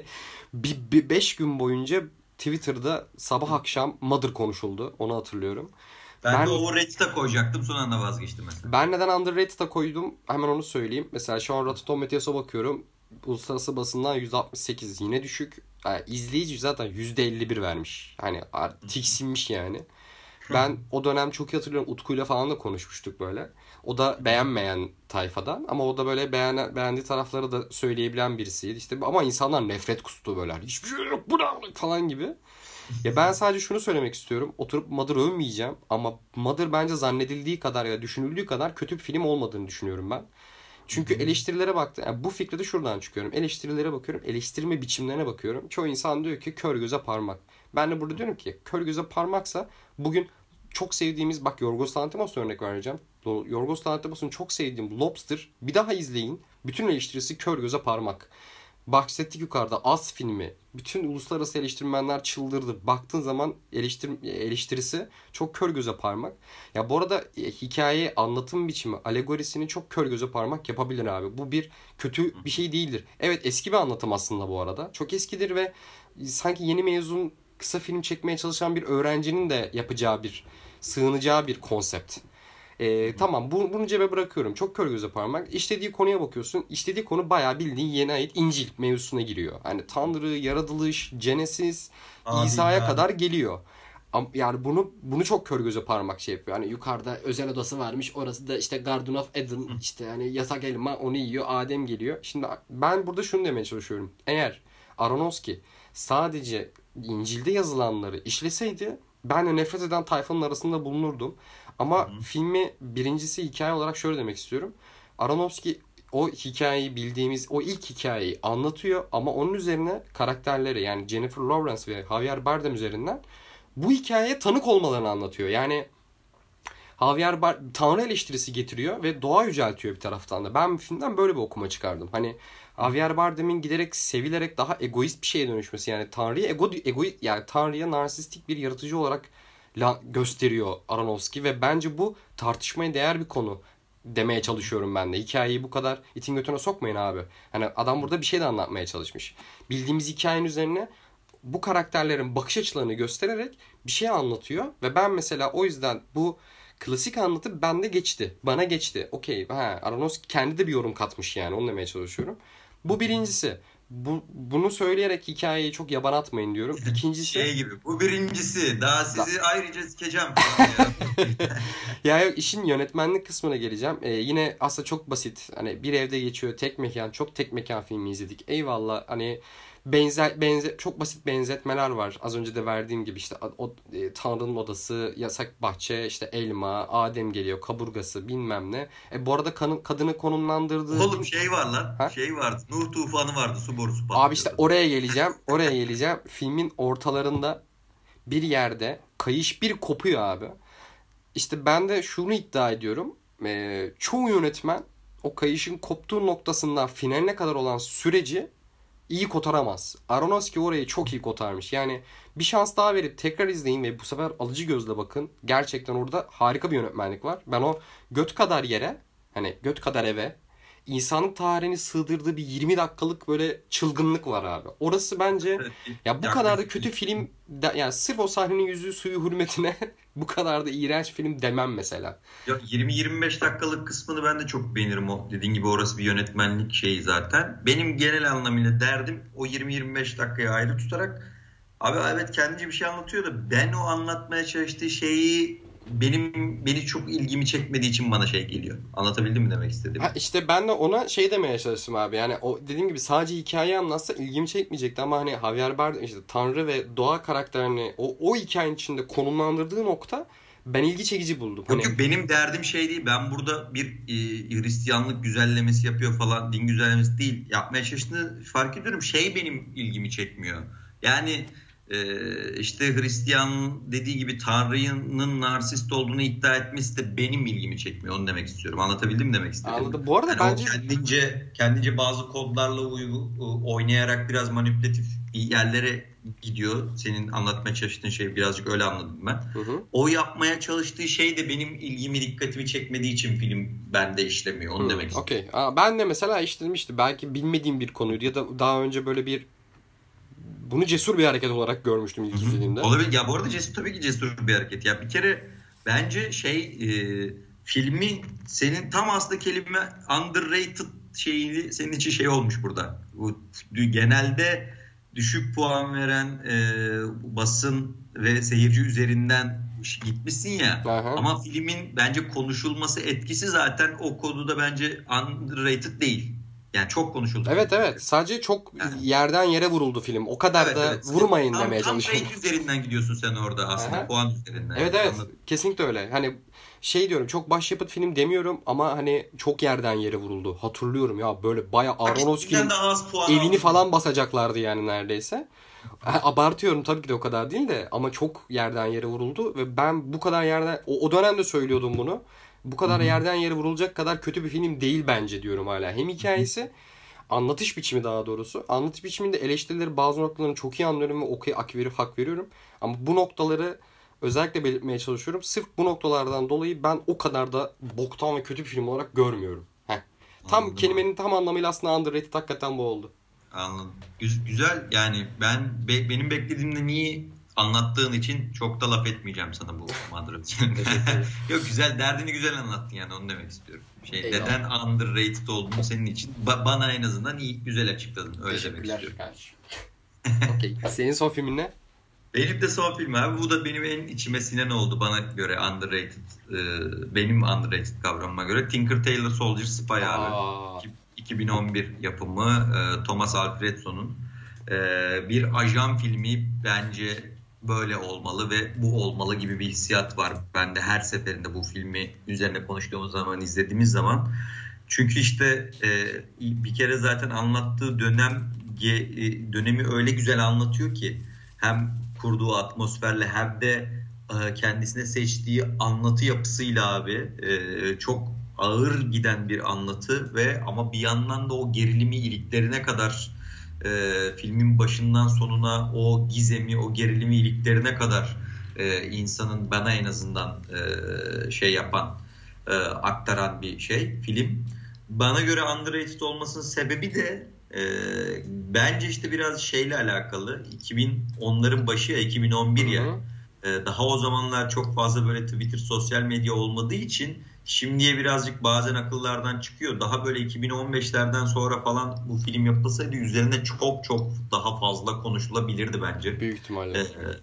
bir 5 gün boyunca Twitter'da sabah akşam Mother konuşuldu. Onu hatırlıyorum. Ben de Ben overrated'a koyacaktım, son anda vazgeçtim mesela. ben neden underrated'a koydum? Hemen onu söyleyeyim. Mesela şu an Rotten Tomatoes'a bakıyorum. Uluslararası basından %68, yine düşük. Yani izleyici zaten %51 vermiş. Hani tiksinmiş yani. Ben o dönem çok iyi hatırlıyorum. Utku'yla falan da konuşmuştuk böyle. O da beğenmeyen tayfadan ama o da böyle beğendiği tarafları da söyleyebilen birisiydi. İşte ama insanlar nefret kustu böyle. Hiçbir şey yok bu ne falan gibi. Ya ben sadece şunu söylemek istiyorum. Oturup Mother övmeyeceğim ama Mother bence zannedildiği kadar ya düşünüldüğü kadar kötü bir film olmadığını düşünüyorum ben. Çünkü eleştirilere baktım. Yani bu fikri de şuradan çıkıyorum. Eleştirilere bakıyorum. Eleştirme biçimlerine bakıyorum. Çoğu insan diyor ki kör göze parmak. Ben de burada diyorum ki kör göze parmaksa bugün çok sevdiğimiz, bak Yorgos Lanthimos örnek vereceğim. Yorgos Lanthimos'un çok sevdiğim Lobster bir daha izleyin. Bütün eleştirisi kör göze parmak. Bahsettik yukarıda As filmi. Bütün uluslararası eleştirmenler çıldırdı. Baktığın zaman eleştirisi çok kör göze parmak. Ya bu arada hikaye anlatım biçimi, alegorisini çok kör göze parmak yapabilir abi. Bu bir kötü bir şey değildir. Evet, eski bir anlatım aslında bu arada. Çok eskidir ve sanki yeni mezun kısa film çekmeye çalışan bir öğrencinin de yapacağı bir, sığınacağı bir konsept. Tamam, bunu cebe bırakıyorum. Çok kör göze parmak. İşlediği konuya bakıyorsun. İşlediği konu bayağı bildiğin yeni ait İncil mevzusuna giriyor. Hani Tanrı, yaratılış, Genesis, İsa'ya Adiller. kadar geliyor. Yani bunu çok kör göze parmak şey yapıyor. Hani yukarıda özel odası varmış. Orası da işte Garden of Eden. İşte hani yasak elma, onu yiyor. Adem geliyor. Şimdi ben burada şunu demeye çalışıyorum. Eğer Aronofsky sadece İncil'de yazılanları işleseydi ben de nefret eden tayfanın arasında bulunurdum. Ama filmi birincisi hikaye olarak şöyle demek istiyorum. Aronofsky o hikayeyi, bildiğimiz o ilk hikayeyi anlatıyor ama onun üzerine karakterleri, yani Jennifer Lawrence ve Javier Bardem üzerinden bu hikayeye tanık olmalarını anlatıyor. Yani Tanrı eleştirisi getiriyor ve doğa yüceltiyor bir taraftan da. Ben bu filmden böyle bir okuma çıkardım. Hani Javier Bardem'in giderek sevilerek daha egoist bir şeye dönüşmesi, yani Tanrı'ya yani Tanrı'ya narsistik bir yaratıcı olarak gösteriyor Aronofsky ve bence bu tartışmaya değer bir konu demeye çalışıyorum ben de. Hikayeyi bu kadar itin götüne sokmayın abi. Hani adam burada bir şey de anlatmaya çalışmış. Bildiğimiz hikayenin üzerine bu karakterlerin bakış açılarını göstererek bir şey anlatıyor ve ben mesela o yüzden bu klasik anlatı bende geçti. Bana geçti. Okey. Aronofsky kendi de bir yorum katmış yani. Onu demeye çalışıyorum. Bu birincisi. Bunu söyleyerek hikayeyi çok yaban atmayın diyorum. İkincisi... Şey gibi. Bu birincisi. Daha sizi ayrıca sikeceğim falan ya. Ya işin yönetmenlik kısmına geleceğim. Yine aslında çok basit. Hani bir evde geçiyor. Tek mekan. Çok tek mekan filmi izledik. Eyvallah. Hani çok basit benzetmeler var. Az önce de verdiğim gibi işte Tanrı'nın odası, yasak bahçe, işte elma, Adem geliyor, kaburgası bilmem ne. Bu arada kadını konumlandırdığı... Oğlum şey var lan. Ha? Şey vardı. Nuh tufanı vardı. Su borusu patlıyordu. Abi işte oraya geleceğim. Filmin ortalarında bir yerde kayış bir kopuyor abi. İşte ben de şunu iddia ediyorum. Çoğu yönetmen o kayışın koptuğu noktasından finaline kadar olan süreci iyi kotaramaz. Aronofsky orayı çok iyi kotarmış. Yani bir şans daha verip tekrar izleyin ve bu sefer alıcı gözle bakın. Gerçekten orada harika bir yönetmenlik var. Ben o göt kadar yere, hani göt kadar eve, insanlık tarihini sığdırdığı bir 20 dakikalık böyle çılgınlık var abi. Orası bence ya bu kadar da kötü film yani sırf o sahnenin yüzü suyu hürmetine bu kadar da iğrenç film demem mesela. Ya 20-25 dakikalık kısmını ben de çok beğenirim o. Dediğin gibi orası bir yönetmenlik şeyi zaten. Benim genel anlamıyla derdim o 20-25 dakikayı ayrı tutarak abi evet kendince bir şey anlatıyor da ben o anlatmaya çalıştığı şeyi beni çok ilgimi çekmediği için bana şey geliyor. Anlatabildim mi demek istediğimi? İşte ben de ona şey demeye çalıştım abi. Yani o dediğim gibi sadece hikayeyi anlatsa ilgimi çekmeyecekti ama hani Javier Bardem işte Tanrı ve doğa karakterini o hikayenin içinde konumlandırdığı nokta ben ilgi çekici buldum. Yok yok benim derdim şey değil. Ben burada bir Hristiyanlık güzellemesi yapıyor falan, din güzellemesi değil. Yapmaya çalıştığını fark ediyorum. Şey benim ilgimi çekmiyor. Yani işte Hristiyan dediği gibi Tanrı'nın narsist olduğunu iddia etmesi de benim ilgimi çekmiyor. Onu demek istiyorum. Anlatabildim mi demek istedim? Anladım. Bu arada yani bence kendince bazı kodlarla oynayarak biraz manipülatif yerlere gidiyor. Senin anlatmaya çalıştığın şey birazcık öyle anladım ben. Hı. O yapmaya çalıştığı şey de benim ilgimi, dikkatimi çekmediği için film bende işlemiyor. Onu demek istiyorum. Okay. Ben de mesela işlemişti. Belki bilmediğim bir konuydu ya da daha önce böyle bunu cesur bir hareket olarak görmüştüm ilk izlediğimde. Olabilir. Ya bu arada tabii ki cesur bir hareket. Ya bir kere bence filmi senin tam aslında kelime underrated şeyini senin için şey olmuş burada. Bu genelde düşük puan veren basın ve seyirci üzerinden gitmişsin ya. Aha. Ama filmin bence konuşulması etkisi zaten o konuda bence underrated değil. Yani çok konuşuldu. Evet. Sadece çok yerden yere vuruldu film. O kadar da vurmayın demeye çalışıyorum. Tam rate üzerinden gidiyorsun sen orada aslında. Aha. Puan üzerinden. Evet. Kesinlikle öyle. Hani şey diyorum çok başyapıt film demiyorum ama hani çok yerden yere vuruldu. Hatırlıyorum ya böyle bayağı Aronofsky'nin evini falan basacaklardı yani neredeyse. Abartıyorum tabii ki de o kadar değil de ama çok yerden yere vuruldu ve ben bu kadar yerden o dönemde söylüyordum bunu. Bu kadar yerden yere vurulacak kadar kötü bir film değil bence diyorum hala. Hem hikayesi, anlatış biçimi daha doğrusu. Anlatış biçiminde eleştirileri bazı noktalarını çok iyi anlıyorum ve hak veriyorum. Ama bu noktaları özellikle belirtmeye çalışıyorum. Sırf bu noktalardan dolayı ben o kadar da boktan ve kötü bir film olarak görmüyorum. Tam kelimenin tam anlamıyla aslında underrated hakikaten bu oldu. Anladım. Güzel yani benim beklediğimden iyi anlattığın için çok da laf etmeyeceğim sana bu Madrid. Yok güzel derdini güzel anlattın yani onu demek istiyorum. Neden underrated olduğunu senin için bana en azından iyi güzel açıkladın. Öyle demek istiyorum. Okay. Senin son filmin ne? Benim de son film abi. Bu da benim en içime sinen oldu bana göre underrated. Benim underrated kavramıma göre. Tinker Tailor Soldier Spy abi. 2011 yapımı Thomas Alfredson'un bir ajan filmi bence böyle olmalı ve bu olmalı gibi bir hissiyat var. Ben de her seferinde bu filmi üzerine konuştuğumuz zaman, izlediğimiz zaman. Çünkü işte bir kere zaten anlattığı dönemi öyle güzel anlatıyor ki hem kurduğu atmosferle hem de kendisine seçtiği anlatı yapısıyla abi çok ağır giden bir anlatı ve ama bir yandan da o gerilimi iliklerine kadar filmin başından sonuna o gizemi, o gerilimi iliklerine kadar insanın bana en azından şey yapan, aktaran bir şey, film. Bana göre underrated olmasının sebebi de bence işte biraz şeyle alakalı. 2010'ların başı ya, 2011 ya. Daha o zamanlar çok fazla böyle Twitter, sosyal medya olmadığı için şimdiye birazcık bazen akıllardan çıkıyor. Daha böyle 2015'lerden sonra falan bu film yapılsaydı üzerine çok çok daha fazla konuşulabilirdi bence. Büyük ihtimalle.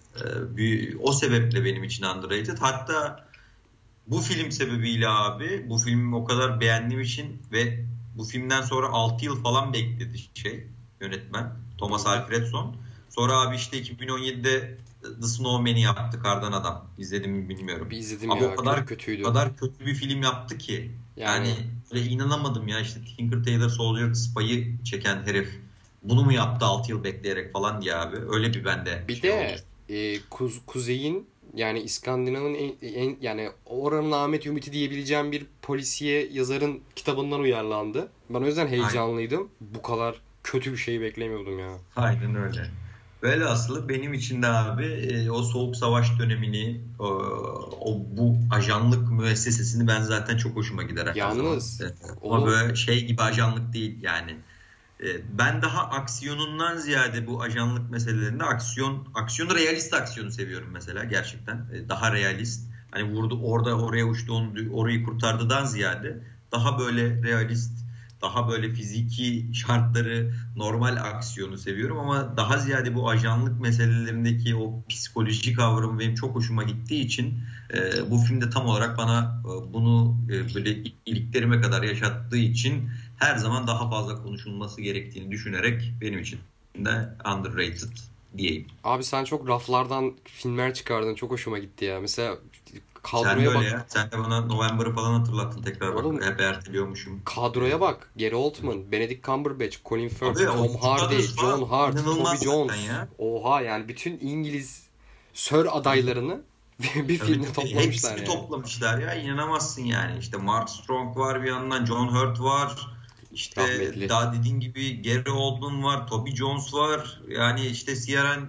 O sebeple benim için underrated. Hatta bu film sebebiyle abi, bu filmi o kadar beğendiğim için ve bu filmden sonra 6 yıl falan bekledi yönetmen Thomas Alfredson. Sonra abi işte 2017'de The Snowman'i yaptı, Kardan Adam. İzledim mi bilmiyorum. Bir izledim ama ya, o kadar kötüydü. O kadar kötü bir film yaptı ki. Yani böyle inanamadım ya, işte Tinker Tailor Soldier Spy'ı çeken herif bunu mu yaptı 6 yıl bekleyerek falan diye abi. Öyle bir bende bir şey de oldu. Kuzey'in, yani İskandinav'ın yani oranın Ahmet Ümit'i diyebileceğim bir polisiye yazarın kitabından uyarlandı. Ben o yüzden heyecanlıydım. Aynen. Bu kadar kötü bir şeyi beklemiyordum ya. Aynen öyle. Velhasılı benim için de abi o Soğuk Savaş dönemini, bu ajanlık müessesesini ben zaten çok hoşuma gider. Yalnız ama böyle şey gibi ajanlık değil yani. Ben daha aksiyonundan ziyade bu ajanlık meselelerinde aksiyonu realist aksiyonu seviyorum mesela gerçekten. Daha realist. Hani vurdu orada oraya uçtu onu orayı kurtardıdan ziyade daha böyle realist, daha böyle fiziki şartları normal aksiyonu seviyorum ama daha ziyade bu ajanlık meselelerindeki o psikoloji kavramı benim çok hoşuma gittiği için bu filmde tam olarak bana bunu böyle iliklerime kadar yaşattığı için her zaman daha fazla konuşulması gerektiğini düşünerek benim için de underrated diyeyim. Abi sen çok raflardan filmler çıkardın, çok hoşuma gitti ya. Mesela kadroya sen de öyle bak. Ya. Sen de bana November'ı falan hatırlattın tekrar. Oğlum, bak. Hep erteliyormuşum. Kadroya bak. Gary Oldman, Benedict Cumberbatch, Colin Firth, Tom Hardy, John Hart, Toby Jones. Oha, yani bütün İngiliz Sir adaylarını bir filmde toplamışlar. Hepsini yani toplamışlar ya. İnanamazsın yani. İşte Mark Strong var bir yandan, John Hurt var. İşte rahmetli. Daha dediğin gibi Gary Oldman var, Toby Jones var. Yani işte Ciaran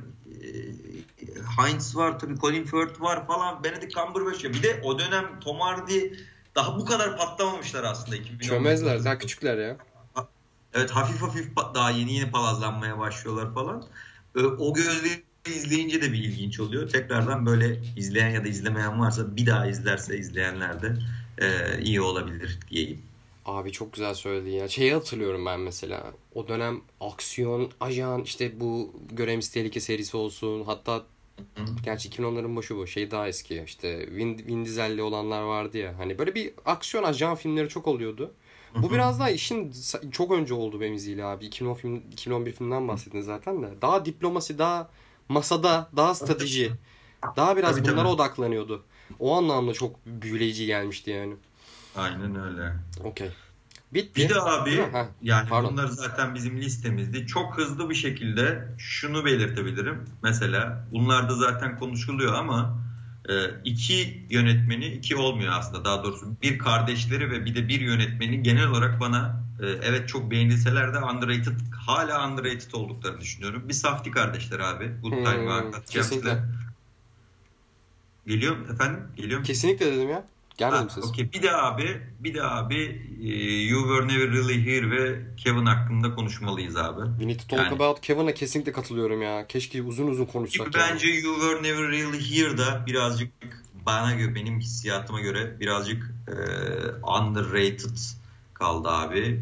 Hinds var, tabii Colin Firth var falan, Benedict Cumberbatch. Bir de o dönem Tom Hardy daha bu kadar patlamamışlar aslında. Çömezler, daha küçükler ya. Evet, hafif daha yeni palazlanmaya başlıyorlar falan. O gözleri izleyince de bir ilginç oluyor. Tekrardan böyle izleyen ya da izlemeyen varsa bir daha izlerse izleyenler de iyi olabilir diyeyim. Abi çok güzel söyledin ya. Şeyi hatırlıyorum ben mesela. O dönem aksiyon, ajan, işte bu Görevimiz Tehlike serisi olsun. Hatta gerçi 2010'ların başı bu. Şey daha eski. İşte Vin Diesel'li olanlar vardı ya. Hani böyle bir aksiyon ajan filmleri çok oluyordu. Bu biraz daha işin çok önce oldu benim izniyle abi. 2011 filmden bahsettin zaten de. Daha diplomasi, daha masada, daha strateji. Daha biraz bunlara odaklanıyordu. O anlamda çok büyüleyici gelmişti yani. Aynen öyle. Okey. Bitti. Bir de abi yani bunlar zaten bizim listemizdi. Çok hızlı bir şekilde şunu belirtebilirim. Mesela bunlar da zaten konuşuluyor ama iki yönetmeni, iki olmuyor aslında daha doğrusu. Bir kardeşleri ve bir de bir yönetmeni genel olarak bana evet çok beğenilseler de underrated, hala underrated olduklarını düşünüyorum. Bir Safdie kardeşler abi. Good Time ve Uncut Gems'le. Geliyor mu efendim? Geliyor mu? Kesinlikle dedim ya. Gelmedim siz. Okay. Bir de abi You Were Never Really Here ve Kevin hakkında konuşmalıyız abi. We need to talk about Kevin'a kesinlikle katılıyorum ya. Keşke uzun konuşsak. Bence You Were Never Really Here'da birazcık bana göre, benim hissiyatıma göre birazcık underrated kaldı abi.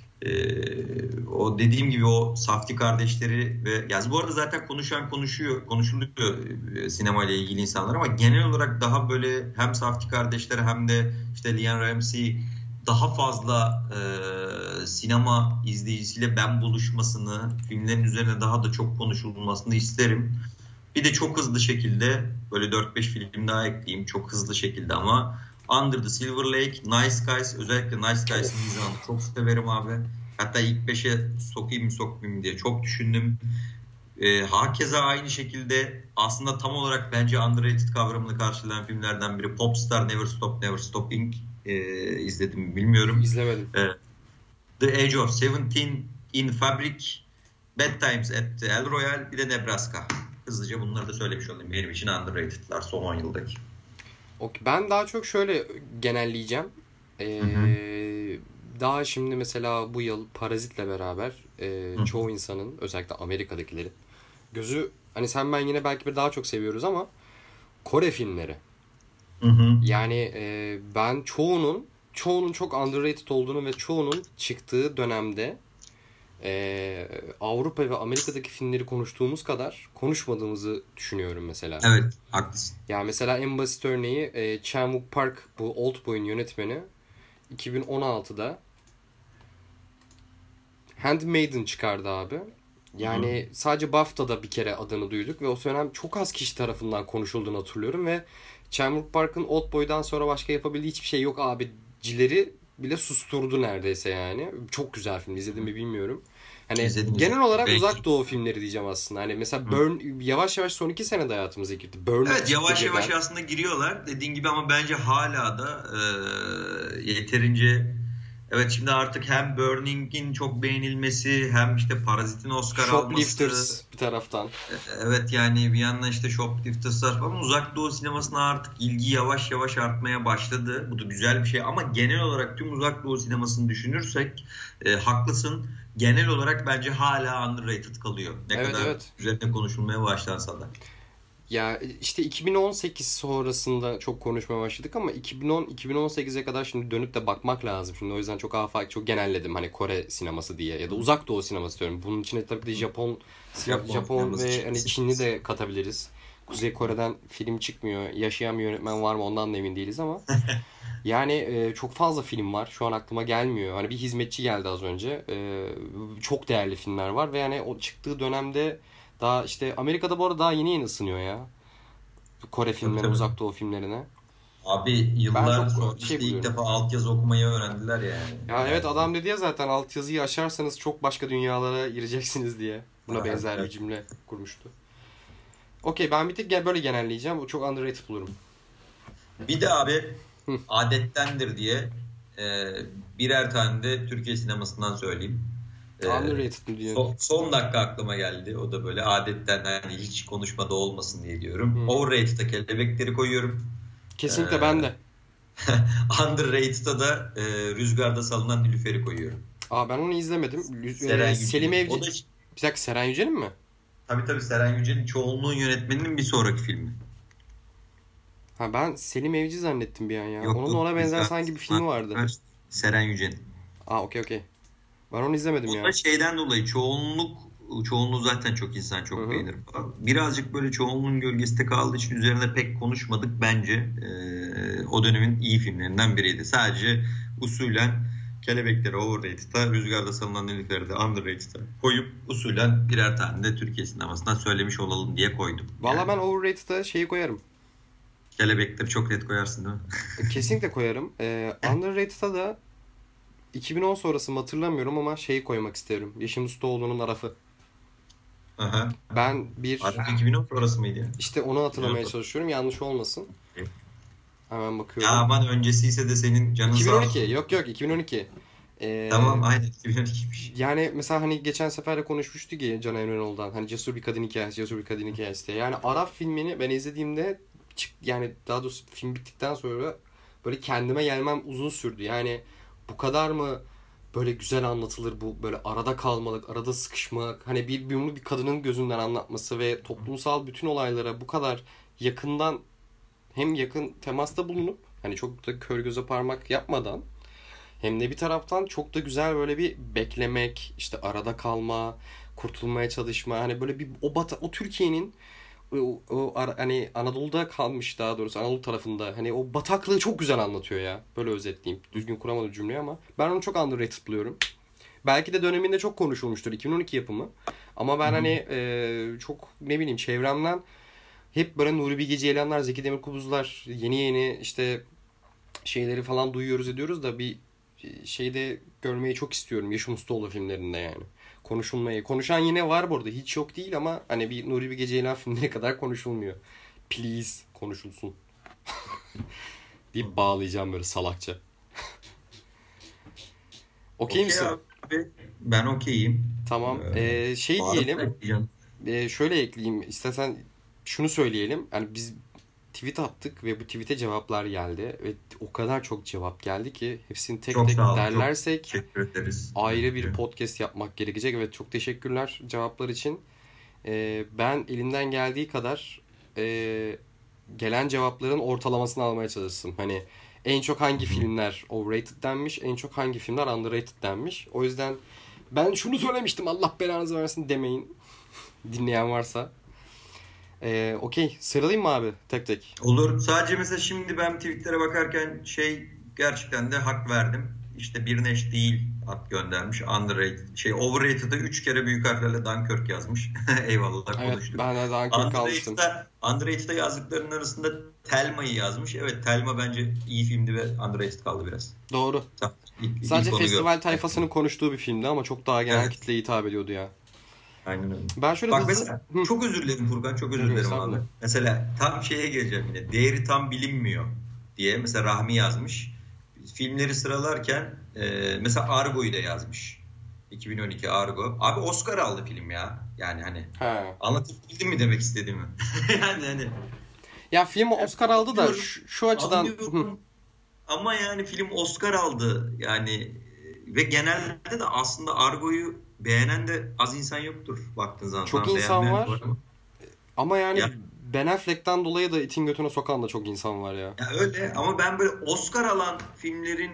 O dediğim gibi o Safdie kardeşleri ve yani bu arada zaten konuşuluyor sinema ile ilgili insanlar ama genel olarak daha böyle hem Safdie kardeşleri hem de işte Liam Ramsey daha fazla sinema izleyicisiyle ben buluşmasını, filmlerin üzerine daha da çok konuşulmasını isterim. Bir de çok hızlı şekilde böyle 4-5 film daha ekleyeyim çok hızlı şekilde ama Under the Silver Lake, Nice Guys, özellikle Nice Guys'ın mizahını çok severim abi. Hatta ilk 5'e sokmayayım diye çok düşündüm. Hakeza aynı şekilde aslında tam olarak bence underrated kavramını karşılayan filmlerden biri Popstar, Never Stop Never Stopping. İzledim mi bilmiyorum. İzlemedim. The Age of 17, In Fabric, Bad Times at El Royale, bir de Nebraska. Hızlıca bunları da söylemiş olayım. Benim için underrated'lar son 10 yıldaki. Okay. Ben daha çok şöyle genelleyeceğim. Hı hı. Daha şimdi mesela bu yıl Parazit'le beraber Hı. çoğu insanın, özellikle Amerika'dakilerin gözü, hani sen ben yine belki bir daha çok seviyoruz ama Kore filmleri. Hı hı. Yani ben çoğunun çok underrated olduğunu ve çoğunun çıktığı dönemde Avrupa ve Amerika'daki filmleri konuştuğumuz kadar konuşmadığımızı düşünüyorum mesela. Evet, haklısın. Ya mesela en basit örneği Chan-wook Park, bu Oldboy'un yönetmeni, 2016'da Handmaiden çıkardı abi. Hı hı. Yani sadece BAFTA'da bir kere adını duyduk ve o dönem çok az kişi tarafından konuşulduğunu hatırlıyorum ve Chan-wook Park'ın Oldboy'dan sonra başka yapabildiği hiçbir şey yok abicileri bile susturdu neredeyse yani. Çok güzel film. İzledim mi bilmiyorum. Hani İzledim. genel olarak Belki. uzak doğu filmleri diyeceğim aslında. Hani mesela Hı. yavaş yavaş son 2 senede hayatımıza girdi. Burn Evet, çıktı yavaş yavaş birden. aslında giriyorlar dediğin gibi ama bence hala da yeterince, evet, şimdi artık hem Burning'in çok beğenilmesi hem işte Parazit'in Oscar alması, Shoplifters bir taraftan. evet, yani bir yandan işte Shoplifters'lar falan, uzak doğu sinemasına artık ilgi yavaş yavaş artmaya başladı. Bu da güzel bir şey ama genel olarak tüm uzak doğu sinemasını düşünürsek haklısın. Genel olarak bence hala underrated kalıyor. Ne Evet, kadar evet. üzerine konuşulmaya başlansa da. Ya işte 2018 sonrasında çok konuşmaya başladık ama 2010-2018'e kadar şimdi dönüp de bakmak lazım. Şimdi o yüzden çok afak, çok genelledim hani Kore sineması diye ya da uzak doğu sineması diyorum. Bunun içine tabii de Japon Japon sineması ve hani çıkması. Çinli de katabiliriz. Kuzey Kore'den film çıkmıyor. Yaşayan bir yönetmen var mı ondan da emin değiliz ama yani çok fazla film var. Şu an aklıma gelmiyor. Hani bir hizmetçi geldi az önce. Çok değerli filmler var ve yani o çıktığı dönemde daha işte Amerika'da bu arada daha yeni yeni ısınıyor ya. Kore Tabii filmlerine, tabii. uzak doğu filmlerine. Abi Ben yıllar çok sonra şey işte ilk buluyorum. defa altyazı okumayı öğrendiler yani. Ya evet, Yani adam dedi ya zaten altyazıyı aşarsanız çok başka dünyalara gireceksiniz diye. Buna benzer bir evet. cümle kurmuştu. Okey, ben bir tek böyle genelleyeceğim. Bu çok underrated bulurum. Bir de abi Hı. adettendir diye e, birer tane de Türkiye sinemasından söyleyeyim. E, Underrated mi diyorsun? son dakika aklıma geldi. O da böyle adetten, hani hiç konuşmada olmasın diye diyorum. Hı. Overrated'a Kelebekleri koyuyorum. E, Kesinlikle ben de. Underrated'a da Rüzgarda Salınan Nilüfer'i koyuyorum. Aa, ben onu izlemedim. Seren Selim Yücel'in. O Evci... da Bir dakika, Seren Yücel'in mi? tabii tabii Seren Yücel'in Çoğunluğun yönetmeninin bir sonraki filmi. Ha, ben Selim Evci zannettim bir an ya. Yok Onun da yok, ona benzer Rüzgar sanki bir filmi vardı. Seren Yücel'in. Aa, okey okey. Ben onu izlemedim O da ya. şeyden dolayı çoğunluğu zaten çok insan Hı çok hı. beğenir falan. Birazcık böyle çoğunluğun gölgesinde kaldığı için üzerine pek konuşmadık bence. O dönemin iyi filmlerinden biriydi. Sadece usulen Kelebekleri overrated'a, Rüzgarda Salınan Nilüfer'i de underrated'a koyup usulen birer tane de Türkiye sinemasından söylemiş olalım diye koydum. Valla Yani ben overrated'a şeyi koyarım. Kelebekleri çok net koyarsın değil mi? Kesinlikle koyarım. Underrated'a da 2010 sonrası mı hatırlamıyorum ama şeyi koymak isterim. Yeşim Ustaoğlu'nun Araf'ı. Aha. Ben bir Arada 2010 sonrası mıydı ya? işte onu hatırlamaya 2010. çalışıyorum. Yanlış olmasın. Hemen Ya bakıyorum. aman, öncesiyse de senin canın sağ 2012. olsun. Yok yok, 2012. Tamam, aynen 2012'ymiş. Yani mesela hani geçen sefer de konuşmuştuk ya Can Evrenol'dan. Hani Cesur Bir Kadın Hikayesi, Cesur Bir Kadın Hikayesi diye. Yani Araf filmini ben izlediğimde yani daha doğrusu film bittikten sonra böyle kendime gelmem uzun sürdü. Yani bu kadar mı böyle güzel anlatılır bu, böyle arada kalmalık, arada sıkışmak. Hani bunu bir kadının gözünden anlatması ve toplumsal bütün olaylara bu kadar yakından, hem yakın temasta bulunup hani çok da kör göze parmak yapmadan, hem de bir taraftan çok da güzel böyle bir beklemek, işte arada kalma, kurtulmaya çalışma. Hani böyle bir o Türkiye'nin hani Anadolu'da kalmış, daha doğrusu Anadolu tarafında hani o bataklığı çok güzel anlatıyor ya. Böyle özetleyeyim. Düzgün kuramadım cümleyi ama ben onu çok underrated buluyorum. Belki de döneminde çok konuşulmuştur, 2012 yapımı. Ama ben hani çok ne bileyim çevremden hep böyle Nuri Bilge Ceylanlar, Zeki Demirkubuzlar, yeni işte şeyleri falan duyuyoruz ediyoruz da bir şeyde görmeyi çok istiyorum. Yaşım Ustaoğlu filmlerinde yani. Konuşulmayı. Konuşan yine var burada. Hiç yok değil ama hani bir Nuri Bilge Ceylan filmleri kadar konuşulmuyor. Please konuşulsun. Deyip bağlayacağım böyle salakça. Okey Okey misin? abi. Ben okeyim. Tamam. Şey Var mı diyelim. ekleyeceğim? Şöyle ekleyeyim. İstersen şunu söyleyelim. Yani biz tweet attık ve bu tweet'e cevaplar geldi. Ve o kadar çok cevap geldi ki hepsini tek Çok tek sağ olun. derlersek Çok teşekkür ederiz. ayrı bir podcast yapmak gerekecek. Evet, çok teşekkürler cevaplar için. Ben elimden geldiği kadar gelen cevapların ortalamasını almaya çalıştım. Hani en çok hangi filmler overrated denmiş, en çok hangi filmler underrated denmiş. O yüzden ben şunu söylemiştim, Allah belanızı versin demeyin. Dinleyen varsa. Okey. Sıralayayım mı abi tek tek? Olur. Sadece mesela şimdi ben tweetlere bakarken gerçekten de hak verdim. İşte bir neş değil at göndermiş. Overrated'da 3 kere büyük harflerle Dunkirk yazmış. Eyvallah konuştuk. Evet, ben de Dunkirk almıştım. Underrated'da yazdıklarının arasında Thelma'yı yazmış. Evet, Thelma bence iyi filmdi ve underrated kaldı biraz. Doğru. Sadece festival tayfasının konuştuğu bir filmdi ama çok daha genel kitleye hitap ediyordu ya. Aynen öyle. Ben şöyle bak mesela çok özür dilerim Furkan, çok özür dilerim abi. Mesela tam geleceğim yine. Değeri tam bilinmiyor diye mesela Rahmi yazmış. Filmleri sıralarken mesela Argo'yu da yazmış. 2012 Argo. Abi Oscar aldı film ya. Yani hani anlatabildim mi demek istediğimi? Yani hani. Ya film Oscar aldı da şu açıdan. Ama yani film Oscar aldı. Yani ve genelde de aslında Argo'yu beğenen de az insan yoktur baktığın zaman. Çok insan var. Ama yani Ben Affleck'ten dolayı da itin götüne sokan da çok insan var ya. Ya öyle ama ben böyle Oscar alan filmlerin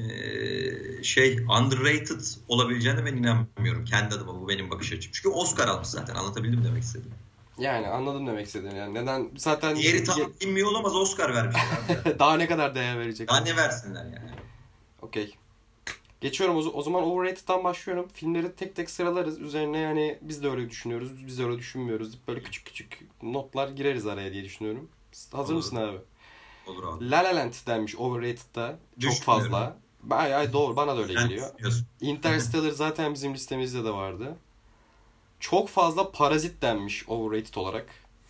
underrated olabileceğine ben inanmıyorum. Kendi adıma bu benim bakış açım. Çünkü Oscar almış zaten. Anlatabildim mi demek istedim? Yani anladım demek istediğini. Yani neden zaten diğeri tam bilinmiyor olamaz, Oscar vermişler abi. Daha ne kadar değer verecek? Daha ne versinler yani? Okey. Geçiyorum o zaman overrated'dan başlıyorum. Filmleri tek tek sıralarız. Üzerine yani biz de öyle düşünüyoruz. Biz de öyle düşünmüyoruz. Böyle küçük küçük notlar gireriz araya diye düşünüyorum. Hazır mısın abi? Olur abi. La La Land denmiş overrated'da. Çok fazla. Bayağı doğru. Bana da öyle geliyor. Interstellar zaten bizim listemizde de vardı. Çok fazla Parazit denmiş overrated olarak.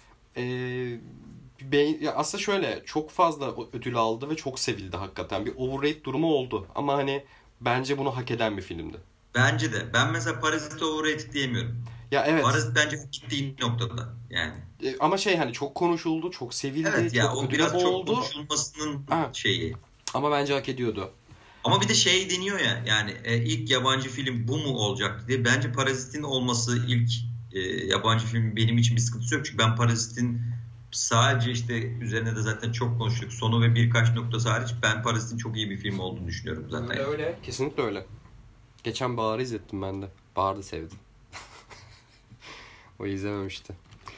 Aslında şöyle, çok fazla ödül aldı ve çok sevildi hakikaten. Bir overrated durumu oldu. Ama hani bence bunu hak eden bir filmdi. Bence de. Ben mesela Parazit'e overrated diyemiyorum. Ya evet. Parazit bence gittiği noktada yani. Ama hani çok konuşuldu, çok sevildi, evet, ya, çok o biraz çok konuşulmasının şeyi. Ama bence hak ediyordu. Ama bir de deniyor ya yani ilk yabancı film bu mu olacaktı diye. Bence Parazit'in olması ilk yabancı film benim için bir sıkıntısı yok. Çünkü ben Parazit'in sadece işte üzerine de zaten çok konuştuk. Sonu ve birkaç noktası hariç ben Parazit'in çok iyi bir film olduğunu düşünüyorum zaten. Öyle. Kesinlikle öyle. Geçen Bahar'ı izlettim ben de. Bahar'ı sevdim. O izlememişti.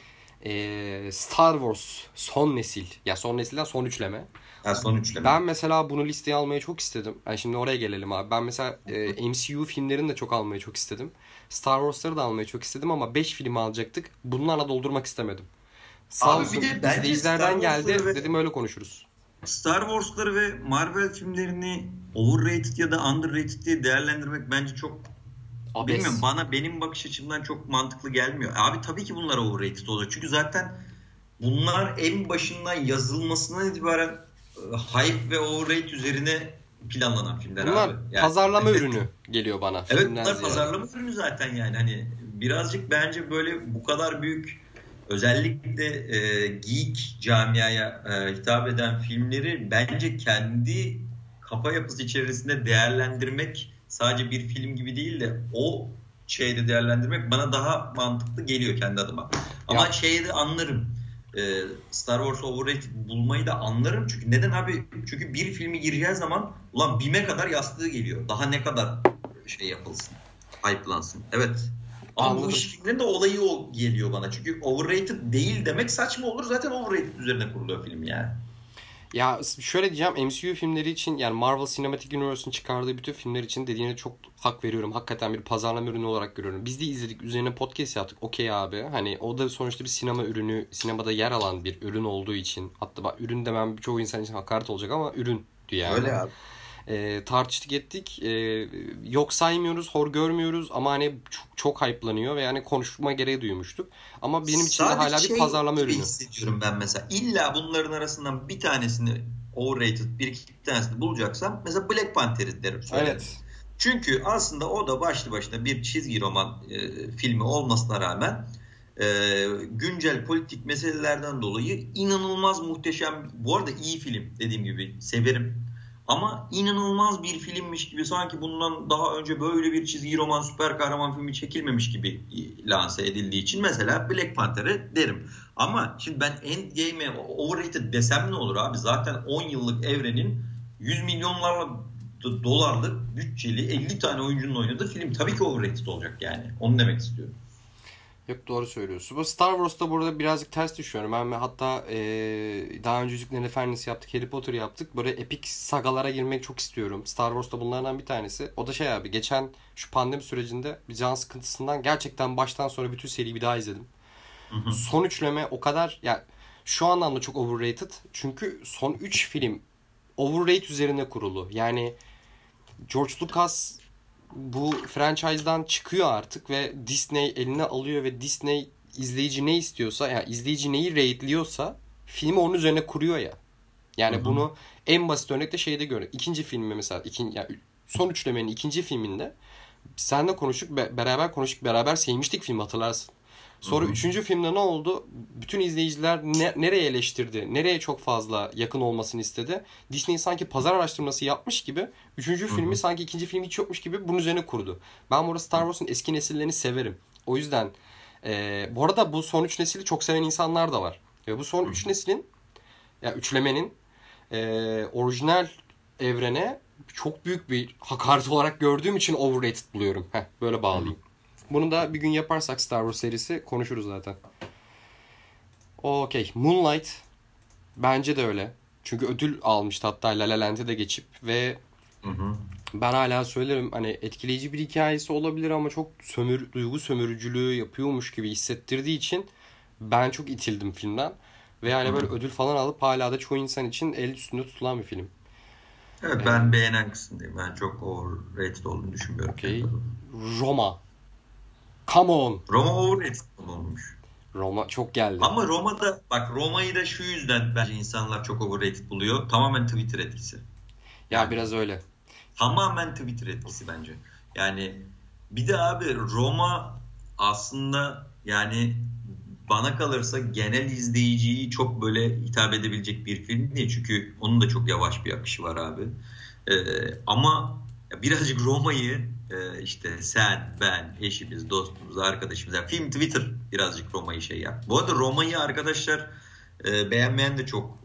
Star Wars Son Nesil. Ya Son Nesil'den Son Üçleme. Son Üçleme. Ben mesela bunu listeye almayı çok istedim. Yani şimdi oraya gelelim abi. Ben mesela MCU filmlerini de çok almayı çok istedim. Star Wars'ları da almayı çok istedim ama 5 film alacaktık. Bunlarla doldurmak istemedim. Sağ olsun izleyicilerden geldi. Dedim öyle konuşuruz. Star Wars'ları ve Marvel filmlerini overrated ya da underrated diye değerlendirmek bence çok bilmiyorum, benim bakış açımdan çok mantıklı gelmiyor. Abi tabii ki bunlar overrated olacak. Çünkü zaten bunlar en başından yazılmasından itibaren hype ve overrated üzerine planlanan filmler bunlar abi. Yani, pazarlama ürünü geliyor bana. Evet, bunlar pazarlama ürünü zaten yani. Hani birazcık bence böyle bu kadar büyük, özellikle geek camiaya hitap eden filmleri bence kendi kafa yapısı içerisinde değerlendirmek, sadece bir film gibi değil de o şeyde değerlendirmek bana daha mantıklı geliyor kendi adıma. Ama de anlarım. Star Wars overrated bulmayı da anlarım. Çünkü neden abi? Çünkü bir filmi gireceği zaman ulan BİM'e kadar yastığı geliyor. Daha ne kadar yapılsın, hype'lansın. Evet. Ama anladım. Bu filmlerin de olayı o geliyor bana. Çünkü overrated değil demek saçma olur. Zaten overrated üzerine kuruluyor film yani. Ya şöyle diyeceğim, MCU filmleri için yani Marvel Cinematic Universe'ın çıkardığı bütün filmler için dediğine çok hak veriyorum. Hakikaten bir pazarlama ürünü olarak görüyorum. Biz de izledik, üzerine podcast yaptık. Okey abi. Hani o da sonuçta bir sinema ürünü, sinemada yer alan bir ürün olduğu için. Hatta ürün demem çoğu insan için hakaret olacak ama ürün diyor yani. Öyle abi. Tartıştık ettik. Yok saymıyoruz, hor görmüyoruz ama hani çok hype'lanıyor ve yani konuşma gereği duymuştuk. Ama benim için de hala bir pazarlama ürünü. Hissediyorum ben mesela. İlla bunların arasından bir tanesini overrated, bir iki tanesini bulacaksam mesela Black Panther'i derim. Evet. Çünkü aslında o da başlı başına bir çizgi roman filmi olmasına rağmen güncel politik meselelerden dolayı inanılmaz muhteşem, bu arada iyi film, dediğim gibi severim. Ama inanılmaz bir filmmiş gibi, sanki bundan daha önce böyle bir çizgi roman süper kahraman filmi çekilmemiş gibi lanse edildiği için mesela Black Panther'ı derim. Ama şimdi ben Endgame'e overrated desem ne olur abi? Zaten 10 yıllık evrenin 100 milyonlarla dolarlık bütçeli 50 tane oyuncunun oynadığı film tabii ki overrated olacak yani. Onu demek istiyorum. Yok, doğru söylüyorsun. Bu Star Wars'ta burada birazcık ters düşüyorum. Ben hatta daha önce Yüzüklerin Efendisi yaptık, Harry Potter yaptık. Böyle epik sagalara girmek çok istiyorum. Star Wars'ta bunlardan bir tanesi. O da şey abi, geçen şu pandemi sürecinde bir can sıkıntısından gerçekten baştan sonra bütün seriyi bir daha izledim. Hı hı. Son üçleme o kadar yani şu anlamda çok overrated. Çünkü son 3 film overrate üzerine kurulu. Yani George Lucas bu franchise'dan çıkıyor artık ve Disney eline alıyor ve Disney izleyici ne istiyorsa, yani izleyici neyi rate'liyorsa filmi onun üzerine kuruyor ya. Yani Hı hı. bunu en basit örnekte şeyde gördük. İkinci filmi mesela, yani son üçlemenin ikinci filminde seninle konuştuk, beraber konuştuk, beraber sevmiştik filmi, hatırlarsın. Sonra Hı hı. üçüncü filmde ne oldu? Bütün izleyiciler nereye eleştirdi? Nereye çok fazla yakın olmasını istedi? Disney sanki pazar araştırması yapmış gibi üçüncü Hı filmi hı. sanki ikinci film hiç yokmuş gibi bunun üzerine kurdu. Ben burada Star Wars'un eski nesillerini severim. O yüzden bu arada bu son üç nesili çok seven insanlar da var. Ve bu son Hı üç hı. neslin, yani üçlemenin orijinal evrene çok büyük bir hakaret olarak gördüğüm için overrated buluyorum. Böyle Hı hı. bağlayayım. Bunu da bir gün yaparsak Star Wars serisi konuşuruz zaten. Okey. Moonlight bence de öyle. Çünkü ödül almıştı hatta La La Land'e de geçip ve Hı hı. ben hala söylerim, hani etkileyici bir hikayesi olabilir ama çok duygu sömürücülüğü yapıyormuş gibi hissettirdiği için ben çok itildim filmden. Ve yani böyle ödül falan alıp hala da çoğu insan için el üstünde tutulan bir film. Evet, ben beğenen kısımdayım. Ben çok overrated olduğunu düşünmüyorum. Okey. Roma. Come on. Roma overrated olmuş. Roma çok geldi. Ama Roma'da bak, Roma'yı da şu yüzden bence insanlar çok overrated buluyor. Tamamen Twitter etkisi. Ya Yani biraz öyle. tamamen Twitter etkisi bence. Yani bir de abi Roma aslında, yani bana kalırsa genel izleyiciyi çok böyle hitap edebilecek bir film değil. Çünkü onun da çok yavaş bir akışı var abi. Ee, ama birazcık Roma'yı işte sen, ben, eşimiz, dostumuz, arkadaşımız, yani film Twitter birazcık Roma'yı şey yap. Bu arada Roma'yı arkadaşlar beğenmeyen de çok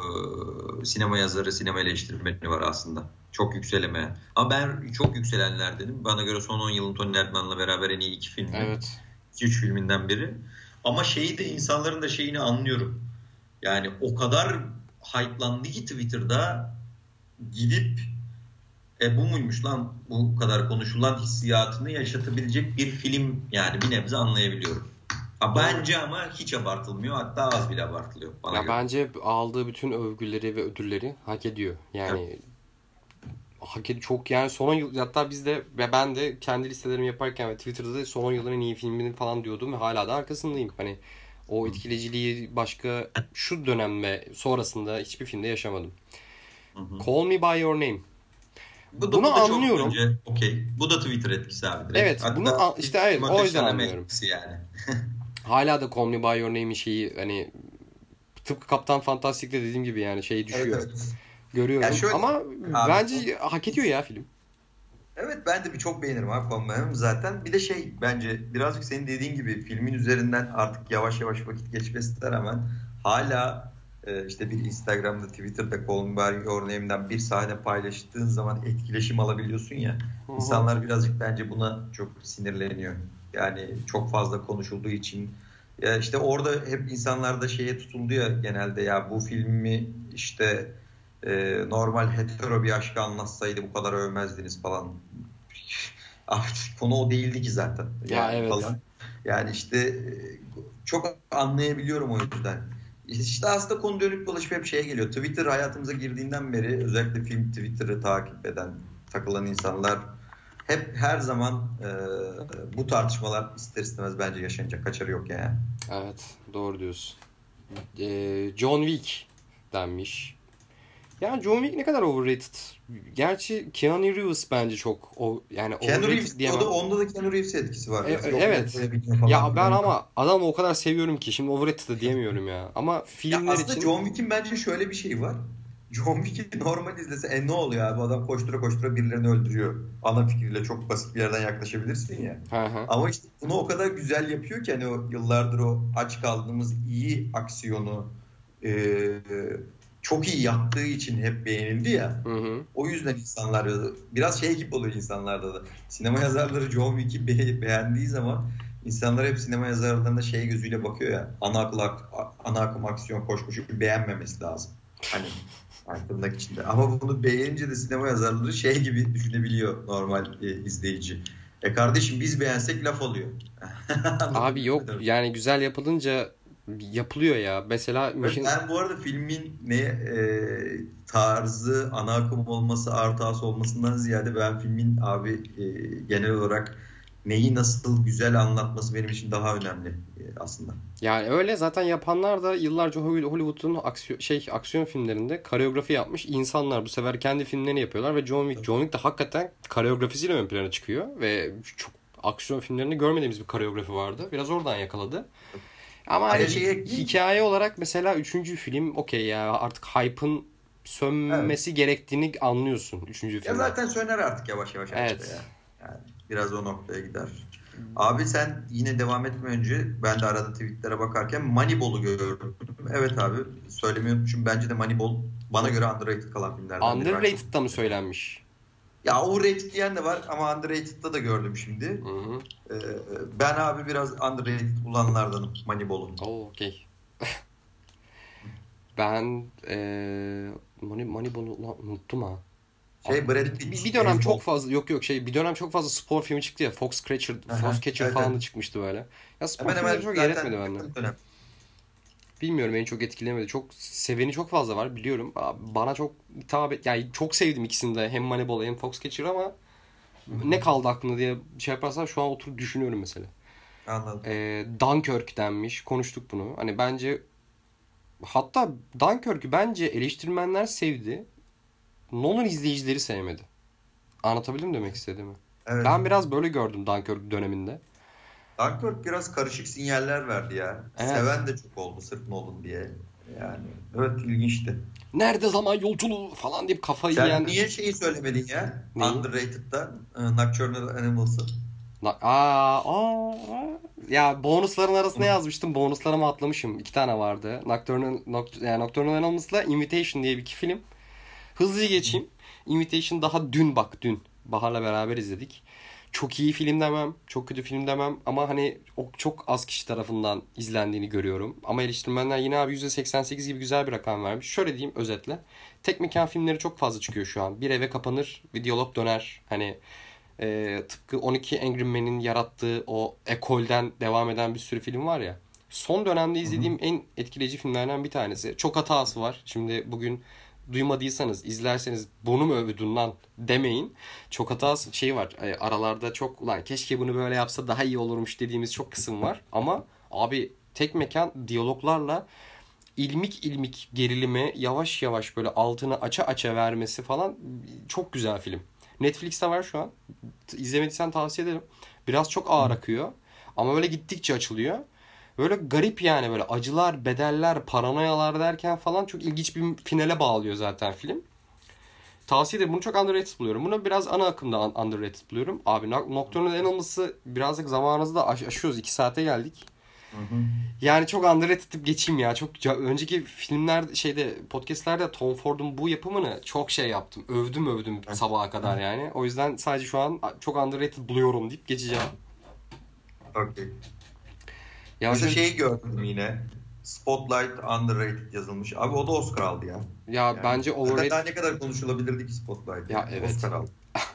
sinema yazarı, sinema eleştirmeni var aslında. Çok yükseleme. Ama ben çok yükselenler dedim. Bana göre son 10 yılın Tony Erdmann'la beraber en iyi iki filmi. Evet. 2-3 filminden biri. Ama şeyi de, insanların da şeyini anlıyorum. Yani o kadar hype'landı ki Twitter'da, gidip bu muymuş lan bu kadar konuşulan hissiyatını yaşatabilecek bir film, yani bir nebze anlayabiliyorum. Bence ama hiç abartılmıyor. Hatta az bile abartılıyor bana Ya göre. bence aldığı bütün övgüleri ve ödülleri hak ediyor. Yani Evet. hak ediyor çok, yani son 10 yıl, hatta biz de ve ben de kendi listelerimi yaparken ve Twitter'da da son 10 yılların en iyi filminin falan diyordum ve hala da arkasındayım. Hani o etkileyiciliği başka şu dönem ve sonrasında hiçbir filmde yaşamadım. Hı hı. Call Me By Your Name. Bu Bunu da çok anlıyorum. önce okey. Bu da Twitter etkisi abi direkt. Evet, bunu Hatta işte evet, o yüzden Timothée anlıyorum. etkisi yani. Hala da Call Me By Your Name'in şeyi, hani tıpkı Kaptan Fantastic'te dediğim gibi yani şey düşüyor. Evet, evet. Görüyorum Yani şöyle, ama abi, bence hak ediyor ya film. evet, ben de çok beğenirim abi Conman'ı zaten. Bir de şey, bence birazcık senin dediğin gibi filmin üzerinden artık yavaş yavaş vakit geçmesine rağmen hala işte bir Instagram'da, Twitter'da Call Me By Your Name'den bir sahne paylaştığın zaman etkileşim alabiliyorsun ya. Hı hı. İnsanlar birazcık bence buna çok sinirleniyor. Yani çok fazla konuşulduğu için. Ya işte orada hep insanlar da şeye tutuldu ya genelde, ya bu filmi işte normal hetero bir aşkı anlatsaydı bu kadar övmezdiniz falan. Konu o değildi ki zaten. Ya Yani evet. falan. Yani işte çok anlayabiliyorum o yüzden. İşte aslında konu dönüp dolaşıp hep şeye geliyor. Twitter hayatımıza girdiğinden beri özellikle film Twitter'ı takip eden, takılan insanlar hep her zaman bu tartışmalar ister istemez bence yaşanacak. Kaçarı yok yani. Evet, doğru diyorsun. John Wick denmiş. Yani John Wick ne kadar overrated? Gerçi Keanu Reeves bence çok yani Keanu overrated Reeves, diyemem. onda da Keanu Reeves etkisi var. Biraz. Yok, Evet. falan Ya ben filan. ama adamı o kadar seviyorum ki şimdi overrated da diyemiyorum ya. Ama Ya filmler aslında için John Wick'in bence şöyle bir şey var. John Wick'i normal izlese ne oluyor abi? Adam koştura koştura birilerini öldürüyor. Ana fikriyle çok basit bir yerden yaklaşabilirsin ya. hı hı. Ama işte bunu o kadar güzel yapıyor ki hani o yıllardır o aç kaldığımız iyi aksiyonu çok iyi yaptığı için hep beğenildi ya. Hı hı. O yüzden insanlar biraz şey gibi oluyor insanlarda da. Sinema yazarları John Wick'i beğendiği zaman insanlar hep sinema yazarlarına şey gözüyle bakıyor ya. Ana akım aksiyon koşmuşu beğenmemesi lazım. Hani tırnak içinde. Ama bunu beğenince de sinema yazarları şey gibi düşünebiliyor normal izleyici. Kardeşim biz beğensek laf oluyor. Abi yok yani güzel yapılınca yapılıyor ya. Mesela Ben bu arada filmin tarzı, ana akım olması, artası olmasından ziyade ben filmin abi genel olarak neyi nasıl güzel anlatması benim için daha önemli aslında. yani öyle zaten yapanlar da yıllarca Hollywood'un aksiyon filmlerinde koreografi yapmış insanlar bu sefer kendi filmlerini yapıyorlar ve John Wick de hakikaten koreografisiyle ön plana çıkıyor ve çok aksiyon filmlerinde görmediğimiz bir koreografi vardı. Biraz oradan yakaladı. Ama hani hikaye olarak mesela 3. film okey ya artık hype'ın sönmesi gerektiğini anlıyorsun 3. filmde. Ya zaten söner artık yavaş yavaş. Evet. Işte ya. Yani biraz o noktaya gider. Abi sen yine devam etme önce ben de arada tweetlere bakarken Moneyball'u gördüm. Evet abi söylemeyi unutmuşum. Bence de Moneyball bana göre underrated kalan filmlerden biri. Underrated'da mı söylenmiş? Ya overrated diyen de var ama underrated'da da gördüm şimdi. Hı. Ben abi biraz underrated bulanlardanım Moneyball'un. Okey. Ben Moneyball'u unuttum ha. Brad Pitt. Bir dönem çok fazla bir dönem çok fazla spor filmi çıktı ya. Foxcatcher falan da çıkmıştı böyle. Ya spor filmleri çok yer etmedi bende. Bilmiyorum beni çok etkilemedi. Çok seveni çok fazla var biliyorum. Bana çok yani çok sevdim ikisini de. Hem Moneyball hem Foxcatcher ama ne kaldı aklımda diye şey yaparsam şu an oturup düşünüyorum mesela. Anladım. Dunkirk denmiş. Konuştuk bunu. Hani bence hatta Dunkirk'ü bence eleştirmenler sevdi. Nolan izleyicileri sevmedi. Anlatabildim demek istediğimi. Evet. Ben biraz böyle gördüm Dunkirk döneminde. Dunkirk biraz karışık sinyaller verdi ya. Evet. Seven de çok oldu sırf Nolan diye. Yani evet ilginçti. Nerede zaman yolculuğu falan deyip kafayı yiyen... yiyen... Sen niye şeyi söylemedin ya? Neyi? Underrated'da Nocturnal Animals'ı. Ya bonusların arasına yazmıştım. Bonuslarıma atlamışım. 2 tane vardı. Nocturnal Animals'la Invitation diye bir iki film. Hızlıca geçeyim. Invitation daha dün. Bahar'la beraber izledik. Çok iyi film demem. Çok kötü film demem. Ama hani çok az kişi tarafından izlendiğini görüyorum. Ama eleştirmenler yine abi %88 gibi güzel bir rakam vermiş. Şöyle diyeyim özetle. Tek mekan filmleri çok fazla çıkıyor şu an. Bir eve kapanır, bir diyalog döner. Hani tıpkı 12 Angry Men'in yarattığı o ekolden devam eden bir sürü film var ya. Son dönemde izlediğim en etkileyici filmlerden bir tanesi. Çok hatası var. Şimdi bugün duymadıysanız, izlerseniz bunu mu övdün lan demeyin. Çok hatası şey var. Aralarda çok ulan keşke bunu böyle yapsa daha iyi olurmuş dediğimiz çok kısım var. Ama abi tek mekan diyaloglarla ilmik gerilimi yavaş yavaş böyle altını aça vermesi falan çok güzel film. Netflix'te var şu an. İzlemediysen tavsiye ederim. Biraz çok ağır akıyor. Ama böyle gittikçe açılıyor. Böyle garip yani böyle acılar, bedeller, paranoyalar derken falan çok ilginç bir finale bağlıyor zaten film. Tavsiye ederim. Bunu çok underrated buluyorum. Bunu biraz ana akımda underrated buluyorum. Abi Nocturnal Animals'ı birazcık zamanınızda aşıyoruz. 2 saate geldik. Yani çok underrated geçeyim ya. Çok önceki filmler podcastlerde Tom Ford'un bu yapımını çok şey yaptım. Övdüm sabaha kadar yani. O yüzden sadece şu an çok underrated buluyorum deyip geçeceğim. Okay. Mesela şeyi gördüm yine. Spotlight underrated yazılmış. Abi o da Oscar aldı ya. Ya yani, bence overrated. Daha ne kadar konuşulabilirdi ki Spotlight? Ya evet. Oscar aldı.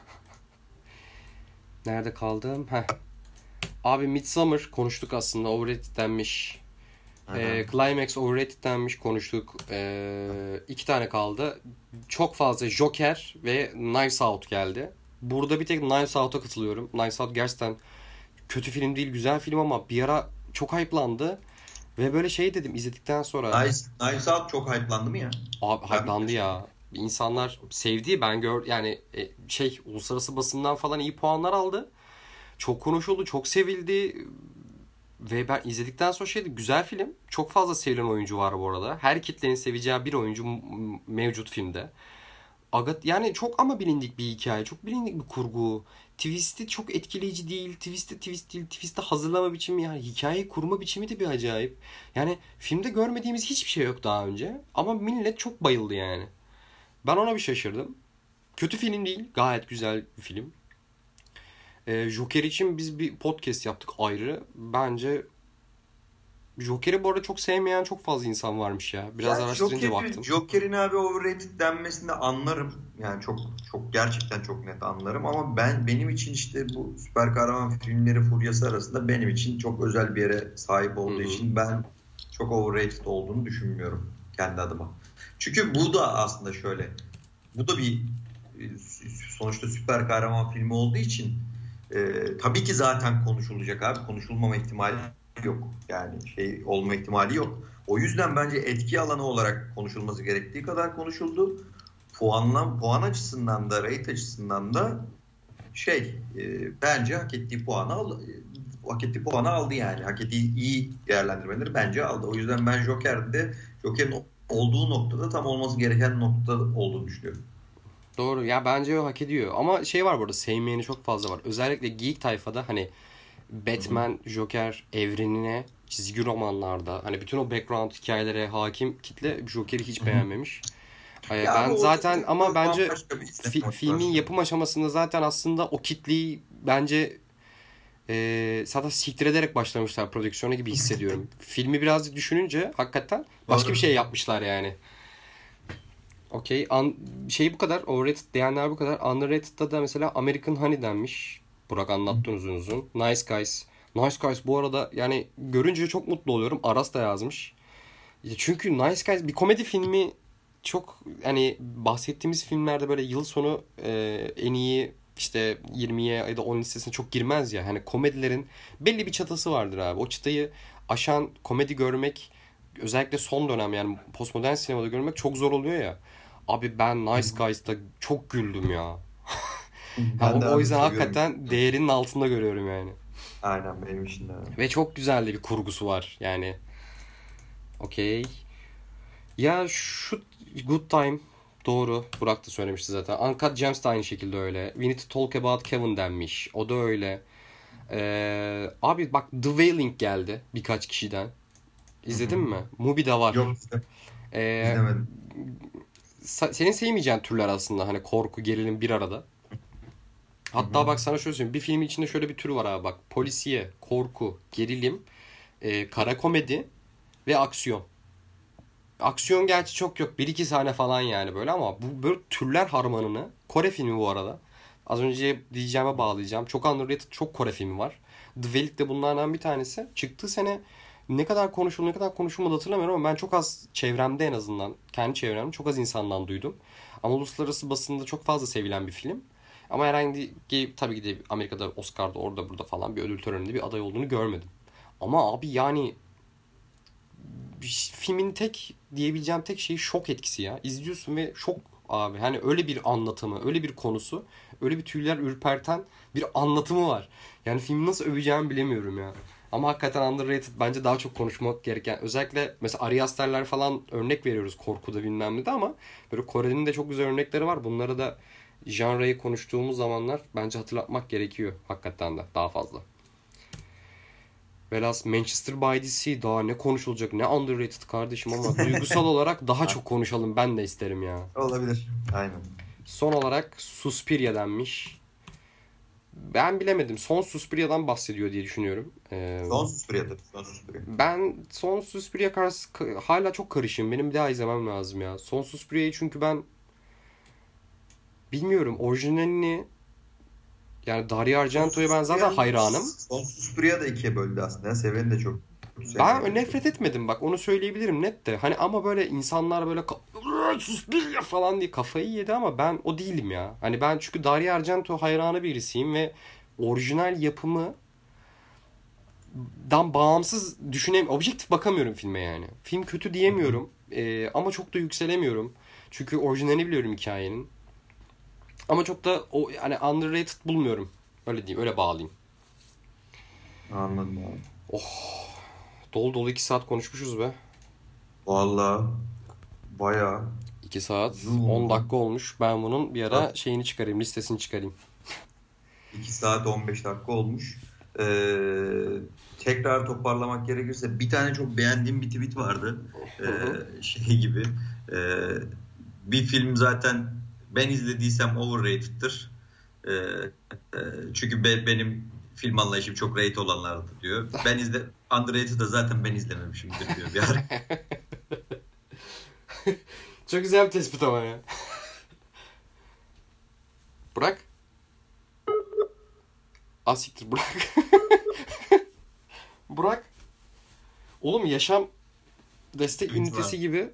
Nerede kaldım? Abi Midsommar konuştuk aslında. Overrated denmiş. Climax overrated denmiş. Konuştuk. 2 tane kaldı. Çok fazla Joker ve Knives Out geldi. Burada bir tek Knives Out'a katılıyorum. Knives Out gerçekten kötü film değil. Güzel film ama bir ara çok hype'landı. Ve böyle şey dedim izledikten sonra. Knives Out çok hype'landı mı ya? Abi hype'landı ya. insanlar sevdi. Ben yani uluslararası basından falan iyi puanlar aldı. Çok konuşuldu, çok sevildi. Ve ben izledikten sonra güzel film. Çok fazla sevilen oyuncu var bu arada. Her kitlenin seveceği bir oyuncu mevcut filmde. Yani çok ama bilindik bir hikaye. Çok bilindik bir kurgu. Twist'i çok etkileyici değil. Twist'i twist değil. Twist'i hazırlama biçimi, yani hikayeyi kurma biçimi de bir acayip. Yani filmde görmediğimiz hiçbir şey yok daha önce. Ama millet çok bayıldı yani. Ben ona bir şaşırdım. Kötü film değil. Gayet güzel bir film. Joker için biz bir podcast yaptık ayrı. Bence Joker'i bu arada çok sevmeyen çok fazla insan varmış ya. Biraz Yani araştırınca baktım. Joker'in abi overrated denmesini anlarım. Yani çok çok gerçekten çok net anlarım ama benim için işte bu süper kahraman filmleri furyası arasında benim için çok özel bir yere sahip olduğu için ben çok overrated olduğunu düşünmüyorum kendi adıma. Çünkü bu da aslında şöyle. Bu da bir sonuçta süper kahraman filmi olduğu için tabii ki zaten konuşulacak abi. Konuşulmama ihtimali yok. Yani olma ihtimali yok. O yüzden bence etki alanı olarak konuşulması gerektiği kadar konuşuldu. Puan açısından da rate açısından da bence hak ettiği puanı aldı yani. Hak ettiği iyi değerlendirmeleri bence aldı. O yüzden ben Joker'in olduğu noktada tam olması gereken noktada olduğunu düşünüyorum. Doğru ya, bence o hak ediyor. Ama var burada, sevmeyeni çok fazla var. Özellikle geek tayfada hani Batman, Joker evrenine çizgi romanlarda hani bütün o background hikayelere hakim kitle Joker'i hiç beğenmemiş. Ben zaten ama bence filmin yapım aşamasında zaten aslında o kitleyi bence zaten siktir ederek başlamışlar prodüksiyona gibi hissediyorum. Filmi biraz düşününce hakikaten başka bir şey yapmışlar yani. Okey. Bu kadar. Overrated diyenler bu kadar. Underrated'da da mesela American Honey denmiş. Burak anlattı uzun uzun. Nice Guys. Nice Guys bu arada yani görünce çok mutlu oluyorum. Aras da yazmış. Çünkü Nice Guys bir komedi filmi, çok hani bahsettiğimiz filmlerde böyle yıl sonu en iyi işte 20'ye ya da 10 listesine çok girmez ya. Hani komedilerin belli bir çatası vardır abi. O çıtayı aşan komedi görmek, özellikle son dönem yani postmodern sinemada görmek çok zor oluyor ya. Abi ben Nice Guys'ta çok güldüm ya. O yüzden hakikaten değerinin altında görüyorum yani. Aynen, benim için de. Ve çok güzel de bir kurgusu var yani. Okey. Ya şu Good Time doğru. Burak da söylemişti zaten. Uncut Gems de aynı şekilde öyle. We Need to Talk About Kevin denmiş. O da öyle. Abi bak The Wailing geldi birkaç kişiden. İzledin mi? Mubi'de var. Yok, izlemedim. Senin sevmeyeceğin türler aslında. Hani korku, gerilim bir arada. Hatta bak sana şöyle söyleyeyim. Bir filmin içinde şöyle bir tür var abi bak. Polisiye, korku, gerilim, kara komedi ve aksiyon. Aksiyon gerçi çok yok. 1-2 sahne falan yani böyle, ama bu böyle türler harmanını. Kore filmi bu arada. Az önce diyeceğime bağlayacağım. Çok underrated, çok Kore filmi var. The Wailing de bunlardan bir tanesi. Çıktığı sene ne kadar konuşuldu, ne kadar konuşulmadı hatırlamıyorum ama ben çok az çevremde, en azından kendi çevremde çok az insandan duydum. Ama uluslararası basında çok fazla sevilen bir film. Ama herhangi tabii ki de Amerika'da Oscar'da orada burada falan bir ödül töreninde bir aday olduğunu görmedim. Ama abi yani filmin diyebileceğim tek şeyi şok etkisi ya. İzliyorsun ve şok abi. Hani öyle bir anlatımı, öyle bir konusu, öyle bir tüyler ürperten bir anlatımı var. Yani filmi nasıl öveceğimi bilemiyorum ya. Ama hakikaten underrated, bence daha çok konuşmak gereken. Özellikle mesela Ari Aster'ler falan örnek veriyoruz korkuda bilmem ne de, ama böyle Kore'nin de çok güzel örnekleri var. Bunları da janrayı konuştuğumuz zamanlar bence hatırlatmak gerekiyor hakikaten de daha fazla. Velas Manchester by the Sea daha ne konuşulacak, ne underrated kardeşim, ama duygusal olarak daha çok konuşalım, ben de isterim ya. Olabilir. Aynen. Son olarak Suspiria denmiş. Ben bilemedim. Son Suspiria'dan bahsediyor diye düşünüyorum. Son Suspiria'dır. Ben Son Suspiria karşı hala çok karışım. Benim bir daha izlemem lazım ya. Son Suspiria'yı çünkü ben bilmiyorum. Orijinalini, yani Dario Argento'ya ben zaten hayranım. Son Suspiria da ikiye böldü aslında. Seveni de çok. Ben nefret etmedim bak, onu söyleyebilirim net de. Hani ama böyle insanlar böyle Suspiria falan diye kafayı yedi, ama ben o değilim ya. Hani ben çünkü Dario Argento hayranı birisiyim ve orijinal yapımı dan bağımsız objektif bakamıyorum filme yani. Film kötü diyemiyorum ama çok da yükselemiyorum. Çünkü orijinalini biliyorum hikayenin. Ama çok da o yani underrated bulmuyorum. Öyle diyeyim, öyle bağlayayım. Anladım abi. Dolu dolu 2 saat konuşmuşuz be. Vallahi bayağı 2 saat uzun 10 oldu. dakika olmuş. Ben bunun bir ara şeyini çıkarayım, listesini çıkarayım. 2 saat 15 dakika olmuş. Tekrar toparlamak gerekirse bir tane çok beğendiğim bir tweet vardı. Şey gibi. Bir film zaten ben izlediysem overrated'tır. Çünkü benim film anlayışım çok rate olanlardı diyor. Underrated'ı zaten ben izlememişimdir diyor bir ara. Çok güzel bir tespit ama ya. Bırak. Asiktir bırak. Bırak. Oğlum yaşam destek Lütfen. ünitesi gibi.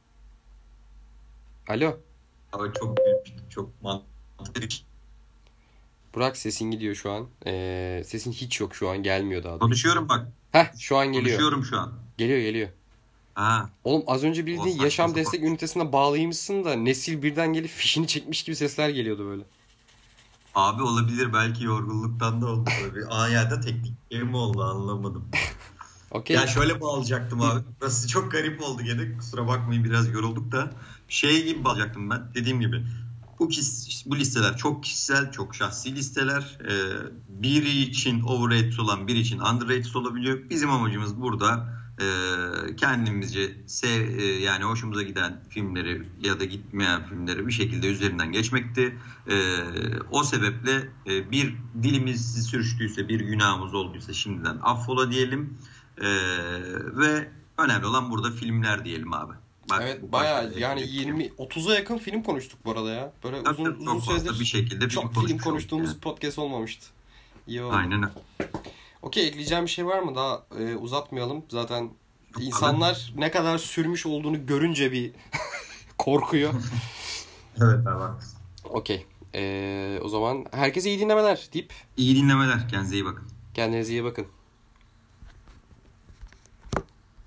Alo. Ama çok mantıklı. Burak sesin gidiyor şu an. Sesin hiç yok şu an. Gelmiyor daha doğrusu. Konuşuyorum bak. Şu an geliyor. Konuşuyorum şu an. Geliyor. Ha. Oğlum az önce bildiğin Saçma yaşam sapan. destek ünitesine bağlıymışsın da Nesil birden gelip fişini çekmiş gibi sesler geliyordu böyle. Abi olabilir, belki yorgunluktan da oldu tabii. Ya da teknik mi oldu anlamadım. Okey. Ya şöyle bağlayacaktım abi. Burası çok garip oldu gene. Kusura bakmayın, biraz yorulduk da. Şey gibi bağlayacaktım ben. Dediğim gibi. Bu listeler çok kişisel, çok şahsi listeler. Biri için overrated olan, biri için underrated olabiliyor. Bizim amacımız burada kendimizce yani hoşumuza giden filmleri ya da gitmeyen filmleri bir şekilde üzerinden geçmekti. O sebeple bir dilimiz sürçtüyse, bir günahımız olduysa şimdiden affola diyelim. Ve önemli olan burada filmler diyelim abi. Bak, Evet bayağı yani 20-30'a yakın film konuştuk bu arada ya. Böyle uzun süredir bir şekilde çok film konuştuğumuz yani. Podcast olmamıştı. İyi oldu. Aynen. Okey, ekleyeceğim bir şey var mı? Daha uzatmayalım. Zaten insanlar ne kadar sürmüş olduğunu görünce bir korkuyor. Evet abi, haklısın. Okey. O zaman herkese iyi dinlemeler deyip. İyi dinlemeler. Kendinize iyi bakın. Kendinize iyi bakın.